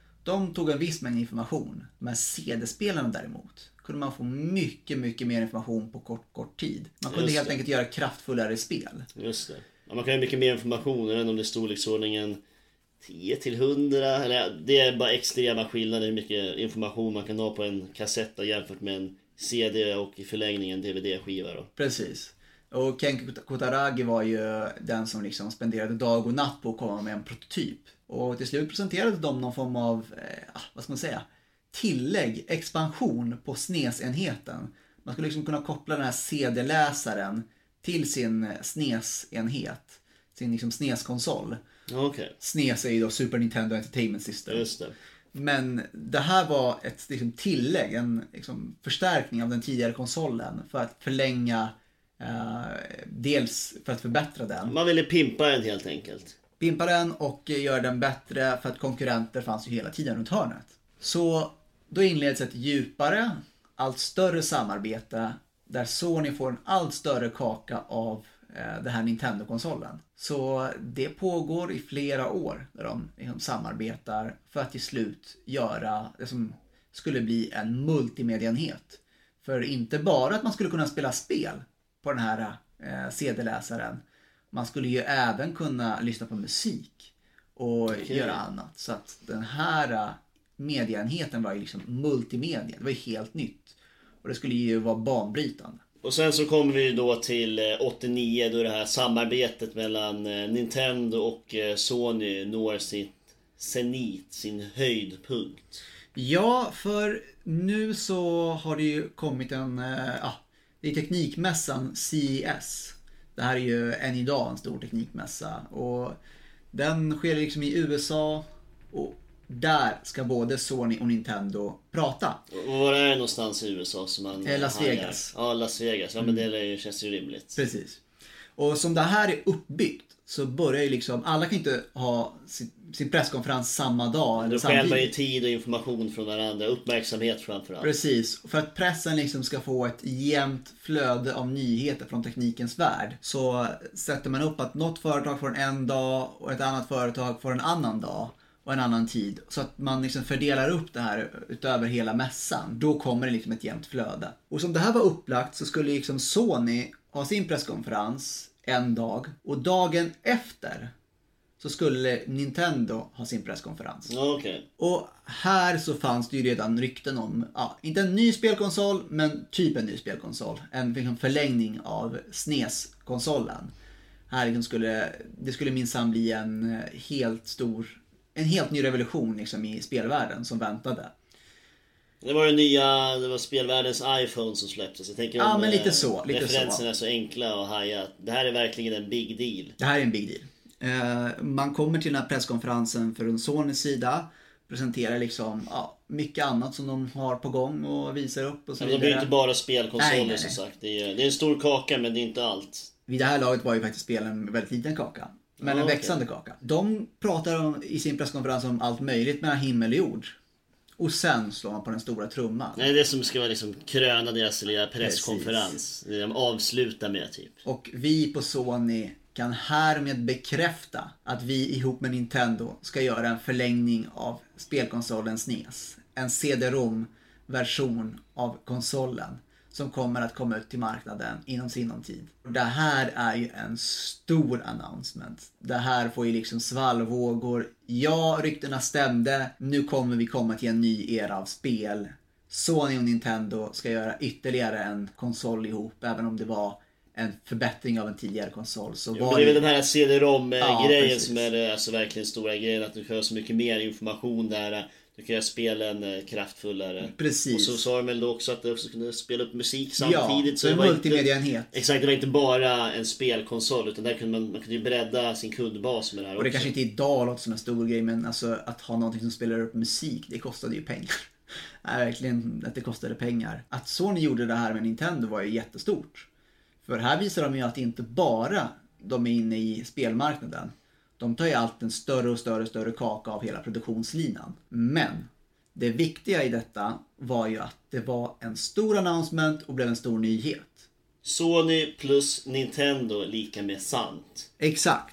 de tog en viss mängd information. De här C D-spelarna däremot kunde man få mycket, mycket mer information på kort, kort tid. Man kunde helt enkelt göra kraftfullare spel. Just det. Ja, man kan ha mycket mer information än om det är storleksordningen tio till hundra. Eller, det är bara extrema skillnader hur mycket information man kan ha på en kassetta jämfört med en C D och i förlängningen D V D-skiva då. Precis. Och Ken Kutaragi var ju den som liksom spenderade dag och natt på att komma med en prototyp. Och till slut presenterade de någon form av, eh, vad ska man säga, tillägg, expansion på S N E S-enheten. Man skulle liksom kunna koppla den här C D-läsaren till sin S N E S-enhet. Sin liksom S N E S-konsol. Okay. S N E S är ju då Super Nintendo Entertainment System. Just det. Men det här var ett liksom, tillägg, en liksom, förstärkning av den tidigare konsolen för att förlänga, eh, dels för att förbättra den. Man ville pimpa den helt enkelt. Pimpa den och göra den bättre för att konkurrenter fanns ju hela tiden runt hörnet. Så då inleds ett djupare, allt större samarbete där Sony får en allt större kaka av eh, det här Nintendo-konsolen. Så det pågår i flera år där de liksom samarbetar för att till slut göra det som skulle bli en multimedienhet. För inte bara att man skulle kunna spela spel på den här eh, C D-läsaren. Man skulle ju även kunna lyssna på musik och okay. göra annat. Så att den här medieenheten var ju liksom multimedia. Det var ju helt nytt. Och det skulle ju vara banbrytande. Och sen så kommer vi då till åttionio då det här samarbetet mellan Nintendo och Sony når sitt zenit, sin höjdpunkt. Ja, för nu så har det ju kommit en, ja, det är teknikmässan C E S. Det här är ju än idag en stor teknikmässa och den sker liksom i U S A och där ska både Sony och Nintendo prata. Och var är det någonstans i U S A som man... Las Vegas. Ja, Las Vegas. Ja, men det känns ju rimligt. Precis. Och som det här är uppbyggt så börjar ju liksom, alla kan inte ha sin, sin presskonferens samma dag eller då samtidigt. Då man ju tid och information från varandra, uppmärksamhet framförallt. Precis, för att pressen liksom ska få ett jämnt flöde av nyheter från teknikens värld så sätter man upp att något företag får en dag och ett annat företag får en annan dag och en annan tid. Så att man liksom fördelar upp det här utöver hela mässan. Då kommer det liksom ett jämnt flöde. Och som det här var upplagt så skulle liksom Sony ha sin presskonferens en dag och dagen efter så skulle Nintendo ha sin presskonferens. Okay. Och här så fanns det ju redan rykten om, ja, inte en ny spelkonsol men typ en ny spelkonsol. En liksom förlängning av S N E S-konsolen. Här liksom skulle, det skulle minsann bli en helt stor, en helt ny revolution liksom i spelvärlden som väntade. Det var ju nya, det var spelvärldens iPhone som släpptes. Jag tänker ja, om men lite så, lite referenserna så. är så enkla och haja. Det här är verkligen en big deal. Det här är en big deal. Eh, man kommer till den här presskonferensen från Sonys sida, presenterar liksom ja, mycket annat som de har på gång och visar upp och så men vidare. de blir inte bara spelkonsoler nej, nej, nej. som sagt. Det är, det är en stor kaka men det är inte allt. Vid det här laget var ju faktiskt spelen en väldigt liten kaka. Men ja, en växande okay. kaka. De pratar om, i sin presskonferens om allt möjligt mellan himmel och jord. Och sen slår man på den stora trumman. Nej, det som ska vara liksom kröna deras lilla presskonferens. Det de avslutar med typ. Och vi på Sony kan härmed bekräfta att vi ihop med Nintendo ska göra en förlängning av spelkonsolen S N E S. En C D-ROM version av konsolen som kommer att komma ut till marknaden inom sinom tid. Det här är ju en stor announcement. Det här får ju liksom svallvågor. Ja, ryktena stämde. Nu kommer vi komma till en ny era av spel. Sony och Nintendo ska göra ytterligare en konsol ihop, även om det var en förbättring av en tidigare konsol. Så jo, var det är väl det... den här C D-ROM-grejen ja, som är alltså verkligen stora grejen, att du kan ha så mycket mer information där. Du kan göra spelen kraftfullare. Precis. Och så sa de väl då också att du också kunde spela upp musik samtidigt. Ja, så det en var multimediaenhet. Inte, exakt, det var inte bara en spelkonsol, utan där kunde man, man kunde ju bredda sin kundbas med det här. Och det också. kanske inte idag låter som en stor grej, men alltså att ha någonting som spelar upp musik, det kostade ju pengar. Nej, verkligen att det kostade pengar. Att Sony gjorde det här med Nintendo var ju jättestort. För här visar de ju att inte bara de är inne i spelmarknaden. De tar ju allt en större och större och större kaka av hela produktionslinan. Men det viktiga i detta var ju att det var en stor announcement och blev en stor nyhet. Sony plus Nintendo lika med sant. Exakt.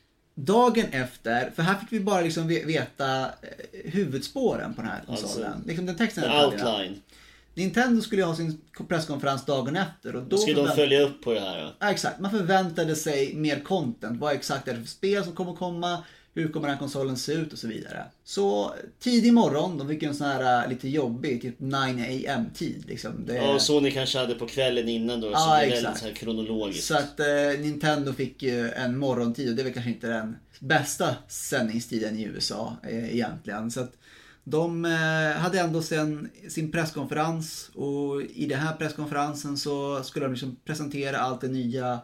Dagen efter, för här fick vi bara liksom veta huvudspåren på den här konsolen. Alltså, liksom den texten. Outline. Nintendo skulle ha sin presskonferens dagen efter. Och då, då skulle förvänt... de följa upp på det här då? Ja, exakt. Man förväntade sig mer content. Vad exakt är det för spel som kommer komma? Hur kommer den här konsolen se ut och så vidare. Så tidig morgon, de fick en sån här lite jobbig, typ nio a m tid. Liksom. Det... Ja, och Sony kanske hade på kvällen innan då. Så ja, det är exakt. väldigt så här kronologiskt. Så att eh, Nintendo fick ju en morgontid, och det är väl kanske inte den bästa sändningstiden i U S A eh, egentligen. Så att de eh, hade ändå sen sin presskonferens, och i den här presskonferensen så skulle de liksom presentera allt det nya,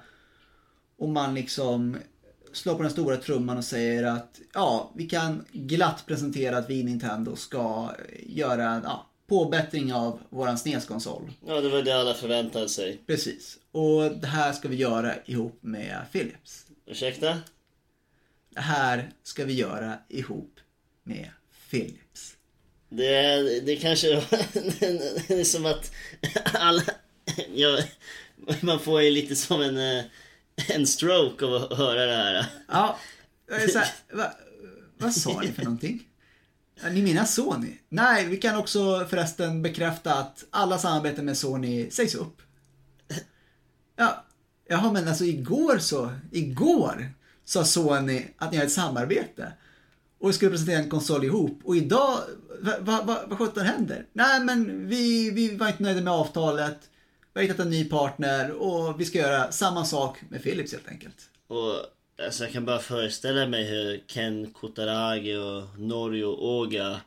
och man liksom slår på den stora trumman och säger att ja, vi kan glatt presentera att vi i Nintendo ska göra en ja, påbättring av våran S N E S-konsol. Ja, det var det alla förväntade sig. Precis. Och det här ska vi göra ihop med Philips. Ursäkta? Det här ska vi göra ihop med Philips. Det, det kanske det är som att alla, ja, man får ju lite som en, en stroke av att höra det här. Ja, så här, va, vad sa ni för någonting? Ja, ni menar Sony? Nej, vi kan också förresten bekräfta att alla samarbeten med Sony sägs upp. Ja, jaha, men alltså igår så, igår sa Sony att ni har ett samarbete och skulle presentera en konsol ihop, och idag, vad va, va, vad sjutton händer? Nej, men vi, vi var inte nöjda med avtalet, vi har hittat en ny partner och vi ska göra samma sak med Philips helt enkelt. Och alltså, jag kan bara föreställa mig hur Ken Kutaragi och Norio Oga,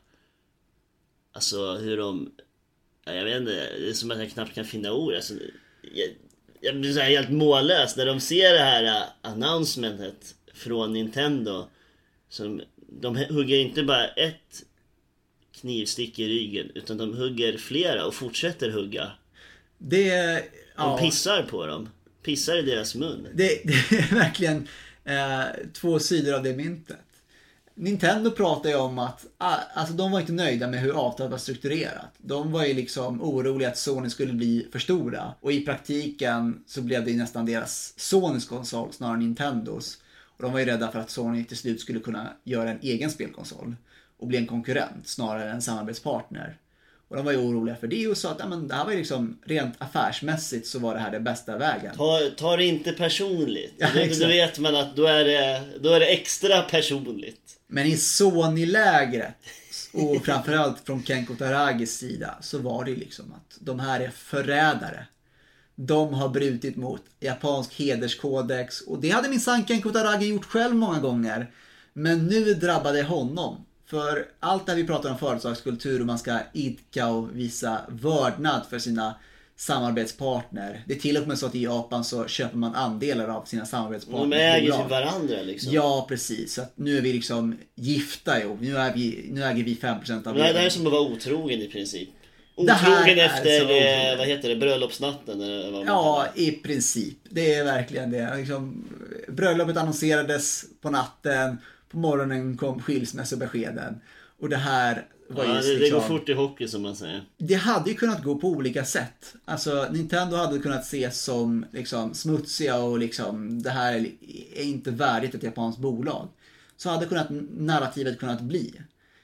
alltså hur de, jag vet inte, det är som att jag knappt kan finna ord. Alltså, jag, jag blir så här helt mållös när de ser det här announcementet från Nintendo. Som, de hugger inte bara ett knivstick i ryggen, utan de hugger flera och fortsätter hugga. Det, ja, de pissar på dem. Pissar i deras mun. Det, det är verkligen eh, två sidor av det myntet. Nintendo pratar ju om att alltså, de var inte nöjda med hur avtalet var strukturerat. De var ju liksom oroliga att Sony skulle bli för stora. Och i praktiken så blev det nästan deras Sonys konsol snarare än Nintendos. Och de var ju rädda för att Sony till slut skulle kunna göra en egen spelkonsol och bli en konkurrent snarare än en samarbetspartner. Och de var ju oroliga för det och sa att ja, men det här var ju liksom rent affärsmässigt så var det här det bästa vägen. Ta, ta det inte personligt. Ja, då, då vet man att då är, det, då är det extra personligt. Men i Sony-lägret och framförallt från Ken Kutaragis sida så var det liksom att de här är förrädare. De har brutit mot japansk hederskodex, och det hade minsann Ken Kutaragi gjort själv många gånger. Men nu drabbade honom. För allt det vi pratar om företagskultur och man ska idka och visa vördnad för sina samarbetspartner. Det är till och med så att i Japan så köper man andelar av sina samarbetspartner. De äger till varandra liksom. Ja, precis. Så att nu är vi liksom gifta ihop. Nu, är vi, nu äger vi fem procent av det. Det här är som att vara otrogen i princip. Det Otrogen efter, eh, vad heter det, bröllopsnatten? Eller vad man ja, kallar. i princip. Det är verkligen det. Liksom, bröllopet annonserades på natten. På morgonen kom skilsmässobeskeden. Och det här var ja, just det, liksom, det går fort i hockey som man säger. Det hade ju kunnat gå på olika sätt. Alltså Nintendo hade kunnat ses som liksom smutsiga och liksom det här är inte värdigt ett japanskt bolag. Så hade kunnat narrativet kunnat bli.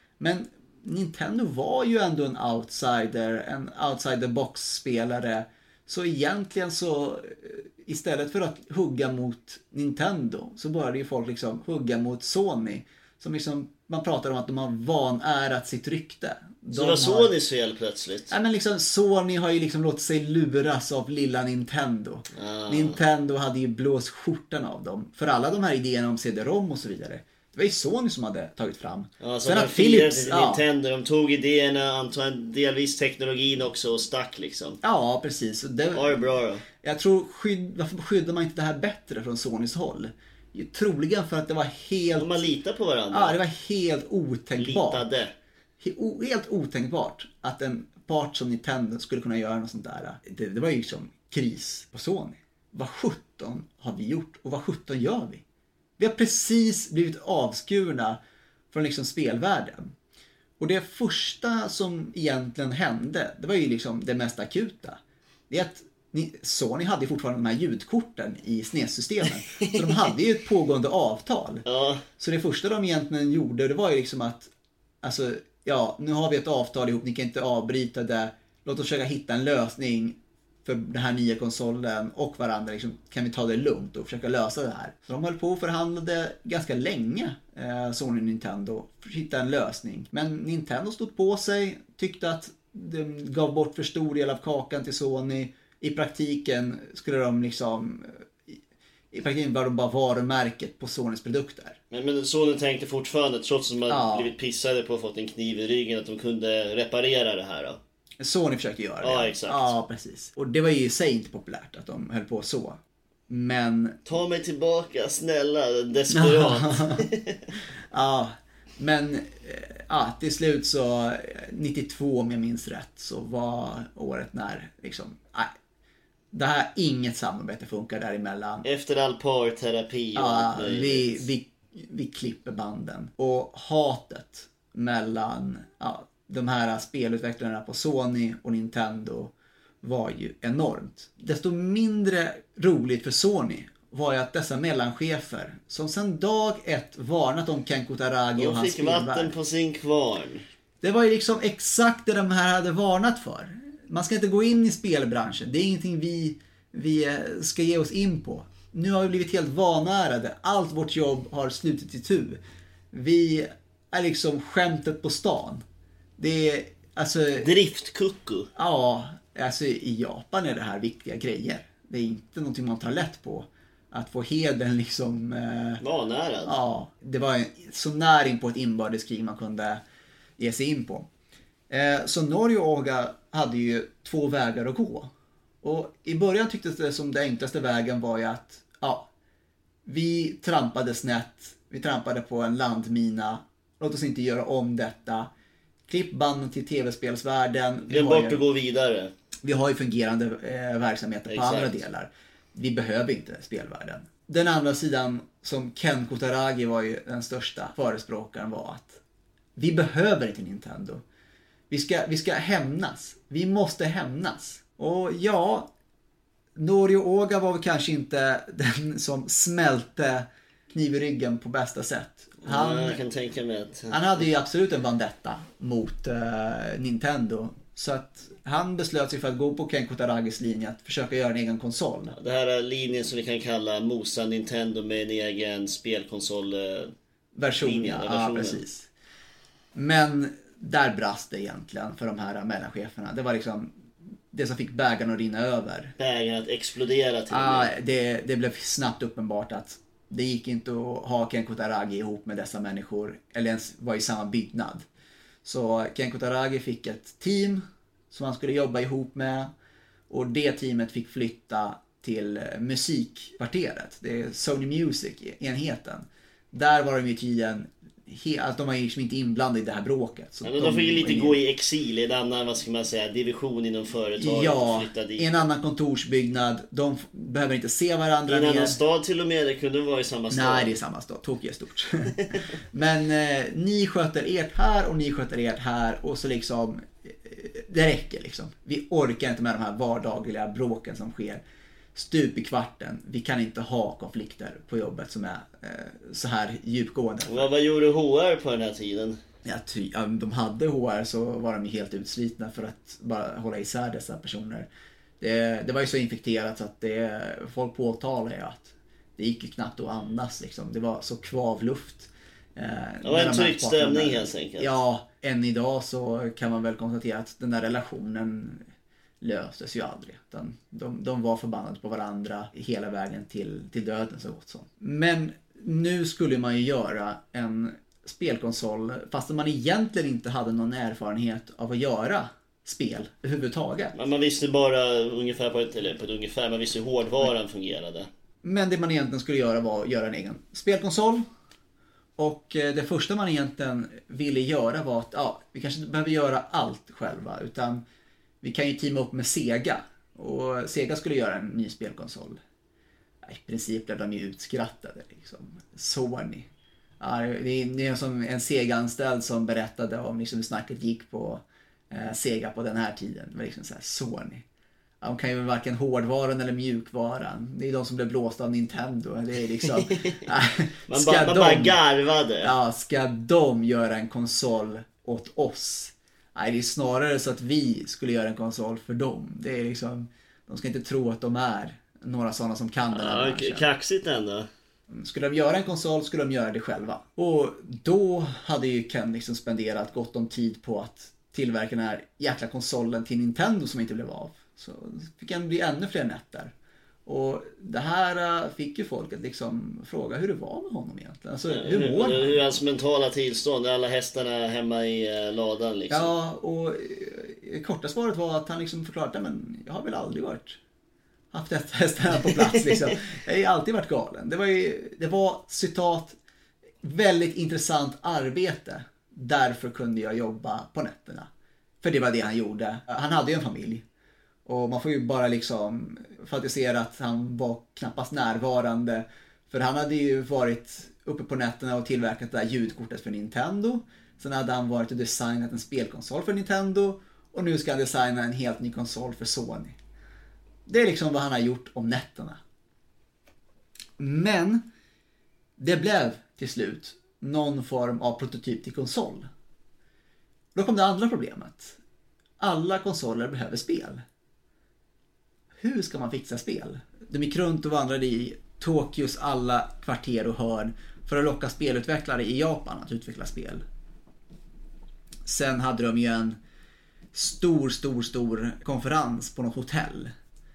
Men Nintendo var ju ändå en outsider, en outside the box spelare Så egentligen så istället för att hugga mot Nintendo så började ju folk liksom hugga mot Sony. Som liksom, man pratar om att de har vanärat sitt rykte. De Så det var Sonys fel plötsligt? Ja, men liksom Sony har ju liksom låtit sig luras av lilla Nintendo. Ah. Nintendo hade ju blåst skjortan av dem. För alla de här idéerna om C D-ROM och så vidare. Det var ju Sony som hade tagit fram. Ja, så sen att att Philips, ja. Nintendo, de tog idéerna, antog delvis teknologin också och stack liksom. Ja, precis. Det var det bra då? Jag tror, skydd, varför skyddar man inte det här bättre från Sonys håll? Troligen för att det var helt... Om man litar på varandra. Ja, det var helt otänkbart. Litade. Helt otänkbart att en part som Nintendo skulle kunna göra något sånt där. Det, det var ju liksom kris på Sony. Vad sjutton har vi gjort och vad sjutton gör vi? Vi har precis blivit avskurna från liksom spelvärlden. Och det första som egentligen hände, det var ju liksom det mest akuta. Det är att Sony hade fortfarande de här ljudkorten i S N E S-systemen. Så de hade ju ett pågående avtal. Ja. Så det första de egentligen gjorde, det var ju liksom att alltså, ja, nu har vi ett avtal ihop, ni kan inte avbryta det. Låt oss försöka hitta en lösning för den här nya konsolen och varandra. Liksom, kan vi ta det lugnt och försöka lösa det här? Så de höll på och förhandlade ganska länge, eh, Sony och Nintendo, för att hitta en lösning. Men Nintendo stod på sig, tyckte att de gav bort för stor del av kakan till Sony. I praktiken skulle de liksom... I praktiken var de bara varumärket på Sonys produkter. Men, men Sony tänkte fortfarande, trots att de ja. hade blivit pissade på och fått en kniv i ryggen, att de kunde reparera det här då. Sony försökte göra det. Ja, exakt. Ja, precis. Och det var ju i sig inte populärt att de höll på så. Men... Ta mig tillbaka, snälla, desperat. Ja, men ja, till slut så nittiotvå om jag minns rätt så var året när liksom... Nej, det här, inget samarbete funkar däremellan. Efter all parterapi och ja, vi, vi, vi klipper banden. Och hatet mellan ja, de här spelutvecklarna på Sony och Nintendo var ju enormt. Desto mindre roligt för Sony var ju att dessa mellanchefer som sedan dag ett varnat om Ken Kutaragi och hans spelvärld. De fick vatten på sin kvarn. Det var ju liksom exakt det de här hade varnat för. Man ska inte gå in i spelbranschen. Det är ingenting vi, vi ska ge oss in på. Nu har vi blivit helt vanärade. Allt vårt jobb har slutit i tur. Vi är liksom skämtet på stan. Det är alltså... Driftkucku. Ja, alltså i Japan är det här viktiga grejer. Det är inte någonting man tar lätt på. Att få heden liksom... Eh, vanärad. Ja, det var så nära in på ett inbördeskrig man kunde ge sig in på. Eh, så Norge och Oga hade ju två vägar att gå. Och i början tycktes det som det enklaste vägen var ju att ja, vi trampade snett, vi trampade på en landmina, låt oss inte göra om detta. Klipp banden till tv-spelsvärlden. Glöm bort att gå vidare. Vi har ju fungerande eh, verksamheter på Exakt. andra delar. Vi behöver inte spelvärlden. Den andra sidan som Ken Kutaragi var ju den största förespråkaren var att vi behöver inte Nintendo. Vi ska, vi ska hämnas. Vi måste hämnas. Och ja, Norio Oga var väl kanske inte den som smälte kniv i ryggen på bästa sätt. Han, ja, jag kan tänka mig att... han hade ju absolut en vendetta mot uh, Nintendo. Så att han beslöt sig för att gå på Ken Kutaragis linje att försöka göra en egen konsol. Det här är linjen som vi kan kalla Mosa Nintendo med en egen spelkonsol uh, version, linjen, ja, ja, precis. Men där brast det egentligen för de här mellancheferna. Det var liksom det som fick bägaren att rinna över. Bägaren att explodera till ah, och med. det, det blev snabbt uppenbart att det gick inte att ha Ken Kutaragi ihop med dessa människor. Eller ens vara i samma byggnad. Så Ken Kutaragi fick ett team som han skulle jobba ihop med. Och det teamet fick flytta till musikkvarteret. Det är Sony Music-enheten. Där var de ju tiden... He- att de var ju liksom inte inblandade i det här bråket. Så ja, men de, de fick ju lite gå i exil i en annan, vad ska man säga, division inom företaget. Ja, och i en annan kontorsbyggnad. De f- behöver inte se varandra. I en mer. annan stad till och med, det kunde vara i samma stad. Nej, det är samma stad. Tokyo är stort. Men eh, ni sköter ert här och ni sköter ert här. Och så liksom, eh, det räcker liksom. Vi orkar inte med de här vardagliga bråken som sker stup i kvarten. Vi kan inte ha konflikter på jobbet som är eh, så här djupgående. Vad, vad gjorde H R på den här tiden? Ja, ty, ja, de hade H R så var de ju helt utslitna för att bara hålla isär dessa personer. Det, det var ju så infekterat så att det, folk påtalade ju att det gick ju knappt att andas liksom. Det var så kvavluft. Eh, det var en tryckt stämning helt enkelt. Ja, än idag så kan man väl konstatera att den där relationen löstes ju aldrig. Utan de, de var förbannade på varandra hela vägen till, till döden så gott som. Men nu skulle man ju göra en spelkonsol fast man egentligen inte hade någon erfarenhet av att göra spel överhuvudtaget. Men man visste bara ungefär på ett, eller på ett ungefär, man visste hur hårdvaran fungerade. Men det man egentligen skulle göra var att göra en egen spelkonsol. Och det första man egentligen ville göra var att ja, vi kanske inte behöver göra allt själva utan vi kan ju teama upp med Sega. Och Sega skulle göra en ny spelkonsol. I princip blev de ju utskrattade liksom. Sony. Ja, det är som en Sega-anställd som berättade om liksom hur snacket gick på eh, Sega på den här tiden. Det var liksom så här, Sony. Ja, de kan ju varken hårdvaran eller mjukvaran. Det är de som blev blåsta av Nintendo. Det är liksom... man ska ba, man de, bara garvade. Ja, ska de göra en konsol åt oss? Nej, det är snarare så att vi skulle göra en konsol för dem. Det är liksom... De ska inte tro att de är några sådana som kan den här ja, kaxigt ändå. Skulle de göra en konsol skulle de göra det själva. Och då hade ju Ken liksom spenderat gott om tid på att tillverka den här jäkla konsolen till Nintendo som inte blev av. Så fick han bli ännu fler nätter. Och det här fick ju folk att liksom fråga hur det var med honom egentligen. Alltså, hur mår han? Hur är hans mentala tillstånd? Alla hästarna hemma i ladan liksom. Ja, och korta svaret var att han liksom förklarade men jag har väl aldrig varit haft ett hästarna på plats liksom. Jag har ju alltid varit galen. Det var ju, det var citat väldigt intressant arbete. Därför kunde jag jobba på nätterna. För det var det han gjorde. Han hade ju en familj. Och man får ju bara liksom fantisera att han var knappast närvarande. För han hade ju varit uppe på nätterna och tillverkat det där ljudkortet för Nintendo. Sen hade han varit och designat en spelkonsol för Nintendo. Och nu ska han designa en helt ny konsol för Sony. Det är liksom vad han har gjort om nätterna. Men det blev till slut någon form av prototyp till konsol. Då kom det andra problemet. Alla konsoler behöver spel. Hur ska man fixa spel? De gick runt och vandrade i Tokyos alla kvarter och hörn för att locka spelutvecklare i Japan att utveckla spel. Sen hade de ju en stor, stor, stor konferens på något hotell.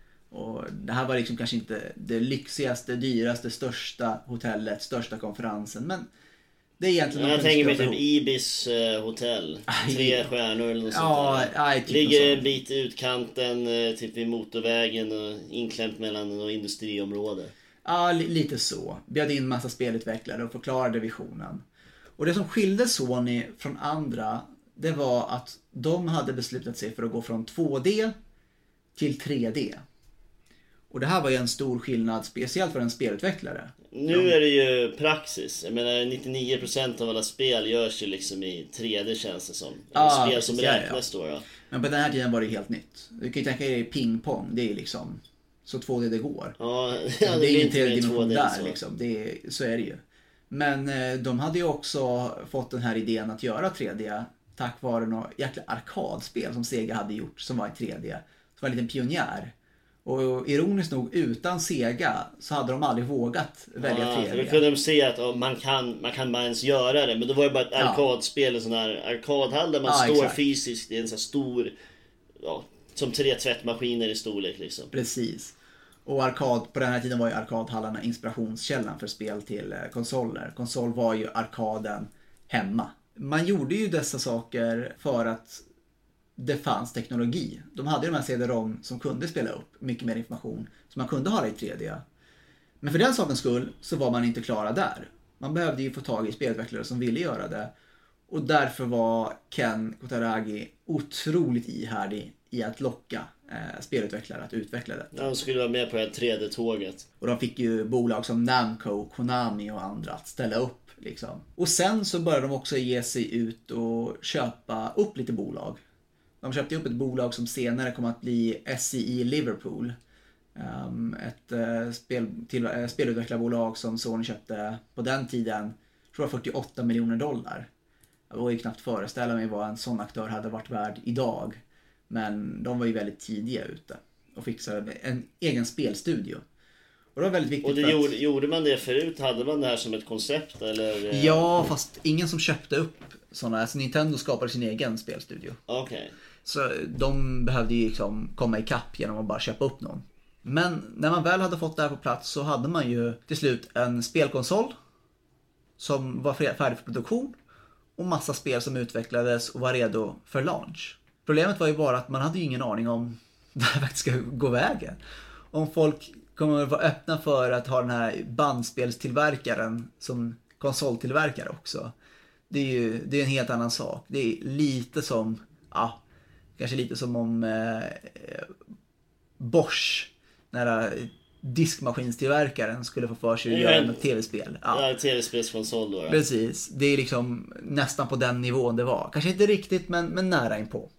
Och det här var liksom kanske inte det lyxigaste, dyraste, största hotellet, största konferensen, men det är egentligen... Jag tänker mig typ Ibis eh, hotell, tre stjärnor eller något ja, sånt där. Aj, typ ligger en bit utkanten, eh, typ vid motorvägen och inklämt mellan några industriområden. Ja, li- lite så. Bjöd in massa spelutvecklare och förklarade visionen. Och det som skilde Sony från andra, det var att de hade beslutat sig för att gå från två D till tre D. Och det här var ju en stor skillnad, speciellt för en spelutvecklare. Nu de... är det ju praxis. Jag menar nittionio procent av alla spel görs ju liksom i tre D, känns det som. Ah, spel som ja, räknas ja. då, då. Men på den här tiden var det helt nytt. Du kan ju tänka dig pingpong, det är liksom så två D det går. Ja, det är det ingen tredje dimension där så. liksom. Det är, så är det ju. Men eh, de hade ju också fått den här idén att göra tre D tack vare något jäkla arkadspel som Sega hade gjort som var i tre D. Som var en liten pionjär. Och ironiskt nog, utan Sega så hade de aldrig vågat välja ja, tre D. Då kunde de se att oh, man kan man kan bara ens göra det. Men då var det bara ett arkadspel, en sån här arkadhall där man ja, står exakt. Fysiskt. Det är en sån här stor, ja, som tre tvättmaskiner i storlek liksom. Precis. Och arkad, på den här tiden var ju arkadhallarna inspirationskällan för spel till konsoler. Konsol var ju arkaden hemma. Man gjorde ju dessa saker för att det fanns teknologi. De hade ju de här C D-ROM som kunde spela upp mycket mer information som man kunde ha i tre D. Men för den sakens skull så var man inte klara där. Man behövde ju få tag i spelutvecklare som ville göra det. Och därför var Ken Kutaragi otroligt ihärdig i att locka eh, spelutvecklare att utveckla det. De skulle vara med på det här tre D-tåget. Och de fick ju bolag som Namco, Konami och andra att ställa upp. Liksom. Och sen så började de också ge sig ut och köpa upp lite bolag. De köpte upp ett bolag som senare kom att bli S C E Liverpool. Um, ett uh, spel, till, uh, spelutvecklarbolag som Sony köpte på den tiden, tror jag fyrtioåtta miljoner dollar. Jag vågar ju knappt föreställa mig vad en sån aktör hade varit värd idag. Men de var ju väldigt tidiga ute. och fixade en egen spelstudio. Och det var väldigt viktigt. Och det för gjorde, att... gjorde man det förut? Hade man det här som ett koncept? Eller? Ja, fast ingen som köpte upp sådana. Alltså Nintendo skapade sin egen spelstudio. Okej. Okay. Så de behövde ju liksom komma ikapp genom att bara köpa upp någon. Men när man väl hade fått det här på plats så hade man ju till slut en spelkonsol som var färdig för produktion och massa spel som utvecklades och var redo för launch. Problemet var ju bara att man hade ju ingen aning om det här faktiskt ska gå vägen. Om folk kommer att vara öppna för att ha den här bandspelstillverkaren som konsoltillverkare också. Det är ju det är en helt annan sak. Det är lite som, ja, kanske lite som om eh, Bosch, när diskmaskinstillverkaren skulle få för sig att göra en tv-spel. Ja, ja tv-spelskonsol då. Ja. Precis, det är liksom nästan på den nivån det var. Kanske inte riktigt, men, men nära inpå.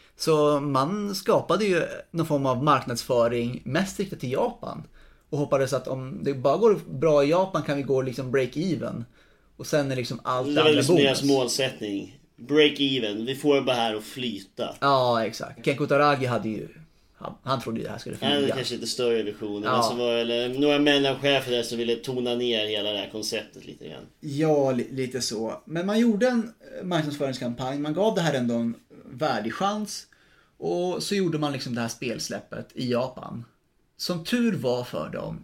Så man skapade ju någon form av marknadsföring mest riktat till Japan. Och hoppades att om det bara går bra i Japan kan vi gå liksom break-even. Och sen är liksom allt andra bonus. Det var liksom deras målsättning. Break-even, vi får bara här att flyta. Ja, exakt. Ken Kutaragi hade ju... Han, han trodde ju det här skulle flyga. Han hade kanske lite större visioner. Ja. Men så var det några mellanchefer där som ville tona ner hela det här konceptet lite grann. Ja, li- lite så. Men man gjorde en marknadsföringskampanj. Man gav det här ändå en värdig chans. Och så gjorde man liksom det här spelsläppet i Japan. Som tur var för dem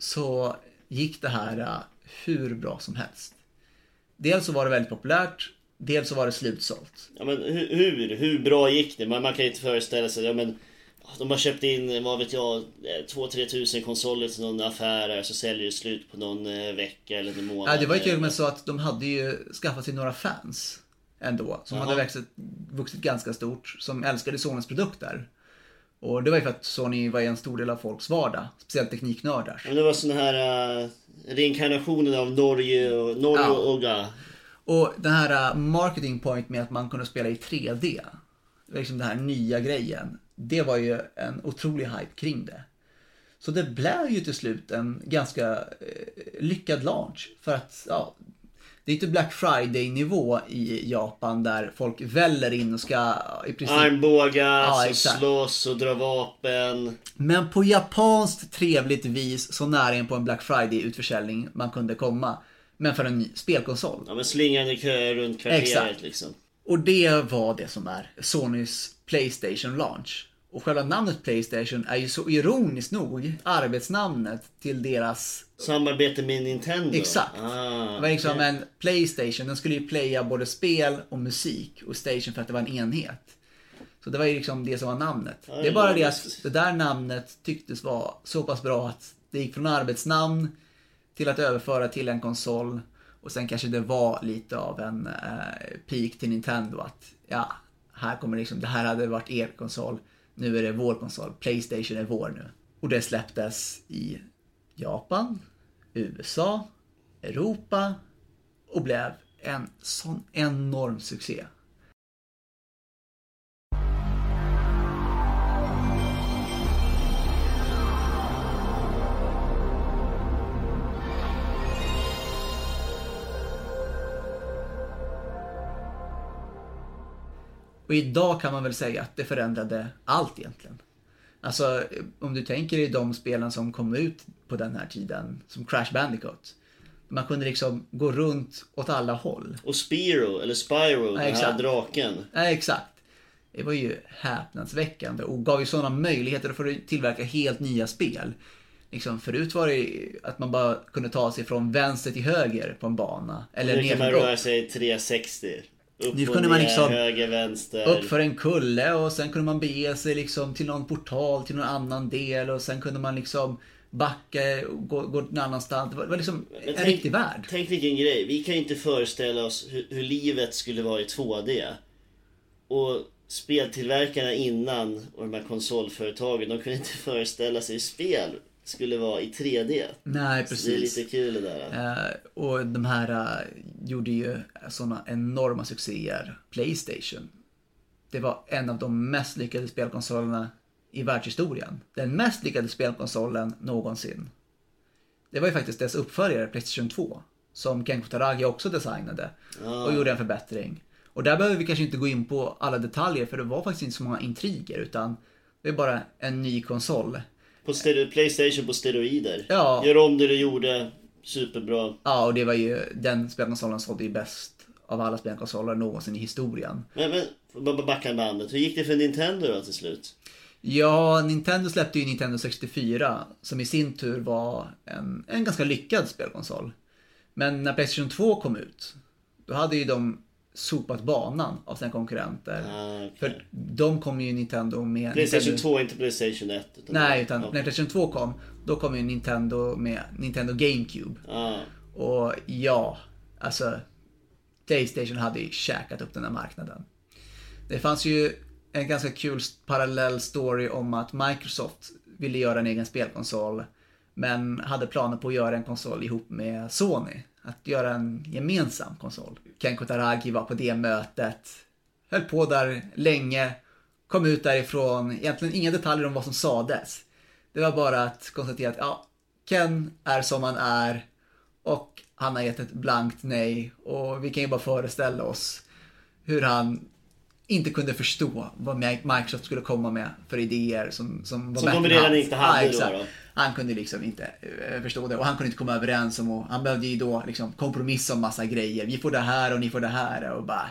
så gick det här hur bra som helst. Dels så var det väldigt populärt. Dels så var det slutsålt. Ja, men hur, hur, hur bra gick det? Man, man kan ju inte föreställa sig. Ja, men de har köpt in, vad vet jag, två till tre tusen konsoler till någon affär. Så säljer det slut på någon vecka eller någon månad. Ja, det var ju kul, men så att de hade ju skaffat sig några fans ändå. Som Aha. hade växt, vuxit ganska stort. Som älskade Sonys produkter. Och det var ju för att Sony var en stor del av folks vardag. Speciellt tekniknördar. Men det var sån här uh, reinkarnationen av Norge och Norge Ja. och Oga. Och den här marketing point med att man kunde spela i tre D. Det var liksom den här nya grejen. Det var ju en otrolig hype kring det. Så det blev ju till slut en ganska eh, lyckad launch. För att, ja, det är inte Black Friday-nivå i Japan där folk väller in och ska i princip... Armbågar, Ja, så slåss och dra vapen. Men på japanskt trevligt vis så nära in på en Black Friday-utförsäljning man kunde komma. Men för en ny spelkonsol. Ja, men slingande köer runt kvarteret. Exakt. Liksom. Och det var det som är Sonys PlayStation launch. Och själva namnet PlayStation är ju så ironiskt nog arbetsnamnet till deras... Samarbete med Nintendo. Exakt. Ah, det var liksom okay. en PlayStation, den skulle ju playa både spel och musik. Och Station för att det var en enhet. Så det var ju liksom det som var namnet. Ja, det är bara det det. att det där namnet tycktes vara så pass bra att det gick från arbetsnamn till att överföra till en konsol. Och sen kanske det var lite av en eh, peak till Nintendo att ja, här kommer liksom, det här hade varit er konsol. Nu är det vår konsol. PlayStation är vår nu. Och det släpptes i Japan, U S A, Europa och blev en sån enorm succé. Och idag kan man väl säga att det förändrade allt egentligen. Alltså om du tänker i de spelen som kom ut på den här tiden, som Crash Bandicoot. Man kunde liksom gå runt åt alla håll. Och Spyro, eller Spyro, Ja, den exakt. här draken. Ja, exakt. Det var ju häpnadsväckande och gav ju sådana möjligheter för att tillverka helt nya spel. Liksom, förut var det att man bara kunde ta sig från vänster till höger på en bana. Eller Nu ner kan man från röra upp. sig trehundrasextio. Upp Nu och kunde man ner, liksom höger, vänster. upp för en kulle och sen kunde man bege sig liksom till någon portal, till någon annan del och sen kunde man liksom backa och gå, gå någon annanstans. Det var, det var liksom Men en tänk, riktig värld. Tänk vilken grej. Vi kan ju inte föreställa oss hur, hur livet skulle vara i två D. Och speltillverkarna innan och de här konsolföretagen, de kunde inte föreställa sig hur spel skulle vara i tre D. Nej, Så precis. det är lite kul det där. Eh, och de här eh, gjorde ju såna enorma succéer. PlayStation. Det var en av de mest lyckade spelkonsolerna i världshistorien. Den mest lyckade spelkonsolen någonsin. Det var ju faktiskt dess uppföljare, PlayStation två. Som Ken Kutaragi också designade. Ah. Och gjorde en förbättring. Och där behöver vi kanske inte gå in på alla detaljer. För det var faktiskt inte så många intriger. Utan Det är bara en ny konsol. På stereo- PlayStation på steroider. Ja. Gör om det du gjorde superbra. Ja, och det var ju den spelkonsolen som sålde ju bäst av alla spelkonsoler någonsin i historien. Men, men bara backa bandet. Hur gick det för Nintendo då till slut? Ja, Nintendo släppte ju Nintendo sextiofyra som i sin tur var en, en ganska lyckad spelkonsol. Men när PlayStation två kom ut, då hade ju de sopat banan av sina konkurrenter. Ah, okay. För de kom ju Nintendo med... PlayStation Nintendo... två, inte PlayStation ett. Utan Nej, utan ja. när PlayStation två kom, då kom ju Nintendo med Nintendo GameCube. Ah. Och ja, alltså PlayStation hade ju käkat upp den här marknaden. Det fanns ju en ganska kul parallell story om att Microsoft ville göra en egen spelkonsol, men hade planer på att göra en konsol ihop med Sony. Att göra en gemensam konsol. Ken Kutaragi var på det mötet. Höll på där länge. Kom ut därifrån. Egentligen inga detaljer om vad som sades. Det var bara att konstatera att ja, Ken är som han är. Och han har gett ett blankt nej. Och vi kan ju bara föreställa oss hur han inte kunde förstå vad Microsoft skulle komma med för idéer som, som var som de redan hans. Inte hade ja, då, då. Han kunde liksom inte uh, förstå det och han kunde inte komma överens om och han behövde ju då liksom kompromissa om massa grejer. Vi får det här och ni får det här och bara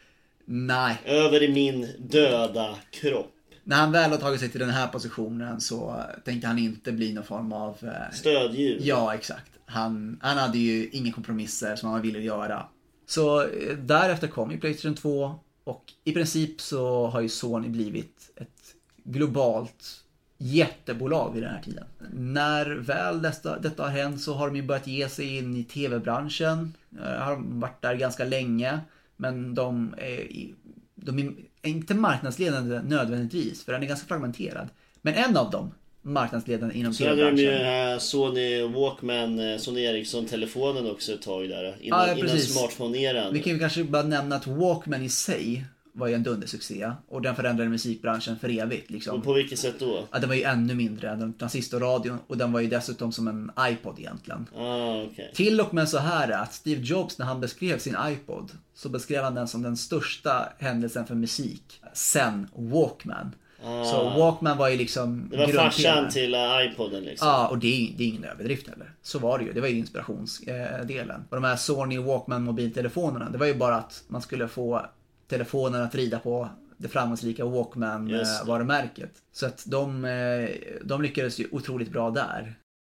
nej. Över i min döda kropp. När han väl har tagit sig till den här positionen så tänkte han inte bli någon form av uh, stödljud. Ja, exakt. Han, han hade ju inga kompromisser som han ville göra. Så uh, därefter kom ju PlayStation två. Och i princip så har ju Sony blivit ett globalt jättebolag vid den här tiden. När väl detta, detta har hänt så har de ju börjat ge sig in i tv-branschen. Har varit där ganska länge. Men de är, de är inte marknadsledande nödvändigtvis, för den är ganska fragmenterad. Men en av dem, marknadsledande inom så tv-branschen. Så hade de ju Sony Walkman, Sony Ericsson-telefonen också ett tag där. Innan, ja, innan smartphone-eran. Vi kan ju kanske bara nämna att Walkman i sig var ju en dundersuccé. Och den förändrade musikbranschen för evigt. Liksom. Och på vilket sätt då? Ja, den var ju ännu mindre än transistorradion. Och den var ju dessutom som en iPod egentligen. Ah, okay. Till och med så här att Steve Jobs, när han beskrev sin iPod, så beskrev han den som den största händelsen för musik sen Walkman. Ah. Så Walkman var ju liksom det var farsan till iPoden liksom. Ja, och det är, det är ingen överdrift heller. Så var det ju, det var ju inspirationsdelen. Och de här Sony Walkman mobiltelefonerna, det var ju bara att man skulle få telefonen att rida på det framgångsrika Walkman-varumärket. Så att de, de lyckades ju otroligt bra där.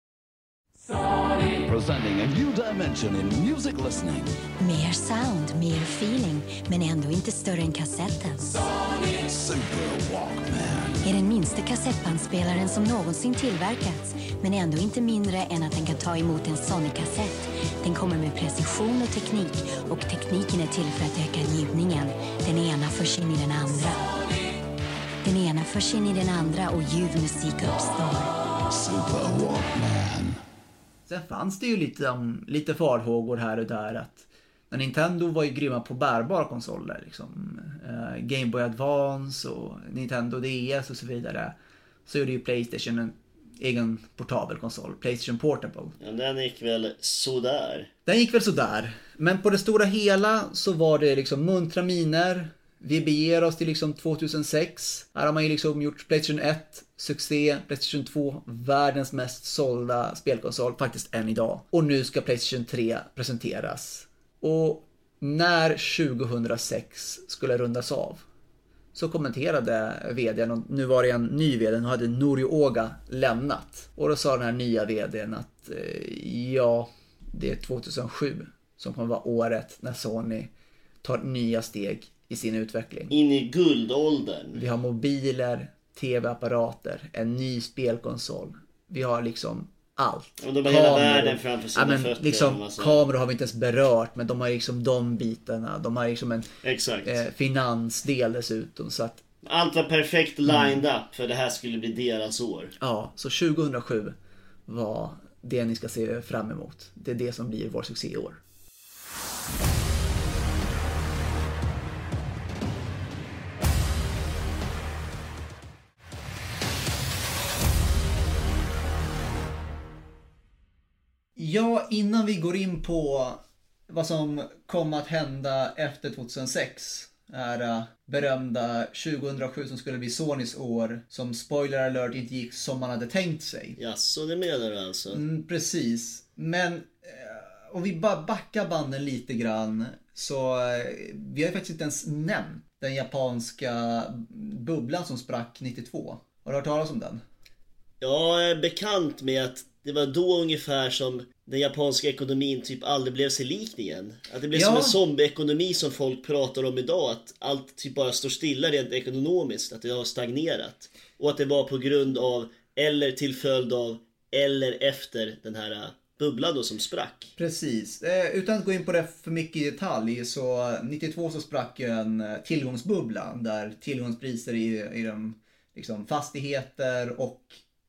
Presenting a new dimension in music listening. Mer sound, mer feeling, men ändå inte större än kassetten. Sony Super Walkman. Är den minsta kassettbandspelaren som någonsin tillverkats, men ändå inte mindre än att den kan ta emot en Sony-kassett. Den kommer med precision och teknik, och tekniken är till för att öka njutningen. Den ena förs in i den andra. Den ena förs in i den andra och ljudmusik uppstår. Super Walkman. Sen fanns det ju lite, um, lite farhågor här och där att när Nintendo var ju grymma på bärbara konsoler liksom, uh, Game Boy Advance och Nintendo D S och så vidare, så gjorde ju PlayStation en egen portabel konsol, PlayStation Portable. Ja, den gick väl sådär. Den gick väl sådär, men på det stora hela så var det liksom muntra miner. Vi beger oss till liksom tvåtusensex. Här har man ju liksom gjort PlayStation ett, succé, PlayStation två, världens mest sålda spelkonsol, faktiskt än idag. Och nu ska PlayStation tre presenteras. Och när tjugohundrasex skulle rundas av så kommenterade vdn, och nu var det en ny vd, nu hade Norio Oga lämnat. Och då sa den här nya vdn att eh, ja, det är tvåtusensju som kommer vara året när Sony tar nya steg i sin utveckling. In i guldåldern. Vi har mobiler, tv-apparater, en ny spelkonsol. Vi har liksom allt. Och de har hela världen framför sina ja, men fötter. Liksom, kameror har vi inte ens berört, men de har liksom de bitarna. De har liksom en eh, finansdel dessutom. Så att, allt var perfekt lined mm. up för det här skulle bli deras år. Ja, så tjugohundrasju var det ni ska se fram emot. Det är det som blir vår succéår. Ja, innan vi går in på vad som kommer att hända efter tvåtusensex är berömda tjugohundrasju som skulle bli Sonys år, som spoiler alert inte gick som man hade tänkt sig. Ja, så det menar du alltså? Mm, precis. Men om vi bara backar banden lite grann, så vi har ju faktiskt inte ens nämnt den japanska bubblan som sprack nittiotvå. Har du hört talas om den? Jag är bekant med att det var då ungefär som den japanska ekonomin typ aldrig blev sig lik igen. Att det blev ja. som en zombieekonomi som folk pratar om idag. Att allt typ bara står stilla rent ekonomiskt. Att det har stagnerat. Och att det var på grund av, eller till följd av, eller efter den här bubblan då som sprack. Precis. Eh, utan att gå in på det för mycket i detalj, så nittiotvå så sprack en tillgångsbubbla där tillgångspriser i, i de liksom, fastigheter och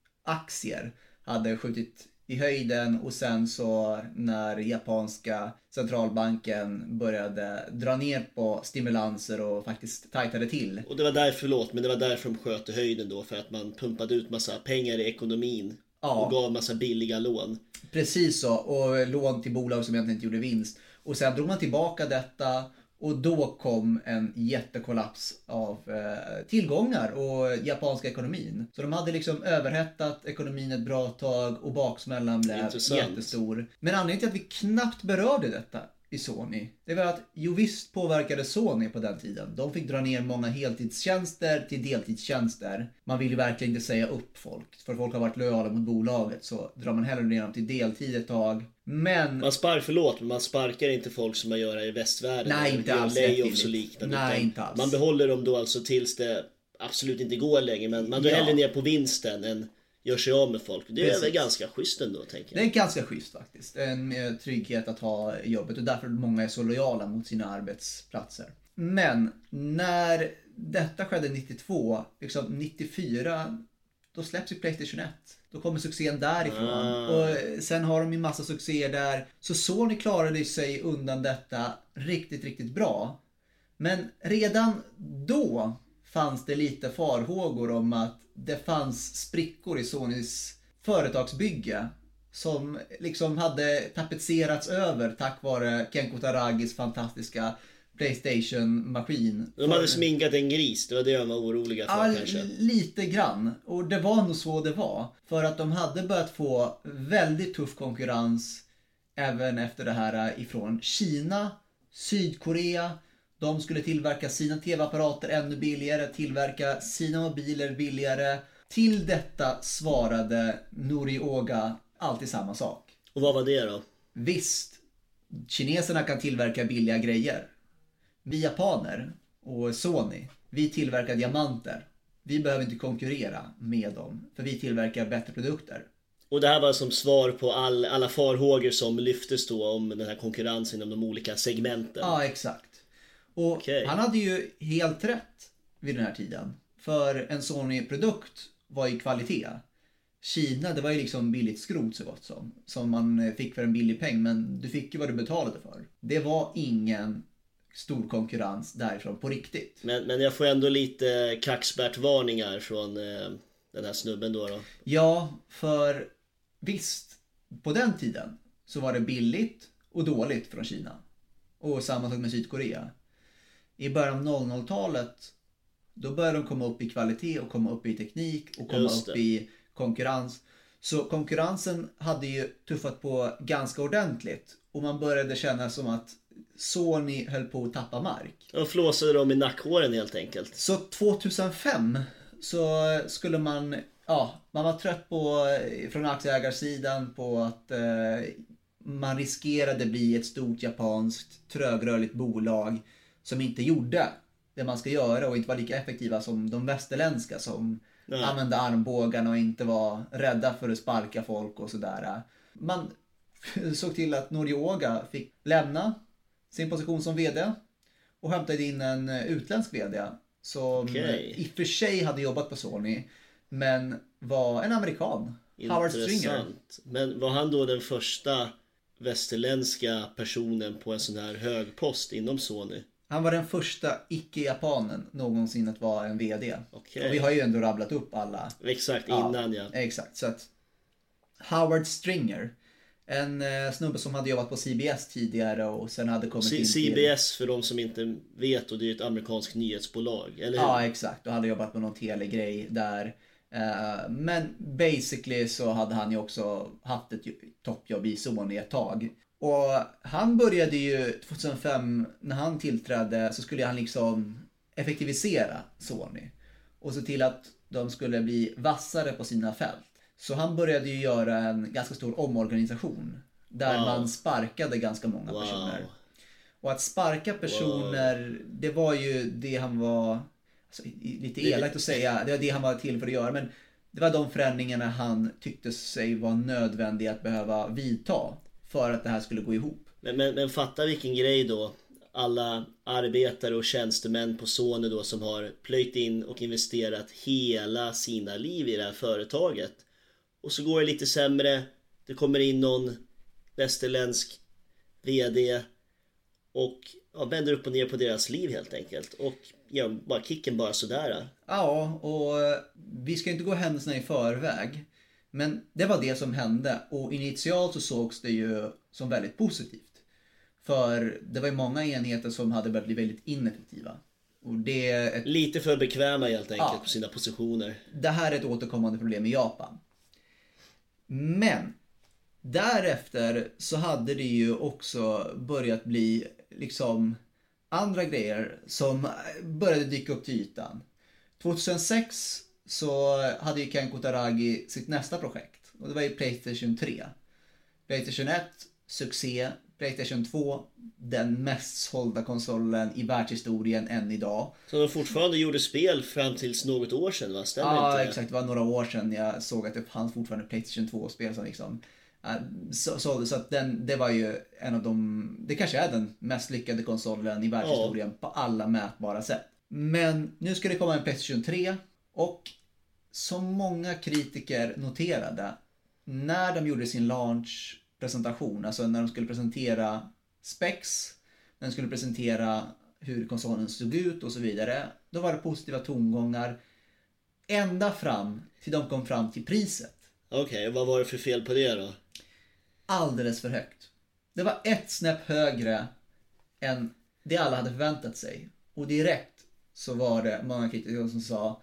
aktier hade skjutit i höjden, och sen så när japanska centralbanken började dra ner på stimulanser och faktiskt tajtade till. Och det var därför, förlåt, men det var därför de sköt i höjden då, för att man pumpade ut massa pengar i ekonomin. Ja. Och gav massa billiga lån. Precis så, och lån till bolag som egentligen inte gjorde vinst. Och sen drog man tillbaka detta, och då kom en jättekollaps av eh, tillgångar och japanska ekonomin. Så de hade liksom överhettat ekonomin ett bra tag, och baksmällan blev Intressant. jättestor. Men anledningen till att vi knappt berörde detta i Sony, det var att jo visst påverkade Sony på den tiden. De fick dra ner många heltidstjänster till deltidstjänster. Man vill ju verkligen inte säga upp folk, för folk har varit lojala mot bolaget, så drar man hellre ner dem till deltid ett tag. Men man spar, förlåt, men man sparkar inte folk som man gör i västvärlden. Nej, inte alls. Layoffs och liknande. Nej, inte alls. Man behåller dem då alltså tills det absolut inte går längre, men man drar ja. hellre ner på vinsten än gör sig av med folk. Det Precis. är väl ganska schysst ändå, tänker jag. Det är ganska schysst faktiskt. En trygghet att ha jobbet, och därför många är så lojala mot sina arbetsplatser. Men när detta skedde nittiotvå, liksom nittiofyra, då släpps ju PlayStation ett. Då kommer succén därifrån. Ah. Och sen har de ju massa succéer där. Så Sony klarade sig undan detta riktigt, riktigt bra. Men redan då fanns det lite farhågor om att det fanns sprickor i Sonys företagsbygge som liksom hade tapetserats över tack vare Kenko Taragis fantastiska PlayStation-maskin. De hade sminkat en gris, det var det de var oroliga för ja, kanske. Lite grann. Och det var nog så det var. För att de hade börjat få väldigt tuff konkurrens även efter det här ifrån Kina, Sydkorea. De skulle tillverka sina tv-apparater ännu billigare, tillverka sina mobiler billigare. Till detta svarade Norioga alltid samma sak. Och vad var det då? Visst, kineserna kan tillverka billiga grejer. Vi japaner och Sony, vi tillverkar diamanter. Vi behöver inte konkurrera med dem, för vi tillverkar bättre produkter. Och det här var som svar på all, alla farhågor som lyftes då om den här konkurrensen inom de olika segmenten. Ja, exakt. Och okay. Han hade ju helt rätt vid den här tiden. För en Sony-produkt var ju kvalitet. Kina, det var ju liksom billigt skrot så gott som. Som man fick för en billig peng, men du fick ju vad du betalade för. Det var ingen stor konkurrens därifrån på riktigt. Men, men jag får ändå lite kaxbärt-varningar från eh, den här snubben då, då. Ja, för visst, på den tiden så var det billigt och dåligt från Kina. Och samma sak med Sydkorea. I början av noll noll-talet då började de komma upp i kvalitet och komma upp i teknik och komma upp i konkurrens. Så konkurrensen hade ju tuffat på ganska ordentligt. Och man började känna som att Sony höll på att tappa mark. Och flåsade dem i nackhåren helt enkelt. Så tjugohundrafem så skulle man, ja, man var trött på från aktieägarsidan på att eh, man riskerade bli ett stort japanskt trögrörligt bolag som inte gjorde det man ska göra och inte var lika effektiva som de västerländska som Nej. använde armbågarna och inte var rädda för att sparka folk och sådär. Man såg till att Norioga fick lämna sin position som vd och hämtade in en utländsk vd som okay. i och för sig hade jobbat på Sony men var en amerikan. Howard Stringer. Men var han då den första västerländska personen på en sån här hög post inom Sony? Han var den första icke-japanen någonsin att vara en vd. Okay. Och vi har ju ändå rabblat upp alla. Exakt, innan ja. ja. Exakt, så att Howard Stringer En eh, snubbe som hade jobbat på C B S tidigare och sen hade kommit C- in till... C B S för de som inte vet, och det är ett amerikanskt nyhetsbolag, eller hur? Ja, exakt. Och hade jobbat på någon telegrej där. Uh, men basically så hade han ju också haft ett toppjobb i Sony ett tag. Och han började ju tjugohundrafem, när han tillträdde så skulle han liksom effektivisera Sony. Och se till att de skulle bli vassare på sina fält. Så han började ju göra en ganska stor omorganisation. Där wow. man sparkade ganska många wow. personer. Och att sparka personer, wow. det var ju det han var... Alltså, lite elakt att säga, det var det han var till för att göra, men det var de förändringarna han tyckte sig vara nödvändiga att behöva vidta för att det här skulle gå ihop. Men, men, men fatta vilken grej då. Alla arbetare och tjänstemän på Sony då som har plöjt in och investerat hela sina liv i det här företaget. Och så går det lite sämre. Det kommer in någon västerländsk vd och ja, vänder upp och ner på deras liv helt enkelt. Och ja, bara kicken bara sådär. Ja, och vi ska inte gå händelserna i förväg. Men det var det som hände. Och initialt så sågs det ju som väldigt positivt. För det var ju många enheter som hade börjat bli väldigt ineffektiva. Och det är ett... Lite för bekväma helt enkelt ja, på sina positioner. Det här är ett återkommande problem i Japan. Men därefter så hade det ju också börjat bli liksom andra grejer som började dyka upp till ytan. tjugohundrasex så hade ju Ken Kutaragi sitt nästa projekt. Och det var ju PlayStation tre. PlayStation ett, succé. PlayStation två, den mest sålda konsolen i världshistorien än idag. Så de fortfarande gjorde spel fram tills något år sedan, va? Stämmer ja, inte? Ja, exakt. Det var några år sedan jag såg att det fanns fortfarande PlayStation två-spel som liksom... Så, så, så att den, det var ju en av de... Det kanske är den mest lyckade konsolen i världshistorien ja. På alla mätbara sätt. Men nu ska det komma en PlayStation tre. Och som många kritiker noterade, när de gjorde sin launch... presentation, alltså när de skulle presentera specs, när de skulle presentera hur konsolen såg ut och så vidare, då var det positiva tongångar ända fram till de kom fram till priset. Okej, okay, vad var det för fel på det då? Alldeles för högt. Det var ett snäpp högre än det alla hade förväntat sig. Och direkt så var det många kritiker som sa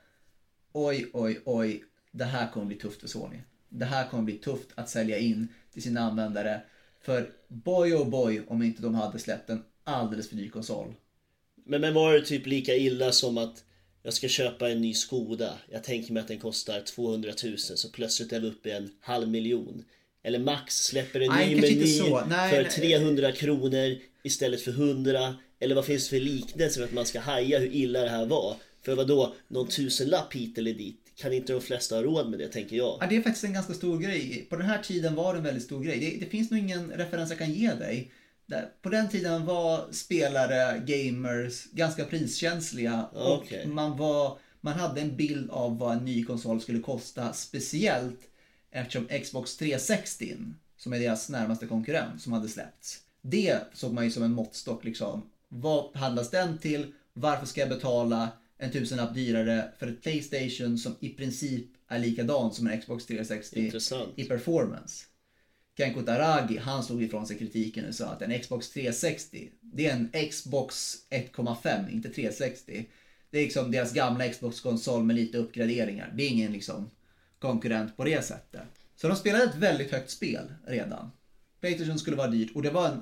oj, oj, oj, det här kommer bli tufft för Sony. Det här kommer bli tufft att sälja in till sina användare. För boy oh boy om inte de hade släppt en alldeles för dyr konsol. Men, men var det typ lika illa som att jag ska köpa en ny Skoda. Jag tänker mig att den kostar tvåhundratusen, så plötsligt är vi uppe i en halv miljon. Eller Max släpper en nej, ny meny nej, för nej. trehundra kronor istället för hundra. Eller vad finns det för liknelse för att man ska haja hur illa det här var? För vad då någon tusenlapp hit eller dit? Kan inte de flesta ha råd med det, tänker jag. Ja, det är faktiskt en ganska stor grej. På den här tiden var det en väldigt stor grej. Det, det finns nog ingen referens jag kan ge dig. På den tiden var spelare, gamers ganska priskänsliga. Okay. Och man, var, man hade en bild av vad en ny konsol skulle kosta. Speciellt eftersom Xbox trehundrasextio, som är deras närmaste konkurrent, som hade släppts. Det såg man ju som en måttstock. Liksom. Vad handlas den till? Varför ska jag betala en tusenlapp dyrare för ett PlayStation som i princip är likadant som en Xbox trehundrasextio Intressant. I performance? Ken Kutaragi, han slog ifrån sig kritiken och sa att en Xbox trehundrasextio, det är en Xbox ett komma fem, inte trehundrasextio. Det är liksom deras gamla Xbox-konsol med lite uppgraderingar. Det är ingen liksom konkurrent på det sättet. Så de spelade ett väldigt högt spel redan. PlayStation skulle vara dyrt och det var en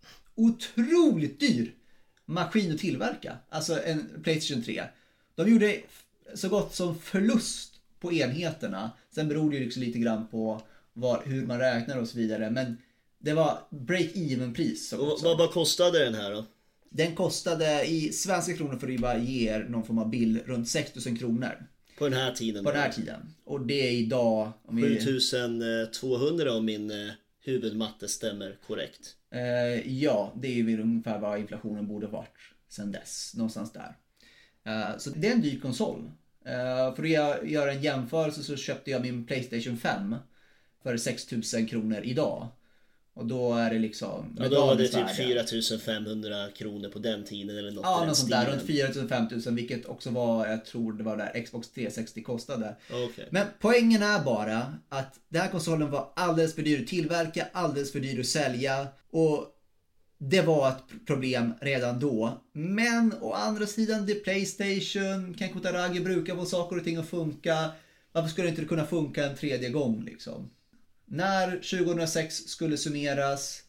otroligt dyr maskin att tillverka. Alltså en PlayStation tre. De gjorde så gott som förlust på enheterna. Sen beror det ju liksom lite grann på var, hur man räknar och så vidare. Men det var break-even-pris. Och vad, vad kostade den här då? Den kostade i svenska kronor, för att bara ge er någon form av bild, runt sex tusen kronor. På den här tiden? På den här tiden. Och det är idag... sju tusen tvåhundra om min eh, huvudmatte stämmer korrekt. Eh, ja, det är ju ungefär vad inflationen borde varit sedan dess. Någonstans där. Eh, så det är en dyr konsol. Uh, för att göra en jämförelse så köpte jag min PlayStation fem för sex tusen kronor idag. Och då är det liksom... Ja, då var det typ fyra tusen femhundra kronor på den tiden eller något. Ja, något sånt där. Runt fyra tusen till fem tusen, vilket också var, jag tror det var där Xbox trehundrasextio kostade. Okay. Men poängen är bara att den här konsolen var alldeles för dyr att tillverka, alldeles för dyr att sälja. Och det var ett problem redan då. Men å andra sidan, det är PlayStation, Ken Kutaragi brukar få saker och ting att funka. Varför skulle det inte kunna funka en tredje gång liksom? När tjugohundrasex skulle summeras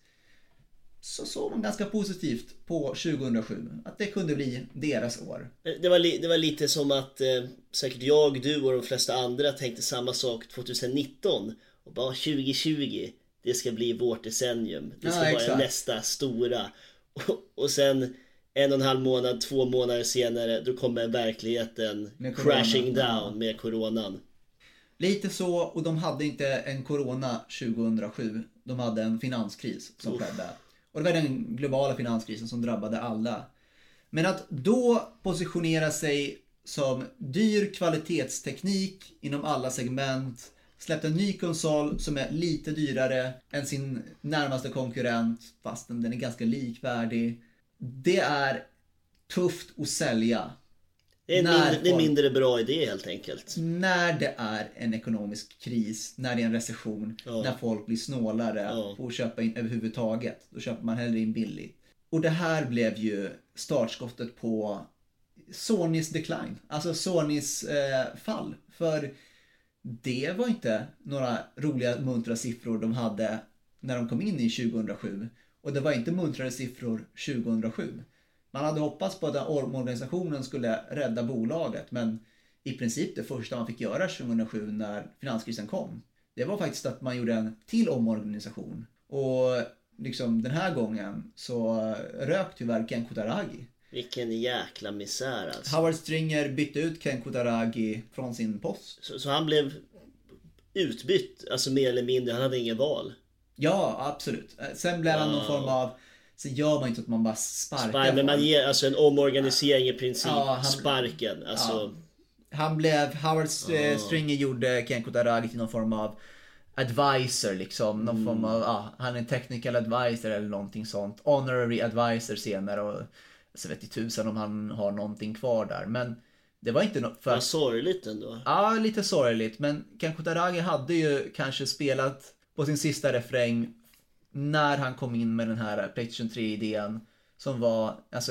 så såg man ganska positivt på tjugohundrasju. Att det kunde bli deras år. Det var, li- det var lite som att eh, säkert jag, du och de flesta andra tänkte samma sak tjugonitton. Och bara tjugo tjugo, det ska bli vårt decennium. Det ska ja, vara exakt. nästa stora. Och, och sen en och en halv månad, två månader senare, då kommer verkligheten crashing down med coronan. Lite så, och de hade inte en corona tjugohundrasju. De hade en finanskris som Uff. skedde. Och det var den globala finanskrisen som drabbade alla. Men att då positionera sig som dyr kvalitetsteknik inom alla segment, släppte en ny konsol som är lite dyrare än sin närmaste konkurrent, fastän den är ganska likvärdig. Det är tufft att sälja. Det är en När mindre, det är folk- mindre bra idé helt enkelt. När det är en ekonomisk kris, när det är en recession, Ja. när folk blir snålare Ja. på att köpa in överhuvudtaget, då köper man hellre in billigt. Och det här blev ju startskottet på Sonys decline, alltså Sonys eh, fall. För det var inte några roliga muntra siffror de hade när de kom in i tjugohundrasju. Och det var inte muntrare siffror tjugohundrasju. Man hade hoppats på att den omorganisationen skulle rädda bolaget, men i princip det första man fick göra tjugohundrasju när finanskrisen kom, det var faktiskt att man gjorde en till omorganisation. Och liksom den här gången så rök tyvärr Ken Kutaragi. Vilken jäkla misär alltså. Howard Stringer bytte ut Ken Kutaragi från sin post. Så, så han blev utbytt, alltså mer eller mindre, han hade ingen val. Ja, absolut. Sen blev han någon form av... Så gör man inte att man bara sparkar. Spar- men man ger alltså en omorganisering i princip, Ja, han- sparken. Alltså, Ja. Han blev... Howard St- Ah. Stringer gjorde Ken Kutaragi till någon form av advisor liksom. Någon Mm. form av... Ja, han är en technical advisor eller någonting sånt. Honorary advisor senare. Och så vet jag tusen om han har någonting kvar där. Men det var inte något... För... Vad sorgligt ändå. Ja, lite sorgligt. Men Ken Kutaragi hade ju kanske spelat på sin sista refräng när han kom in med den här PlayStation tre-idén som var alltså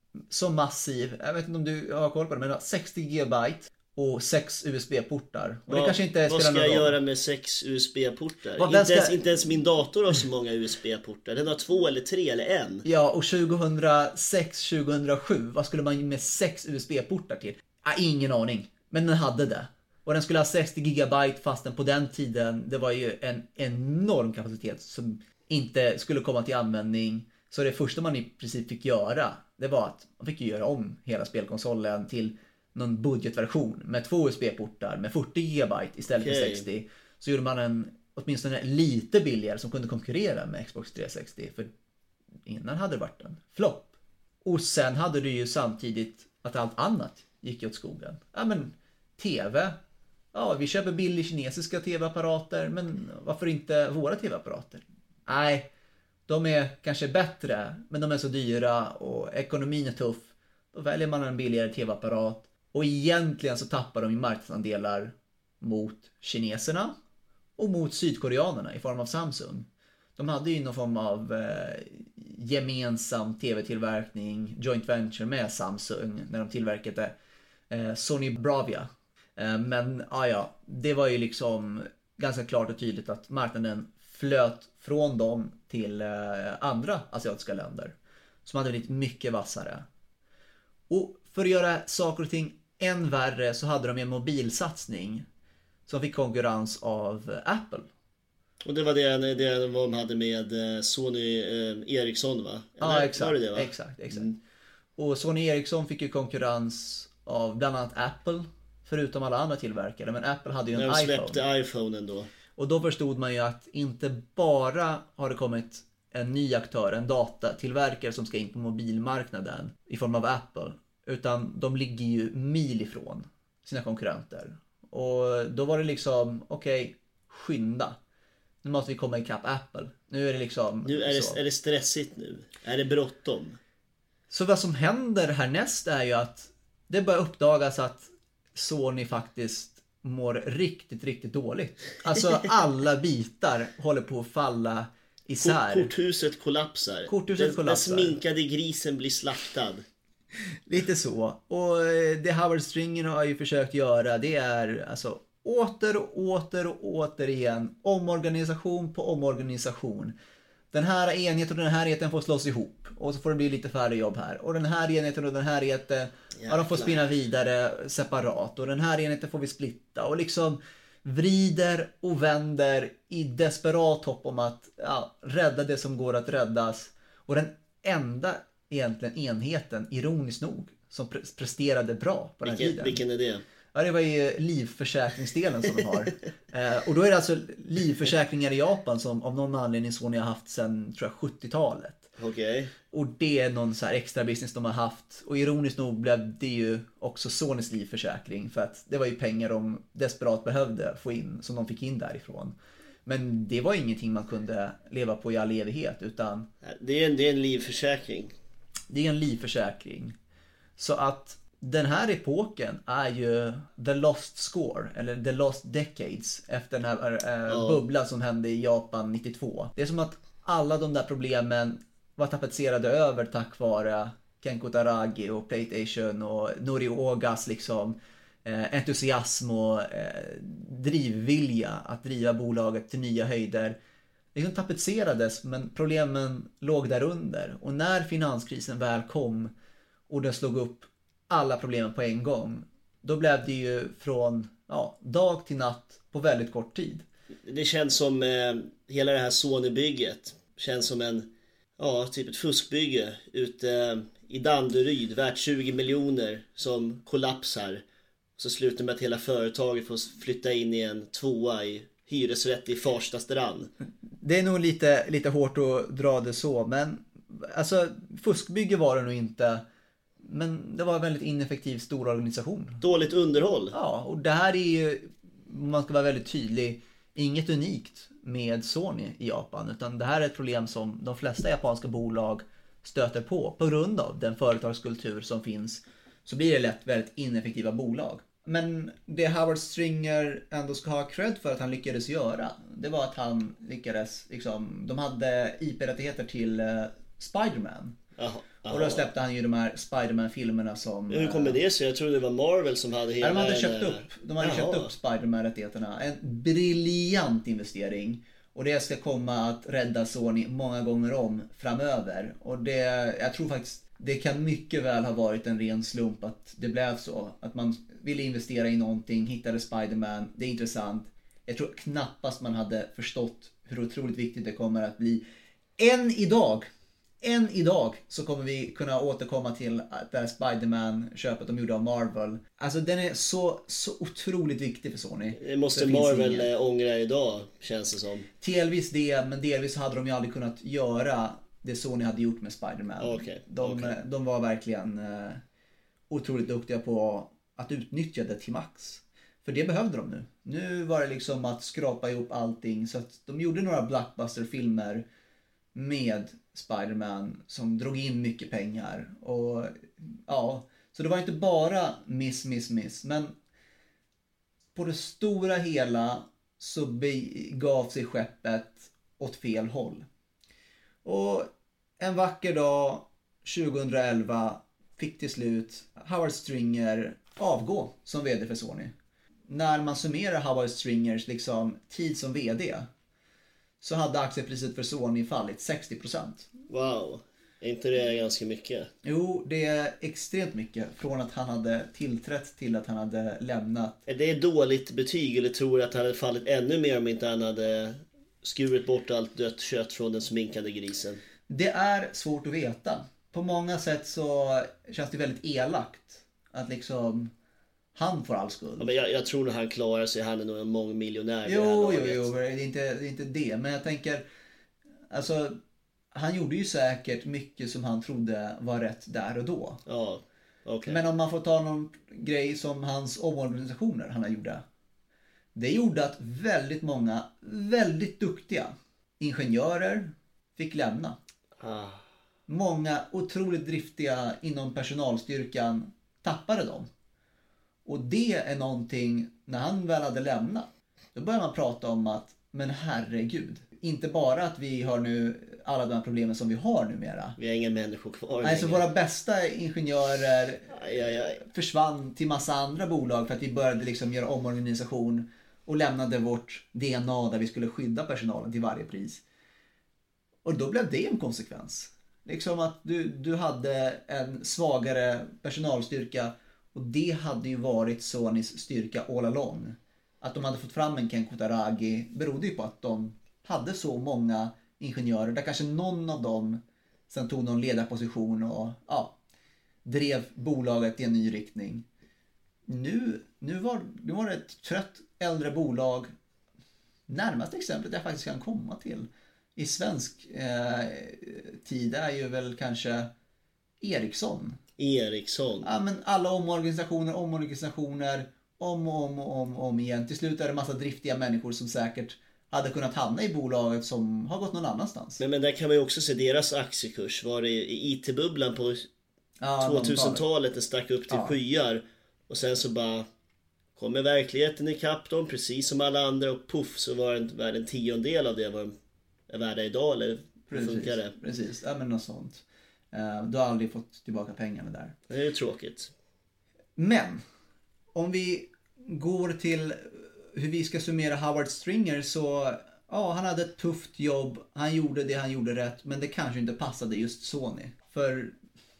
så massiv. Jag vet inte om du har koll på det, men det var sextio gigabyte och sex U S B-portar. Och det Vad- kanske inte vad spelar ska någon jag roll. göra med sex U S B-portar? Vad, Inte, den ska- ens, inte ens min dator har så många U S B-portar. Den har två eller tre eller en. Ja, och tjugohundrasex tjugohundrasju, vad skulle man med sex U S B-portar till? Ah, ingen aning. Men den hade det. Och den skulle ha sextio gigabyte fastän på den tiden det var ju en enorm kapacitet som inte skulle komma till användning. Så det första man i princip fick göra, det var att man fick ju göra om hela spelkonsolen till någon budgetversion med två U S B-portar med fyrtio gigabyte istället för Okej. sextio. Så gjorde man en åtminstone lite billigare som kunde konkurrera med Xbox trehundrasextio. För innan hade det varit en flopp. Och sen hade du ju samtidigt att allt annat gick åt skogen. Ja men tv. Ja, vi köper billig kinesiska tv-apparater, men varför inte våra tv-apparater? Nej, de är kanske bättre, men de är så dyra och ekonomin är tuff. Då väljer man en billigare tv-apparat och egentligen så tappar de ju marknadsandelar mot kineserna och mot sydkoreanerna i form av Samsung. De hade ju någon form av eh, gemensam tv-tillverkning, joint venture med Samsung när de tillverkade eh, Sony Bravia. Eh, men ah, ja, det var ju liksom ganska klart och tydligt att marknaden flöt från dem till eh, andra asiatiska länder som hade blivit mycket vassare. Och för att göra saker och ting än värre så hade de en mobilsatsning som fick konkurrens av eh, Apple. Och det var det, det de hade med eh, Sony eh, Ericsson va? Ja, Eller, exakt, var det det, va? exakt, exakt. Mm. Och Sony Ericsson fick ju konkurrens av bland annat Apple, förutom alla andra tillverkare. Men Apple hade ju en När de iPhone. släppte iPhonen då. Och då förstod man ju att inte bara har det kommit en ny aktör, en datatillverkare som ska in på mobilmarknaden i form av Apple. Utan de ligger ju mil ifrån sina konkurrenter. Och då var det liksom, okej, okay, skynda. nu måste vi komma ikapp Apple. Nu är det liksom Nu är det, så. är det stressigt nu. Är det bråttom? Så vad som händer härnäst är ju att det börjar uppdagas att Sony faktiskt mår riktigt, riktigt dåligt. Alltså alla bitar håller på att falla isär. Korthuset kollapsar. Korthuset den, kollapsar. Den sminkade grisen blir slaktad. Lite så. Och det Howard Stringer har ju försökt göra, det är alltså åter och åter och åter igen omorganisation på omorganisation. Den här enheten och den här enheten får slås ihop och så får det bli lite färre jobb här. Och den här enheten och den här enheten, ja, de får spinna vidare separat. Och den här enheten får vi splitta och liksom vrider och vänder i desperat hopp om att ja, rädda det som går att räddas. Och den enda egentligen enheten, ironiskt nog, som pre- presterade bra på den vilken, tiden. Vilken är det? Ja, det var ju livförsäkringsdelen som de har. eh, och då är det alltså livförsäkringar i Japan som av någon anledning Sony har haft sedan, tror jag, sjuttiotalet. Okej. Okay. Och det är någon så här extra business de har haft. Och ironiskt nog blev det ju också Sonys livförsäkring. För att det var ju pengar de desperat behövde få in, som de fick in därifrån. Men det var ingenting man kunde leva på i all evighet, utan det är en, det är en livförsäkring. Det är en livförsäkring. Så att den här epoken är ju The Lost Score, eller The Lost Decades, efter den här äh, oh. bubblan som hände i Japan nittiotvå. Det är som att alla de där problemen var tapetserade över tack vare Kenko Taragi och PlayStation och Nori Ogas liksom eh, entusiasm och eh, drivvilja att driva bolaget till nya höjder. Liksom tapetserades, men problemen låg där under. Och när finanskrisen väl kom och den slog upp alla problemen på en gång, då blev det ju från ja, dag till natt på väldigt kort tid. Det känns som eh, hela det här Sony-bygget känns som en ja, typ ett fuskbygge ute eh, i Danderyd, värt tjugo miljoner, som kollapsar. Så slutar med att hela företaget får flytta in i en tvåa i hyresrätt i Farsta strand. Det är nog lite, lite hårt att dra det så, men alltså fuskbygge var det nog inte. Men det var en väldigt ineffektiv stor organisation. Dåligt underhåll. Ja, och det här är ju, man ska vara väldigt tydlig, inget unikt med Sony i Japan. Utan det här är ett problem som de flesta japanska bolag stöter på. På grund av den företagskultur som finns så blir det lätt väldigt ineffektiva bolag. Men det Howard Stringer ändå ska ha cred för att han lyckades göra, det var att han lyckades, liksom, de hade I P-rättigheter till uh, Spider-Man. Aha, aha. Och då släppte han ju de här Spider-Man-filmerna som... Hur kommer det sig? Jag trodde det var Marvel som hade hela... Ja, de hade den, köpt upp, de hade köpt upp Spider-Man-rättigheterna. En briljant investering. Och det ska komma att rädda Sony många gånger om framöver. Och det, jag tror faktiskt, det kan mycket väl ha varit en ren slump att det blev så. Att man ville investera i någonting, hittade Spider-Man, det är intressant. Jag tror knappast man hade förstått hur otroligt viktigt det kommer att bli. Än idag, än idag så kommer vi kunna återkomma till det här Spider-Man-köpet de gjorde av Marvel. Alltså den är så, så otroligt viktig för Sony. Det måste det Marvel ingen... ångra idag, känns det som. Delvis det, men delvis hade de ju aldrig kunnat göra det Sony hade gjort med Spider-Man. Okay, de, okay. de var verkligen uh, otroligt duktiga på att utnyttja det till max. För det behövde de nu. Nu var det liksom att skrapa ihop allting. Så att de gjorde några blockbuster-filmer med Spider-Man som drog in mycket pengar. Och ja, så det var inte bara miss, miss, miss. Men på det stora hela så begav sig skeppet åt fel håll. Och en vacker dag tjugoelva fick till slut Howard Stringer avgå som vd för Sony. När man summerar Howard Stringers liksom tid som vd så hade aktiepriset för Sony fallit sextio procent. Wow, är inte det ganska mycket? Jo, det är extremt mycket från att han hade tillträtt till att han hade lämnat. Är det dåligt betyg, eller tror du att han hade fallit ännu mer om inte han hade skurit bort allt dött kött från den sminkade grisen? Det är svårt att veta. På många sätt så känns det väldigt elakt att liksom han får all skuld. Ja, men jag, jag tror nog han klarar sig. Han är nog en mångmiljonär. Jo, jo, jo. Det är, inte, det är inte det. Men jag tänker, alltså, han gjorde ju säkert mycket som han trodde var rätt där och då. Ja, okej. Okay. Men om man får ta någon grej som hans omorganisationer han har gjort. Det gjorde att väldigt många väldigt duktiga ingenjörer fick lämna. Ah. Många otroligt driftiga inom personalstyrkan tappade dem. Och det är någonting, när han väl hade lämnat, då börjar man prata om att, men herregud, inte bara att vi har nu alla de här problemen som vi har numera. Vi har inga människor kvar. Nej, så våra bästa ingenjörer aj, aj, aj. försvann till massa andra bolag för att vi började liksom göra omorganisation och lämnade vårt D N A där vi skulle skydda personalen till varje pris. Och då blev det en konsekvens. Liksom att du, du hade en svagare personalstyrka, och det hade ju varit Sonys styrka all along. Att de hade fått fram en Ken Kutaragi berodde ju på att de hade så många ingenjörer där kanske någon av dem sen tog någon ledarposition och ja, drev bolaget i en ny riktning. Nu, nu, var, nu var det ett trött äldre bolag. Närmaste exemplet jag faktiskt kan komma till i svensk eh, tid är ju väl kanske Ericsson. Ericsson. Ja, men alla omorganisationer, omorganisationer, om och om och om, om igen. Till slut är det en massa driftiga människor som säkert hade kunnat hamna i bolaget som har gått någon annanstans. Men, men där kan man ju också se deras aktiekurs. Var det i I T-bubblan på ja, tvåtusentalet det stack upp till ja. skyar. Och sen så bara kommer verkligheten ikapp dem precis som alla andra, och puff så var en, var en tiondel av det var är värda idag, eller precis, funkar det? Precis, ja men något sånt. Uh, du har aldrig fått tillbaka pengarna där. Det är ju tråkigt. Men om vi går till hur vi ska summera Howard Stringer, så ja, han hade ett tufft jobb, han gjorde det han gjorde rätt, men det kanske inte passade just Sony. För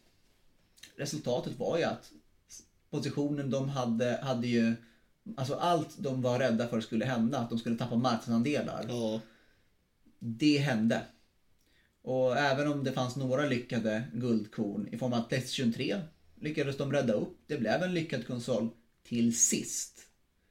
resultatet var ju att positionen de hade, hade ju, alltså allt de var rädda för skulle hända, att de skulle tappa marknadsandelar. Ja. Det hände. Och även om det fanns några lyckade guldkorn i form av PlayStation tre lyckades de rädda upp. Det blev en lyckad konsol till sist.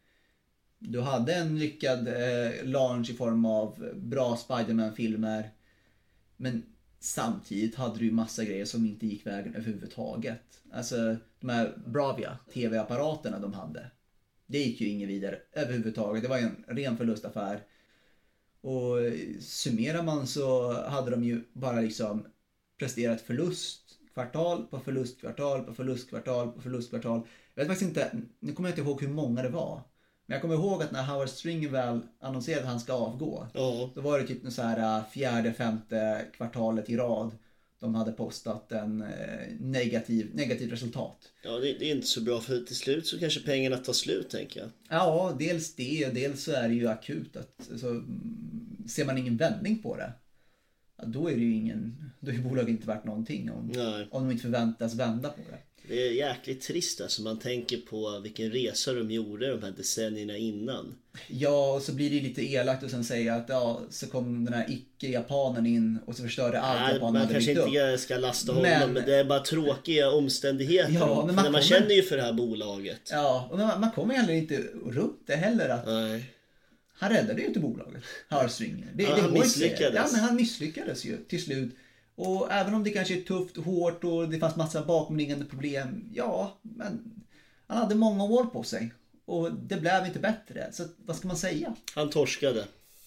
Du hade en lyckad eh, launch i form av bra Spider-Man-filmer. Men samtidigt hade du ju massa grejer som inte gick vägen överhuvudtaget. Alltså de här Bravia tv-apparaterna de hade. Det gick ju inget vidare överhuvudtaget. Det var ju en ren förlustaffär. Och summerar man så hade de ju bara liksom presterat förlust kvartal på förlustkvartal på förlustkvartal på förlustkvartal. Jag vet faktiskt inte, nu kommer jag inte ihåg hur många det var. Men jag kommer ihåg att när Howard Stringer väl annonserade att han ska avgå. Ja. Då var det typ så här fjärde, femte kvartalet i rad. De hade postat en negativ, negativ resultat. Ja, det, det är inte så bra, för till slut så kanske pengarna tar slut, tänker jag. Ja, dels det, dels så är det ju akut att så, ser man ingen vändning på det, ja, då är det ju ingen, då är bolaget inte värt någonting om, om de inte förväntas vända på det. Det är jäkligt trist alltså, man tänker på vilken resa de gjorde de här decennierna innan. Ja, och så blir det lite elakt och sen säga att ja, så kom den här icke-japanen in och så förstörde allt japanen. Man kanske inte ska lasta honom, men, men det är bara tråkiga omständigheter. Ja, men man, man kommer, känner ju för det här bolaget. Ja, och man, man kommer heller inte runt det heller. Att nej. Han räddade ju inte bolaget, Howard Stringer. Det, ja, det han misslyckades. Ja, men han misslyckades ju till slut. Och även om det kanske är tufft, hårt och det fanns massa bakomliggande problem. Ja, men han hade många år på sig. Och det blev inte bättre. Så vad ska man säga? Han torskade.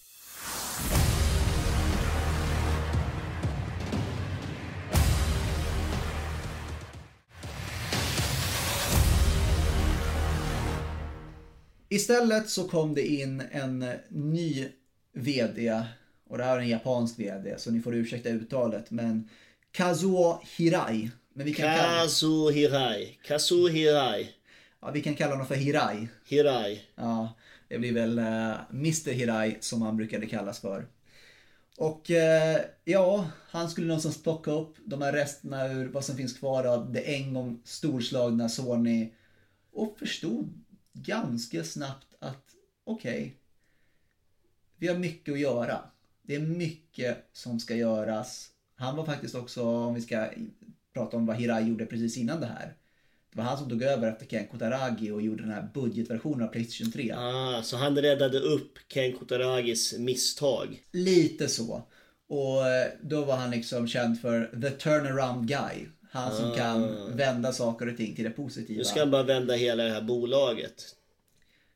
Istället så kom det in en ny vd. Och det här är en japansk vd, så ni får ursäkta uttalet. Men Kazuo Hirai. Men vi kan Kazuo kalla... Hirai. Kazuo Hirai. Ja, vi kan kalla honom för Hirai. Hirai. Ja, det blir väl uh, mister Hirai som han brukade kallas för. Och uh, ja, han skulle någonstans plocka upp de här resterna ur vad som finns kvar av det en gång storslagna Sony. Och förstod ganska snabbt att okej, okay, vi har mycket att göra. Det är mycket som ska göras. Han var faktiskt också, om vi ska prata om vad Hirai gjorde precis innan det här. Det var han som tog över efter Ken Kutaragi och gjorde den här budgetversionen av PlayStation tre. Ah, så han räddade upp Ken Kutaragis misstag. Lite så. Och då var han liksom känd för the turnaround guy. Han som ah. kan vända saker och ting till det positiva. Nu ska han bara vända hela det här bolaget.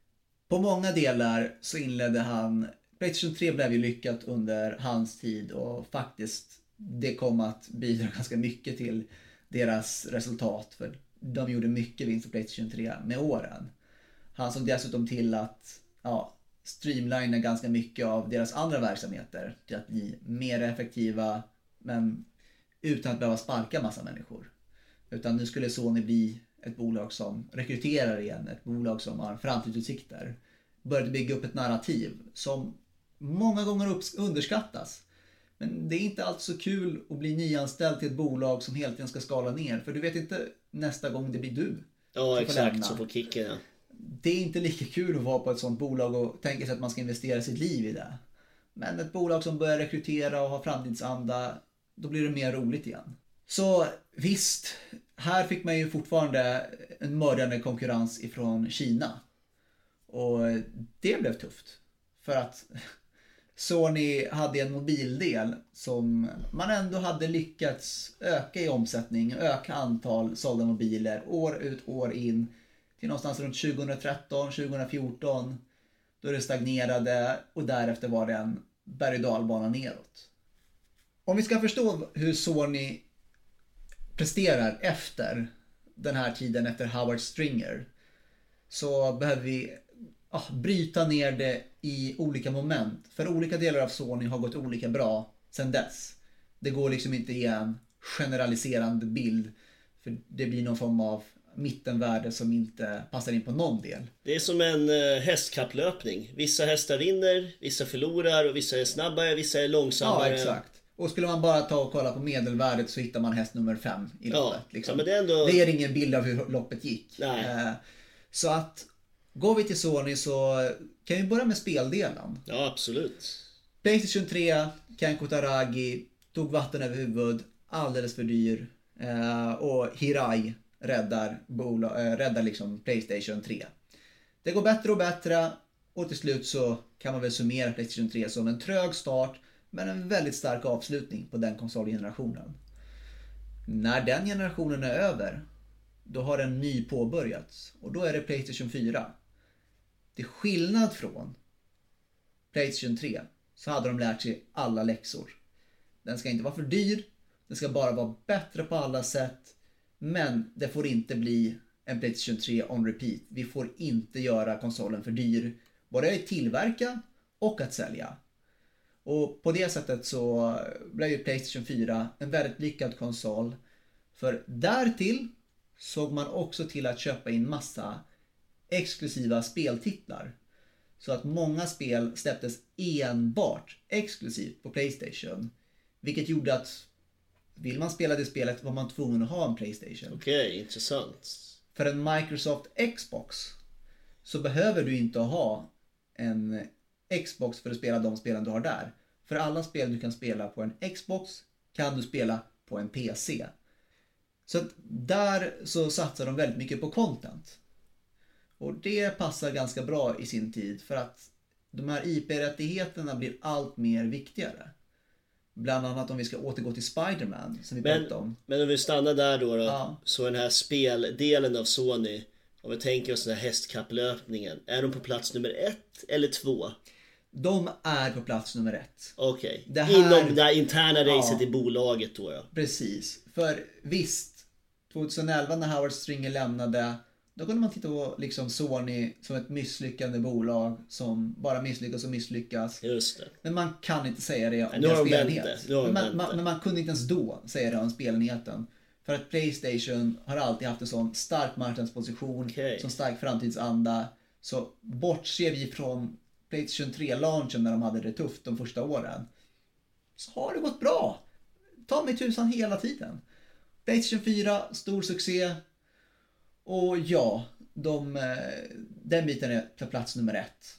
På många delar så inledde han... PlayStation tre blev ju lyckat under hans tid och faktiskt det kom att bidra ganska mycket till deras resultat. För de gjorde mycket vinst på PlayStation tre med åren. Han såg dessutom till att ja, streamlina ganska mycket av deras andra verksamheter till att bli mer effektiva men utan att behöva sparka massa människor. Utan nu skulle Sony bli ett bolag som rekryterar igen, ett bolag som har framtidsutsikter. Började bygga upp ett narrativ som många gånger underskattas. Men det är inte alltid så kul att bli nyanställd till ett bolag som hela tiden ska skala ner. För du vet inte nästa gång det blir du. Ja, exakt. Så på kicken, ja. Det är inte lika kul att vara på ett sånt bolag och tänka sig att man ska investera sitt liv i det. Men ett bolag som börjar rekrytera och ha framtidsanda, då blir det mer roligt igen. Så visst, här fick man ju fortfarande en mördande konkurrens ifrån Kina. Och det blev tufft. För att Sony hade en mobildel som man ändå hade lyckats öka i omsättning, öka antal sålda mobiler år ut år in till någonstans runt tjugohundratretton tjugohundrafjorton då det stagnerade och därefter var det en berg- och dalbana neråt. Om vi ska förstå hur Sony presterar efter den här tiden, efter Howard Stringer, så behöver vi ja, bryta ner det i olika moment. För olika delar av Sony har gått olika bra sedan dess. Det går liksom inte i en generaliserande bild, för det blir någon form av mittenvärde som inte passar in på någon del. Det är som en uh, hästkapplöpning. Vissa hästar vinner, vissa förlorar och vissa är snabbare, vissa är långsammare. Ja, exakt. Och skulle man bara ta och kolla på medelvärdet så hittar man häst nummer fem i loppet. Ja, liksom. ja, men det, är ändå... det ger ingen bild av hur loppet gick. Nej. Uh, så att går vi till Sony så kan vi börja med speldelen. Ja, absolut. PlayStation tre, Ken Kutaragi tog vatten över huvud, alldeles för dyr. Uh, och Hirai räddar, bola, äh, räddar liksom PlayStation tre. Det går bättre och bättre och till slut så kan man väl summera PlayStation tre som en trög start men en väldigt stark avslutning på den konsolgenerationen. När den generationen är över, då har en ny påbörjats och då är det PlayStation fyra. Till skillnad från PlayStation tre så hade de lärt sig alla läxor. Den ska inte vara för dyr, den ska bara vara bättre på alla sätt. Men det får inte bli en PlayStation tre on repeat. Vi får inte göra konsolen för dyr. Både att tillverka och att sälja. Och på det sättet så blev ju PlayStation fyra en väldigt lyckad konsol. För därtill såg man också till att köpa in massa exklusiva speltitlar. Så att många spel släpptes enbart exklusivt på PlayStation. Vilket gjorde att vill man spela det spelet var man tvungen att ha en PlayStation. Okej, okay, intressant. För en Microsoft Xbox så behöver du inte ha en Xbox för att spela de spelen du har där. För alla spel du kan spela på en Xbox kan du spela på en P C. Så att där så satsar de väldigt mycket på content. Och det passar ganska bra i sin tid för att de här I P-rättigheterna blir allt mer viktigare. Bland annat om vi ska återgå till Spider-Man som vi men, pratade om. Men om vi stannar där då, då ja. Så den här speldelen av Sony, om vi tänker oss den här hästkapplöpningen, är de på plats nummer ett eller två? De är på plats nummer ett. Okej, okay. Här... inom det här interna racet ja. I bolaget då, ja. Precis, för visst tjugoelva när Howard Stringer lämnade, då kunde man titta på liksom Sony som ett misslyckande bolag som bara misslyckas och misslyckas. Just det. Men man kan inte säga det om Nej, deras spelenhet. Men man, man, men man kunde inte ens då säga det om spelenheten. För att PlayStation har alltid haft en sån stark marknadsposition, okay. sån stark framtidsanda. Så bortser vi från PlayStation tre-launchen när de hade det tufft de första åren, så har det gått bra. Ta mig tusan hela tiden. PlayStation fyra, stor succé. Och ja, de, den biten är på plats nummer ett.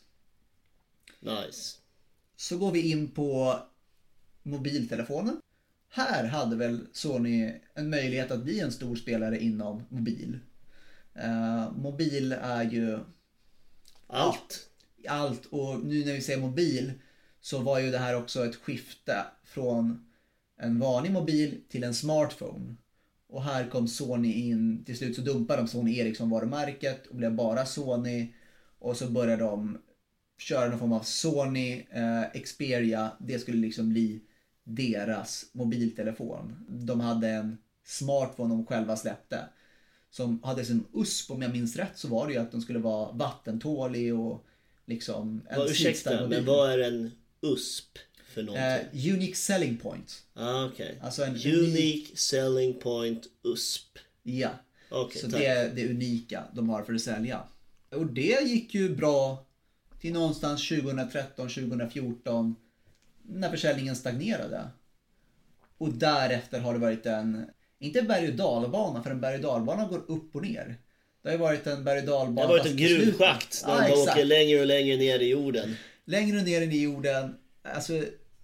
Nice. Så går vi in på mobiltelefonen. Här hade väl Sony en möjlighet att bli en stor spelare inom mobil. Uh, mobil är ju allt. Allt. Och nu när vi säger mobil så var ju det här också ett skifte från en vanlig mobil till en smartphone. Och här kom Sony in, till slut så dumpade de Sony Ericsson varumärket och blev bara Sony. Och så började de köra någon form av Sony eh, Xperia. Det skulle liksom bli deras mobiltelefon. De hade en smartphone de själva släppte. Som hade som U S P, om jag minns rätt, så var det ju att de skulle vara vattentålig och liksom en vad, ursäkta, men vad är en U S P för någonting? Uh, unique selling point. Ah, okej. Okay. Alltså en unique unik... selling point U S P. Ja. Okay, så tack. det är det unika de har för att sälja. Och det gick ju bra till någonstans tjugohundratretton tjugohundrafjorton när försäljningen stagnerade. Och därefter har det varit en, inte en berg- och dalbana, för en berg- och dalbana går upp och ner. Det har ju varit en berg- och dalbana. Det har varit en gruvschakt där ah, man åker längre och längre ner i jorden. Längre och ner i jorden. Alltså,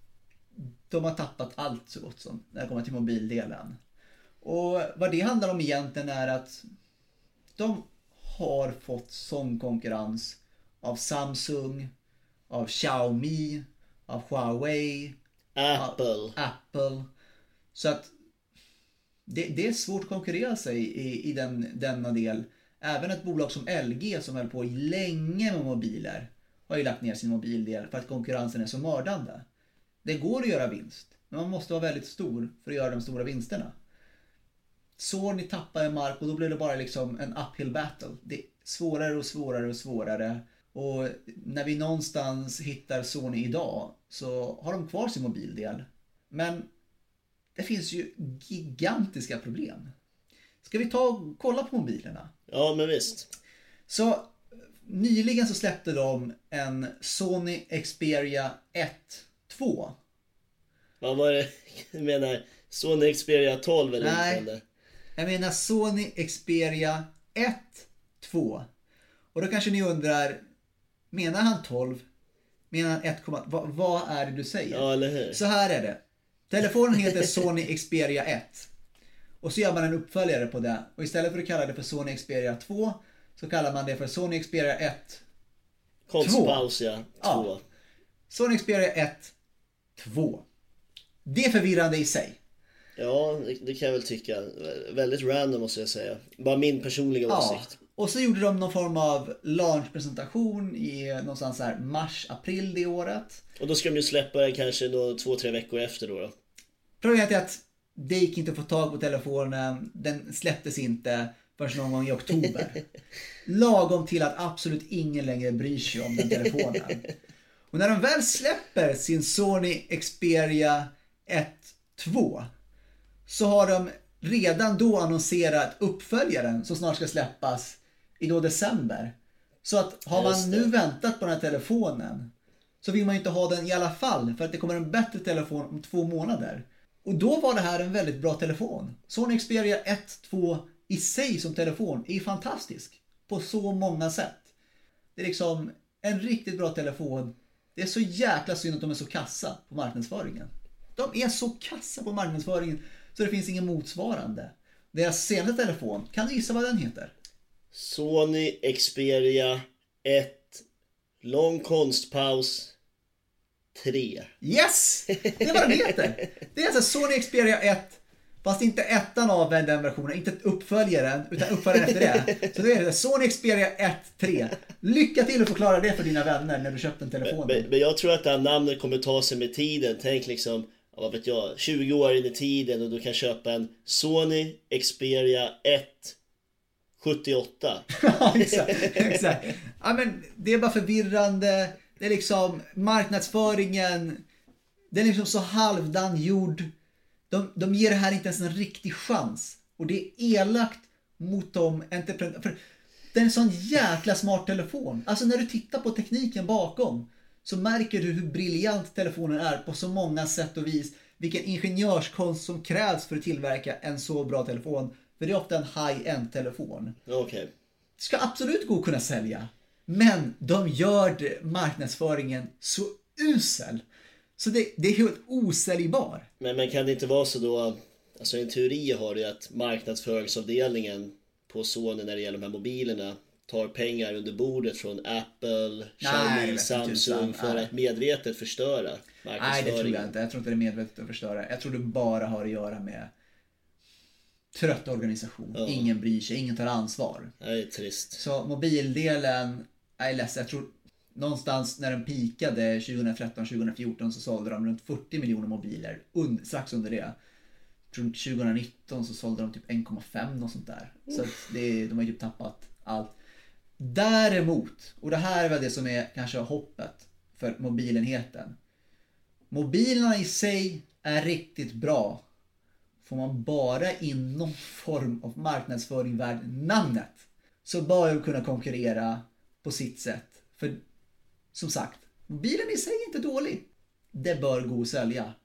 de har tappat allt så gott som när det kommer till mobildelen. Och vad det handlar om egentligen är att de har fått sån konkurrens av Samsung, av Xiaomi, av Huawei, Apple. Av Apple. Så att det, det är svårt att konkurrera sig i, i den, denna del. Även ett bolag som L G som höll på länge med mobiler har ju lagt ner sin mobildel för att konkurrensen är så mördande. Det går att göra vinst, men man måste vara väldigt stor för att göra de stora vinsterna. Sony tappar en mark och då blir det bara liksom en uphill battle. Det är svårare och svårare och svårare. Och när vi någonstans hittar Sony idag så har de kvar sin mobildel. Men det finns ju gigantiska problem. Ska vi ta och kolla på mobilerna? Ja, men visst. Så nyligen så släppte de en Sony Xperia ett två. Vad var det? Jag menar Sony Xperia tolv eller Nej, liknande? Jag menar Sony Xperia ett två. Och då kanske ni undrar, menar han tolv? Menar han ett, vad, vad är det du säger? Ja, eller hur? Så här är det. Telefonen heter Sony Xperia ett. Och så gör man en uppföljare på det. Och istället för att kalla det för Sony Xperia två så kallar man det för Sony Xperia ett Konstpaus, ja. två. Ja. Sony Xperia ett två. Det är förvirrande i sig. Ja, det, det kan jag väl tycka. Väldigt random måste jag säga. Bara min personliga ja. åsikt. Och så gjorde de någon form av launchpresentation i någonstans här mars, april det året. Och då ska de ju släppa den kanske då, två, tre veckor efter då, då. Problemet är att det gick inte att få tag på telefonen. Den släpptes inte förrän någon gång i oktober. Lagom till att absolut ingen längre bryr sig om den telefonen. Och när de väl släpper sin Sony Xperia ett två så har de redan då annonserat uppföljaren som snart ska släppas i då december. Så att har man nu väntat på den här telefonen så vill man inte ha den i alla fall, för att det kommer en bättre telefon om två månader. Och då var det här en väldigt bra telefon. Sony Xperia ett två i sig som telefon är fantastisk på så många sätt. Det är liksom en riktigt bra telefon. Det är så jäkla synd att de är så kassa på marknadsföringen. De är så kassa på marknadsföringen så det finns ingen motsvarande. Deras senaste telefon, kan du gissa vad den heter? Sony Xperia ett lång konstpaus tre. Yes! Det är vad den heter. Det är alltså Sony Xperia ett, fast inte ettan av den versionen, inte uppföljaren, utan uppföljaren efter det. Så det är Sony Xperia ett tre. Lycka till att förklara det för dina vänner när du köpt en telefon. Men, men jag tror att det här namnet kommer ta sig med tiden. Tänk liksom, vad vet jag, tjugo år in i tiden och du kan köpa en Sony Xperia ett sjuttioåtta. Ja, exakt, exakt. Ja, men det är bara förvirrande. Det är liksom marknadsföringen, den är liksom så halvdan gjord. De, de ger det här inte ens en riktig chans. Och det är elakt mot de entreprenörerna. För det är en sån jäkla smart telefon. Alltså när du tittar på tekniken bakom så märker du hur briljant telefonen är på så många sätt och vis. Vilken ingenjörskonst som krävs för att tillverka en så bra telefon. För det är ofta en high-end telefon. Okej. Okay. Ska absolut gå att kunna sälja. Men de gör det, marknadsföringen så usel. Så det, det är helt osäljbar. Men, men kan det inte vara så då, alltså en teori har det att marknadsföringsavdelningen på Sony när det gäller de här mobilerna tar pengar under bordet från Apple, Xiaomi, Samsung för att medvetet förstöra marknadsföringen? Nej, det tror jag inte. Jag tror inte det är medvetet att förstöra. Jag tror det bara har att göra med trött organisation. Ja. Ingen bryr sig, ingen tar ansvar. Det är trist. Så mobildelen jag är ledsen, jag tror någonstans när den pikade tjugohundratretton tjugofjorton så sålde de runt fyrtio miljoner mobiler, und, strax under det. Jag tror tjugonitton så sålde de typ en komma fem och sånt där. Så att det, de har ju typ tappat allt. Däremot, och det här är väl det som är kanske hoppet för mobilenheten. Mobilerna i sig är riktigt bra. Får man bara in någon form av marknadsföring värd namnet, så bör de kunna konkurrera på sitt sätt. För som sagt, mobilen i sig är inte dålig. Det bör gå att sälja.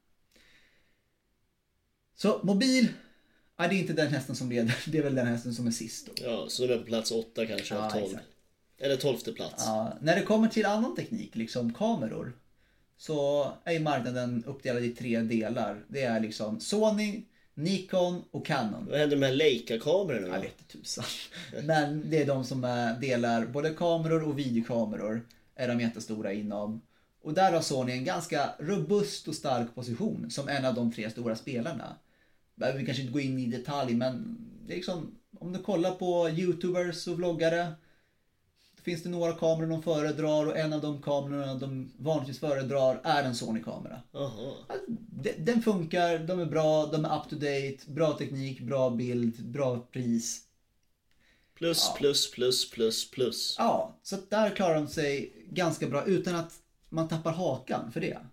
Så mobil, ja, det är inte den hästen som leder. Det är väl den hästen som är sist då. Ja, så de är på plats åtta kanske av Ja, tolv. exakt. Eller tolfte plats. Ja, när det kommer till annan teknik, liksom kameror, så är ju marknaden uppdelad i tre delar. Det är liksom Sony, Nikon och Canon. Vad händer med Leica-kamerorna? Jag vet inte tusan. Men det är de som delar både kameror och videokameror. Är de jättestora inom. Och där har Sony en ganska robust och stark position som en av de tre stora spelarna. Vi kanske inte gå in i detalj, men det är liksom, om du kollar på YouTubers och vloggare, då finns det några kameror de föredrar, och en av de kamerorna de vanligtvis föredrar är en Sony-kamera. Aha. Den funkar, de är bra, de är up to date, bra teknik, bra bild, bra pris. Plus, Ja. plus, plus, plus, plus. Ja, så där klarar de sig ganska bra utan att man tappar hakan för det.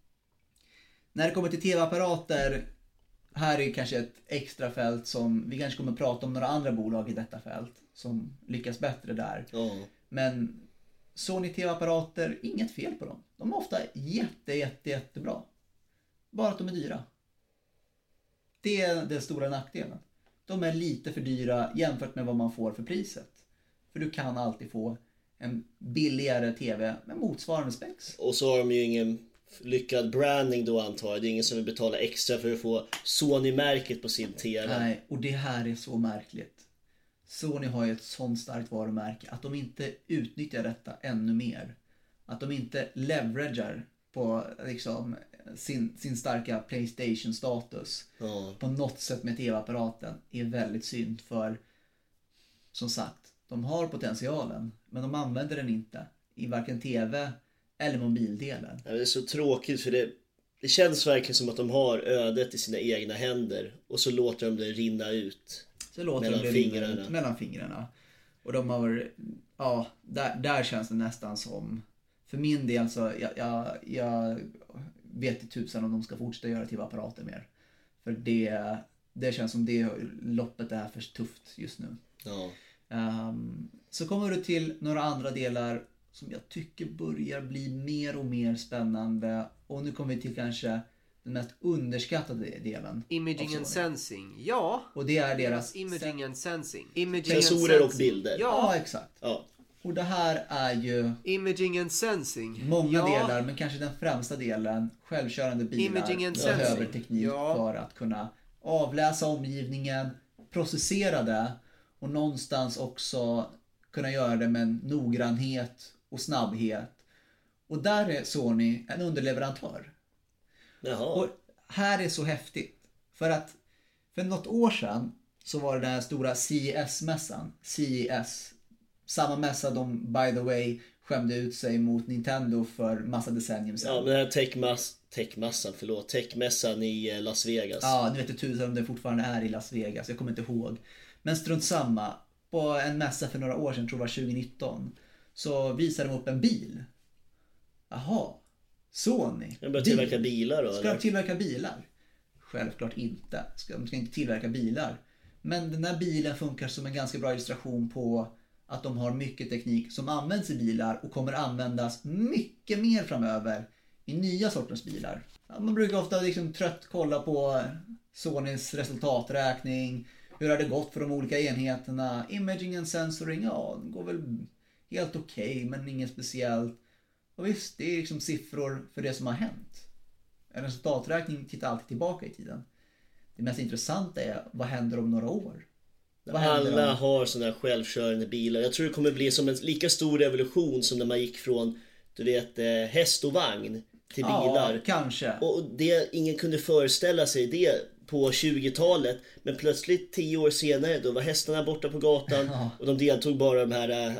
När det kommer till tv-apparater, här är kanske ett extra fält som vi kanske kommer att prata om några andra bolag i detta fält som lyckas bättre där. Ja. Men Sony tv-apparater, inget fel på dem. De är ofta jätte, jätte, jättebra. Bara att de är dyra. Det är den stora nackdelen. De är lite för dyra jämfört med vad man får för priset. För du kan alltid få en billigare tv med motsvarande specs. Och så har de ju ingen lyckad branding då, antar jag. Det är ingen som vill betala extra för att få Sony-märket på sin tv. Nej, och det här är så märkligt. Sony har ju ett sånt starkt varumärke att de inte utnyttjar detta ännu mer. Att de inte leveragear på liksom sin, sin starka PlayStation-status Ja. på något sätt med tv-apparaten är väldigt synd, för som sagt, de har potentialen men de använder den inte i varken tv eller mobildelen. Ja, det är så tråkigt, för det, det känns verkligen som att de har ödet i sina egna händer och så låter de det rinna ut. Så låter mellan de det rinna fingrarna. ut mellan fingrarna. Och de har, ja, där, där känns det nästan som, för min del så, jag, jag, jag vet inte tusan om de ska fortsätta göra tv-apparater mer. För det, det känns som det loppet är för tufft just nu. Ja. Um, så kommer du till några andra delar som jag tycker börjar bli mer och mer spännande. Och nu kommer vi till kanske den mest underskattade delen. Imaging av and Sony. sensing, ja. Och det är deras Imaging and sensing. Imaging Sensorer and och sensing. bilder. Ja, Ja, exakt. Ja. Och det här är ju imaging and sensing. många ja. delar, men kanske den främsta delen. Självkörande bilar Imaging and behöver sensing. teknik Ja. för att kunna avläsa omgivningen, processera det och någonstans också kunna göra det med en noggrannhet och snabbhet. Och där är Sony en underleverantör. Jaha. Och här är så häftigt. För att för något år sedan så var det den här stora C E S-mässan. C E S. Samma mässa de, by the way, skämde ut sig mot Nintendo för massa decennium sedan. Ja, men den här techmass, techmassan, förlåt, techmässan i eh, Las Vegas. Ja, nu vet jag tusan om det fortfarande är i Las Vegas. Jag kommer inte ihåg. Men strunt samma. På en mässa för några år sedan, tror jag var tjugonitton, så visade de upp en bil. Jaha. Sony. De börjar tillverka bilar då, Ska eller? de tillverka bilar? Självklart inte. Ska, de ska inte tillverka bilar. Men den här bilen funkar som en ganska bra illustration på att de har mycket teknik som används i bilar och kommer användas mycket mer framöver i nya sorters bilar. Ja, man brukar ofta liksom trött kolla på Sonys resultaträkning. Hur har det gått för de olika enheterna? Imaging and sensoring, ja, det går väl helt okej, okay, men inget speciellt. Och visst, det är liksom siffror för det som har hänt. En resultaträkning tittar alltid tillbaka i tiden. Det mest intressanta är, vad händer om några år? Vad händer Alla om... har sådana här självkörande bilar. Jag tror det kommer bli som en lika stor revolution som när man gick från, du vet, häst och vagn till bilar. Ja, kanske. Och det, ingen kunde föreställa sig det på tjugotalet. Men plötsligt tio år senare, då var hästarna borta på gatan. Ja. Och de deltog bara de här, ja,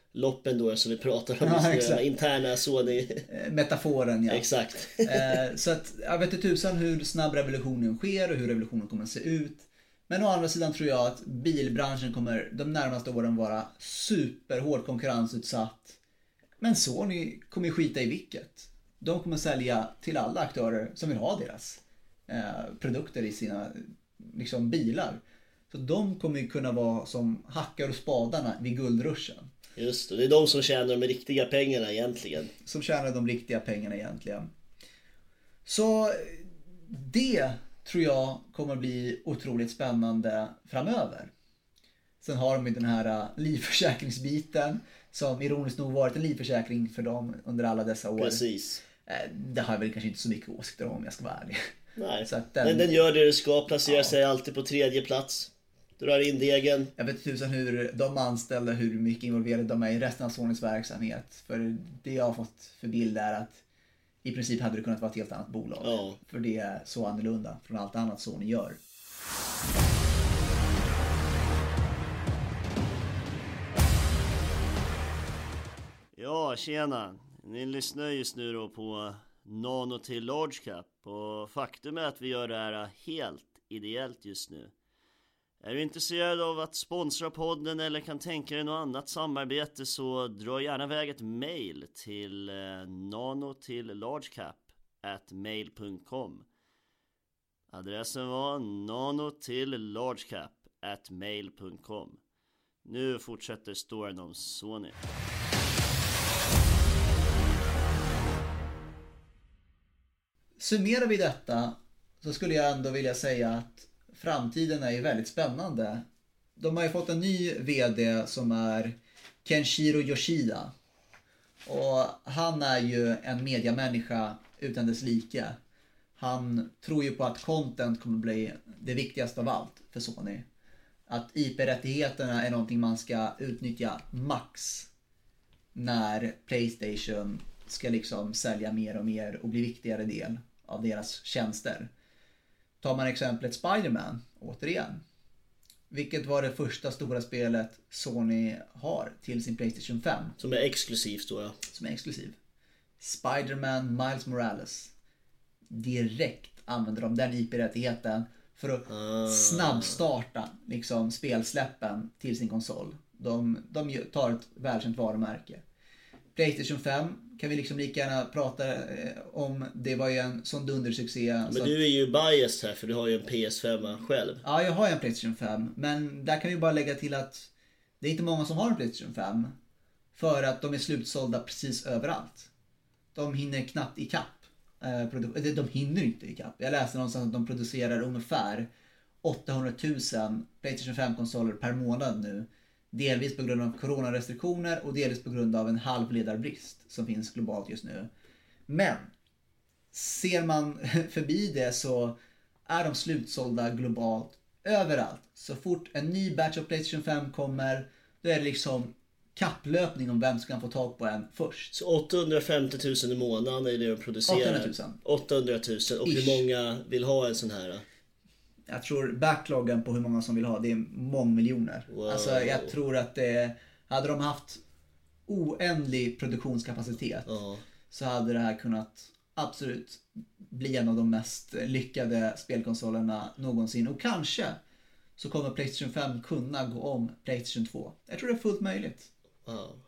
loppen då som vi pratar om, Ja, just nu, interna Sony. Metaforen, ja. Exakt. eh, så att jag vet inte tusan hur snabb revolutionen sker och hur revolutionen kommer att se ut. Men å andra sidan tror jag att bilbranschen kommer de närmaste åren vara superhård konkurrensutsatt. Men Sony kommer ju skita i vilket. De kommer sälja till alla aktörer som vill ha deras eh, produkter i sina liksom, bilar. Så de kommer ju kunna vara som hackar och spadarna vid guldruschen. Just det, det är de som tjänar de riktiga pengarna egentligen. Som tjänar de riktiga pengarna egentligen. Så det tror jag kommer bli otroligt spännande framöver. Sen har de ju den här livförsäkringsbiten som ironiskt nog varit en livförsäkring för dem under alla dessa år. Precis. Det har jag väl kanske inte så mycket åsikter om, jag ska vara ärlig. Nej, så att den... men den gör det du ska, placera ja. sig alltid på tredje plats. Drar in degen. Jag vet inte tusan hur de anställda, hur mycket involverade de är i resten av Sonys verksamhet. För det jag har fått för bild är att i princip hade det kunnat vara ett helt annat bolag. Ja. För det är så annorlunda från allt annat Sony gör. Ja, tjena. Ni lyssnar just nu då på Nano till Large Cap. Och faktum är att vi gör det här helt ideellt just nu. Är du intresserad av att sponsra podden eller kan tänka dig något annat samarbete, så dra gärna iväg ett mail till eh, nanotilllargecap at mail punkt com. Adressen var nanotilllargecap at mail punkt com. Nu fortsätter storyn om Sony. Summerar vi detta så skulle jag ändå vilja säga att framtiden är ju väldigt spännande. De har ju fått en ny vd som är Kenshiro Yoshida. Och han är ju en mediamänniska utan dess like. Han tror ju på att content kommer bli det viktigaste av allt för Sony. Att I P-rättigheterna är någonting man ska utnyttja max när PlayStation ska liksom sälja mer och mer och bli viktigare del av deras tjänster. Tar man exemplet Spider-Man, återigen. Vilket var det första stora spelet Sony har till sin PlayStation fem? Som är exklusivt då, ja. Som är exklusiv. Spider-Man Miles Morales. Direkt använder de den I P-rättigheten för att ah. snabbstarta liksom, spelsläppen till sin konsol. De, de tar ett välkänt varumärke. PlayStation fem kan vi liksom lika gärna prata eh, om. Det var ju en sån dundersuccé. Men så du är ju biased här för du har ju en P S fem själv. Ja, jag har ju en PlayStation fem. Men där kan vi bara lägga till att det är inte många som har en PlayStation fem. För att de är slutsålda precis överallt. De hinner knappt ikapp. Eh, produ- de hinner inte ikapp. Jag läste någonstans att de producerar ungefär åttahundratusen PlayStation fem-konsoler per månad nu. Delvis på grund av coronarestriktioner och delvis på grund av en halvledarbrist som finns globalt just nu. Men ser man förbi det så är de slutsålda globalt överallt. Så fort en ny batch av PlayStation fem kommer, då är det liksom kapplöpning om vem som kan få tag på en först. Så åttahundrafemtio tusen i månaden är det de producerar? åttahundratusen. åttahundratusen. Och Ish. hur många vill ha en sån här? Jag tror backloggen på hur många som vill ha, det är mångmiljoner. Wow. Alltså jag tror att det, hade de haft oändlig produktionskapacitet Ja. så hade det här kunnat absolut bli en av de mest lyckade spelkonsolerna någonsin. Och kanske så kommer PlayStation fem kunna gå om PlayStation två. Jag tror det är fullt möjligt. Wow.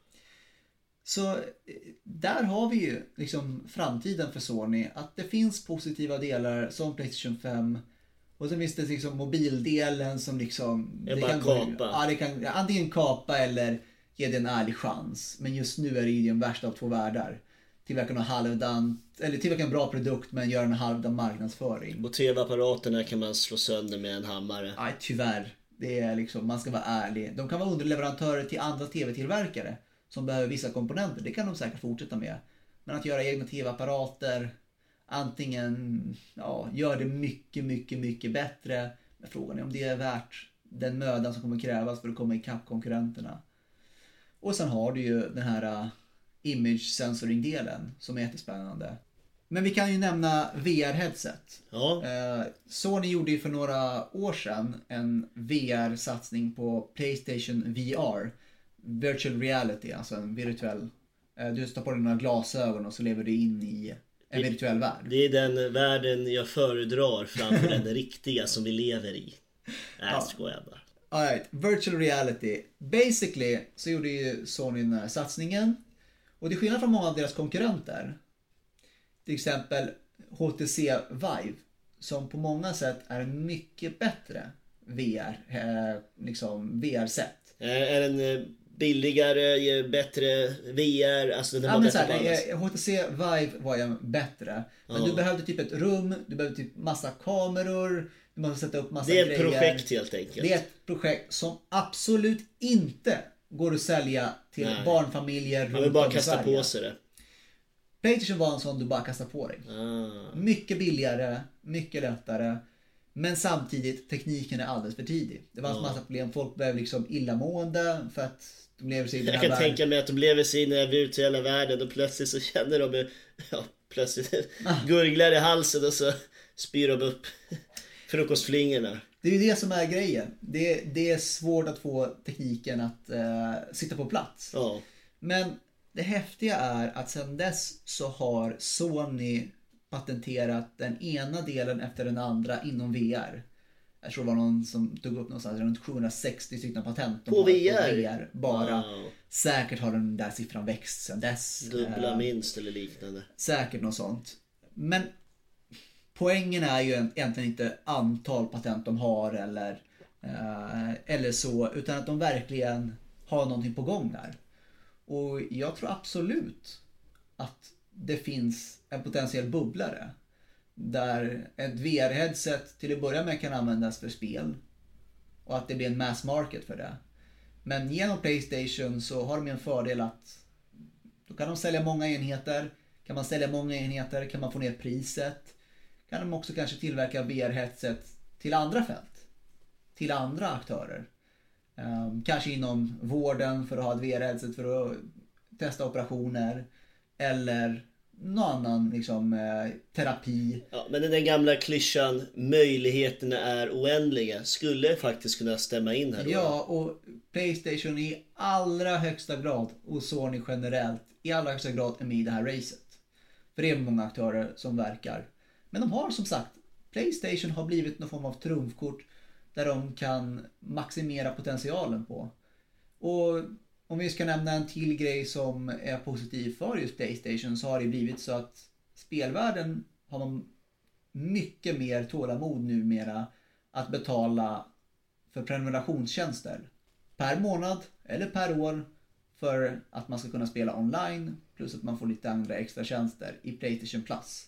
Så där har vi ju liksom framtiden för Sony. Att det finns positiva delar som PlayStation fem. Och sen finns det liksom mobildelen som liksom... Det det bara kan kapa. Gå, ja, det kan antingen kapa eller ge det en ärlig chans. Men just nu är det ju den värsta av två världar. Tillverka en halvdan, eller tillverka en bra produkt men göra en halvdan marknadsföring. Och tv-apparaterna kan man slå sönder med en hammare. Nej, tyvärr. Det är liksom, man ska vara ärlig. De kan vara underleverantörer till andra tv-tillverkare som behöver vissa komponenter. Det kan de säkert fortsätta med. Men att göra egna tv-apparater, antingen, ja, gör det mycket, mycket, mycket bättre. Men frågan är om det är värt den mödan som kommer krävas för att komma ikapp konkurrenterna. Och sen har du ju den här uh, image sensoring-delen som är jättespännande. Men vi kan ju nämna V R-headset. Ja. Eh, Sony gjorde ju för några år sedan en V R-satsning på PlayStation V R. virtual reality, alltså en virtuell. Du tar på dig några glasögon och så lever du in i en virtuell värld. Det är den världen jag föredrar framför den riktiga som vi lever i. Nej, jag skojar bara. All right, virtual reality. Basically så gjorde ju Sony den här satsningen. Och det är skillnad från många av deras konkurrenter. Till exempel H T C Vive. Som på många sätt är en mycket bättre V R. Eh, liksom V R-sätt. Är, är den billigare, bättre V R? Alltså den ja, var men bättre här, H T C Vive var ju bättre. Men ja. Du behövde typ ett rum. Du behövde typ massa kameror. Du måste sätta upp massa grejer. Det är ett grejer. projekt helt enkelt. Det är ett projekt som absolut inte går att sälja till Nej. barnfamiljer runt om i Sverige. Man vill bara kasta på sig det. PlayStation var en sån du bara kastar på dig. Ah. Mycket billigare, mycket lättare. Men samtidigt, tekniken är alldeles för tidig. Det var en ah. massa problem. Folk blev liksom illamående för att de lever sig i den här Jag kan världen. tänka mig att de lever sig i den här virtuella världen och plötsligt så känner de ja, plötsligt ah. gurglar i halsen och så spyr de upp frukostflingorna. Det är ju det som är grejen. Det, det är svårt att få tekniken att uh, sitta på plats. Ja. Men det häftiga är att sedan dess så har Sony patenterat den ena delen efter den andra inom V R. Jag tror det var någon som tog upp någonstans runt sjuhundrasextio stycken patent på V R. på V R bara. Wow. Säkert har den där siffran växt sedan dess. Dubbla minst eller liknande. Säkert något sånt. Men poängen är ju egentligen inte antal patent de har eller, eh, eller så, utan att de verkligen har någonting på gång där. Och jag tror absolut att det finns en potentiell bubblare där ett V R-headset till att börja med kan användas för spel och att det blir en mass market för det. Men genom PlayStation så har de en fördel att då kan de sälja många enheter. Kan man sälja många enheter kan man få ner priset. Kan de också kanske tillverka V R-headset till andra fält. Till andra aktörer. Um, kanske inom vården för att ha ett V R-headset för att testa operationer. Eller någon annan liksom, eh, terapi. Ja, men den gamla klyschan, möjligheterna är oändliga, skulle faktiskt kunna stämma in här då. Ja, och PlayStation i allra högsta grad och Sony generellt i allra högsta grad är med i det här racet. För det är många aktörer som verkar. Men de har som sagt, PlayStation har blivit någon form av trumfkort där de kan maximera potentialen på. Och om vi ska nämna en till grej som är positiv för just PlayStation så har det blivit så att spelvärlden har man mycket mer tålamod numera att betala för prenumerationstjänster per månad eller per år för att man ska kunna spela online plus att man får lite andra extra tjänster i PlayStation Plus.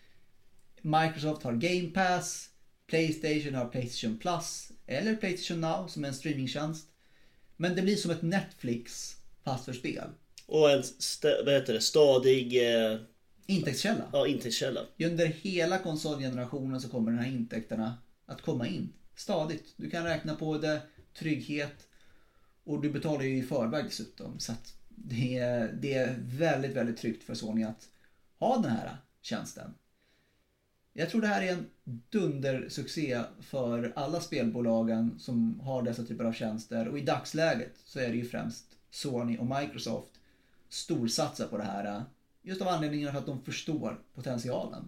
Microsoft har Game Pass, PlayStation har PlayStation Plus eller PlayStation Now som är en streamingtjänst. Men det blir som ett Netflix fast för spel. Och en st- vad heter det, stadig eh... intäktskälla. Ja, intäktskälla. Under hela konsolgenerationen så kommer de här intäkterna att komma in stadigt. Du kan räkna på det, trygghet och du betalar ju i förväg dessutom. Så att det är, det är väldigt, väldigt tryggt för Sony att ha den här tjänsten. Jag tror det här är en dundersuccé för alla spelbolagen som har dessa typer av tjänster. Och i dagsläget så är det ju främst Sony och Microsoft storsatsar på det här. Just av anledningen för att de förstår potentialen.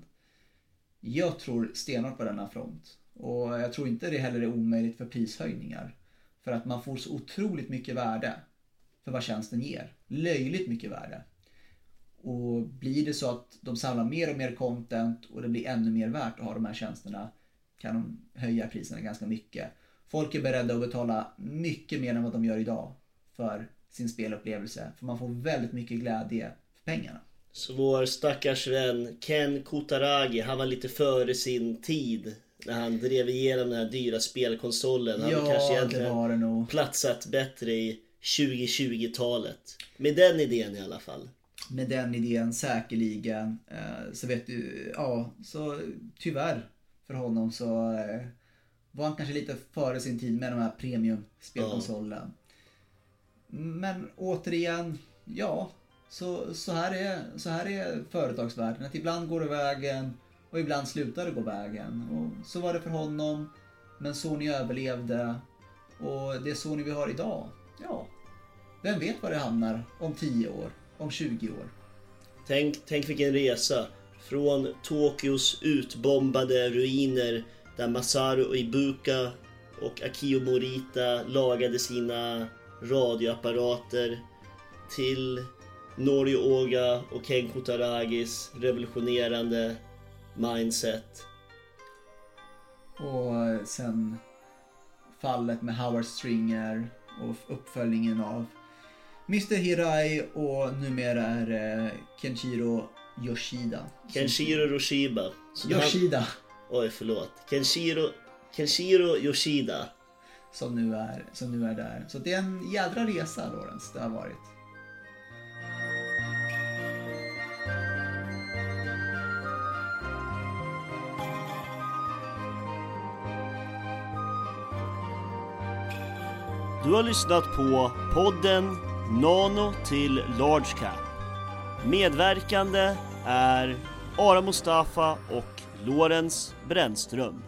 Jag tror stenhårt på denna front. Och jag tror inte det heller är omöjligt för prishöjningar. För att man får så otroligt mycket värde för vad tjänsten ger. Löjligt mycket värde. Och blir det så att de samlar mer och mer content och det blir ännu mer värt att ha de här tjänsterna kan de höja priserna ganska mycket. Folk är beredda att betala mycket mer än vad de gör idag för sin spelupplevelse. För man får väldigt mycket glädje för pengarna. Så vår stackars vän Ken Kutaragi, han var lite före sin tid när han drev igenom den här dyra spelkonsolen. Han ja, kanske egentligen det var det nog. platsat bättre i tjugo-tjugo-talet. Med den idén i alla fall. Med den idén säkerligen. Så vet du, ja, så tyvärr för honom så var han kanske lite före sin tid med de här premium-spelkonsolen. Ja. Men återigen, ja, så, så, här är, så här är företagsvärlden. Att ibland går det vägen och ibland slutar det gå vägen. Och så var det för honom, men Sony överlevde. Och det är Sony vi har idag. Ja, Vem vet var det hamnar om tio år, om tjugo år. Tänk, tänk vilken resa. Från Tokyos utbombade ruiner där Masaru Ibuka och Akio Morita lagade sina radioapparater till Norio Oga och Ken Kutaragis revolutionerande mindset. Och sen fallet med Howard Stringer och uppföljningen av mister Hirai och numera är det Kenshiro Yoshida. Kenshiro Roshiba. Så Yoshida. Han... Oj, förlåt. Kenshiro, Kenshiro Yoshida. Som nu, är, som nu är där. Så det är en jädra resa, Lawrence, det har varit. Du har lyssnat på podden Nano till Large Cap. Medverkande är Ara Mustafa och Lawrence Brännström.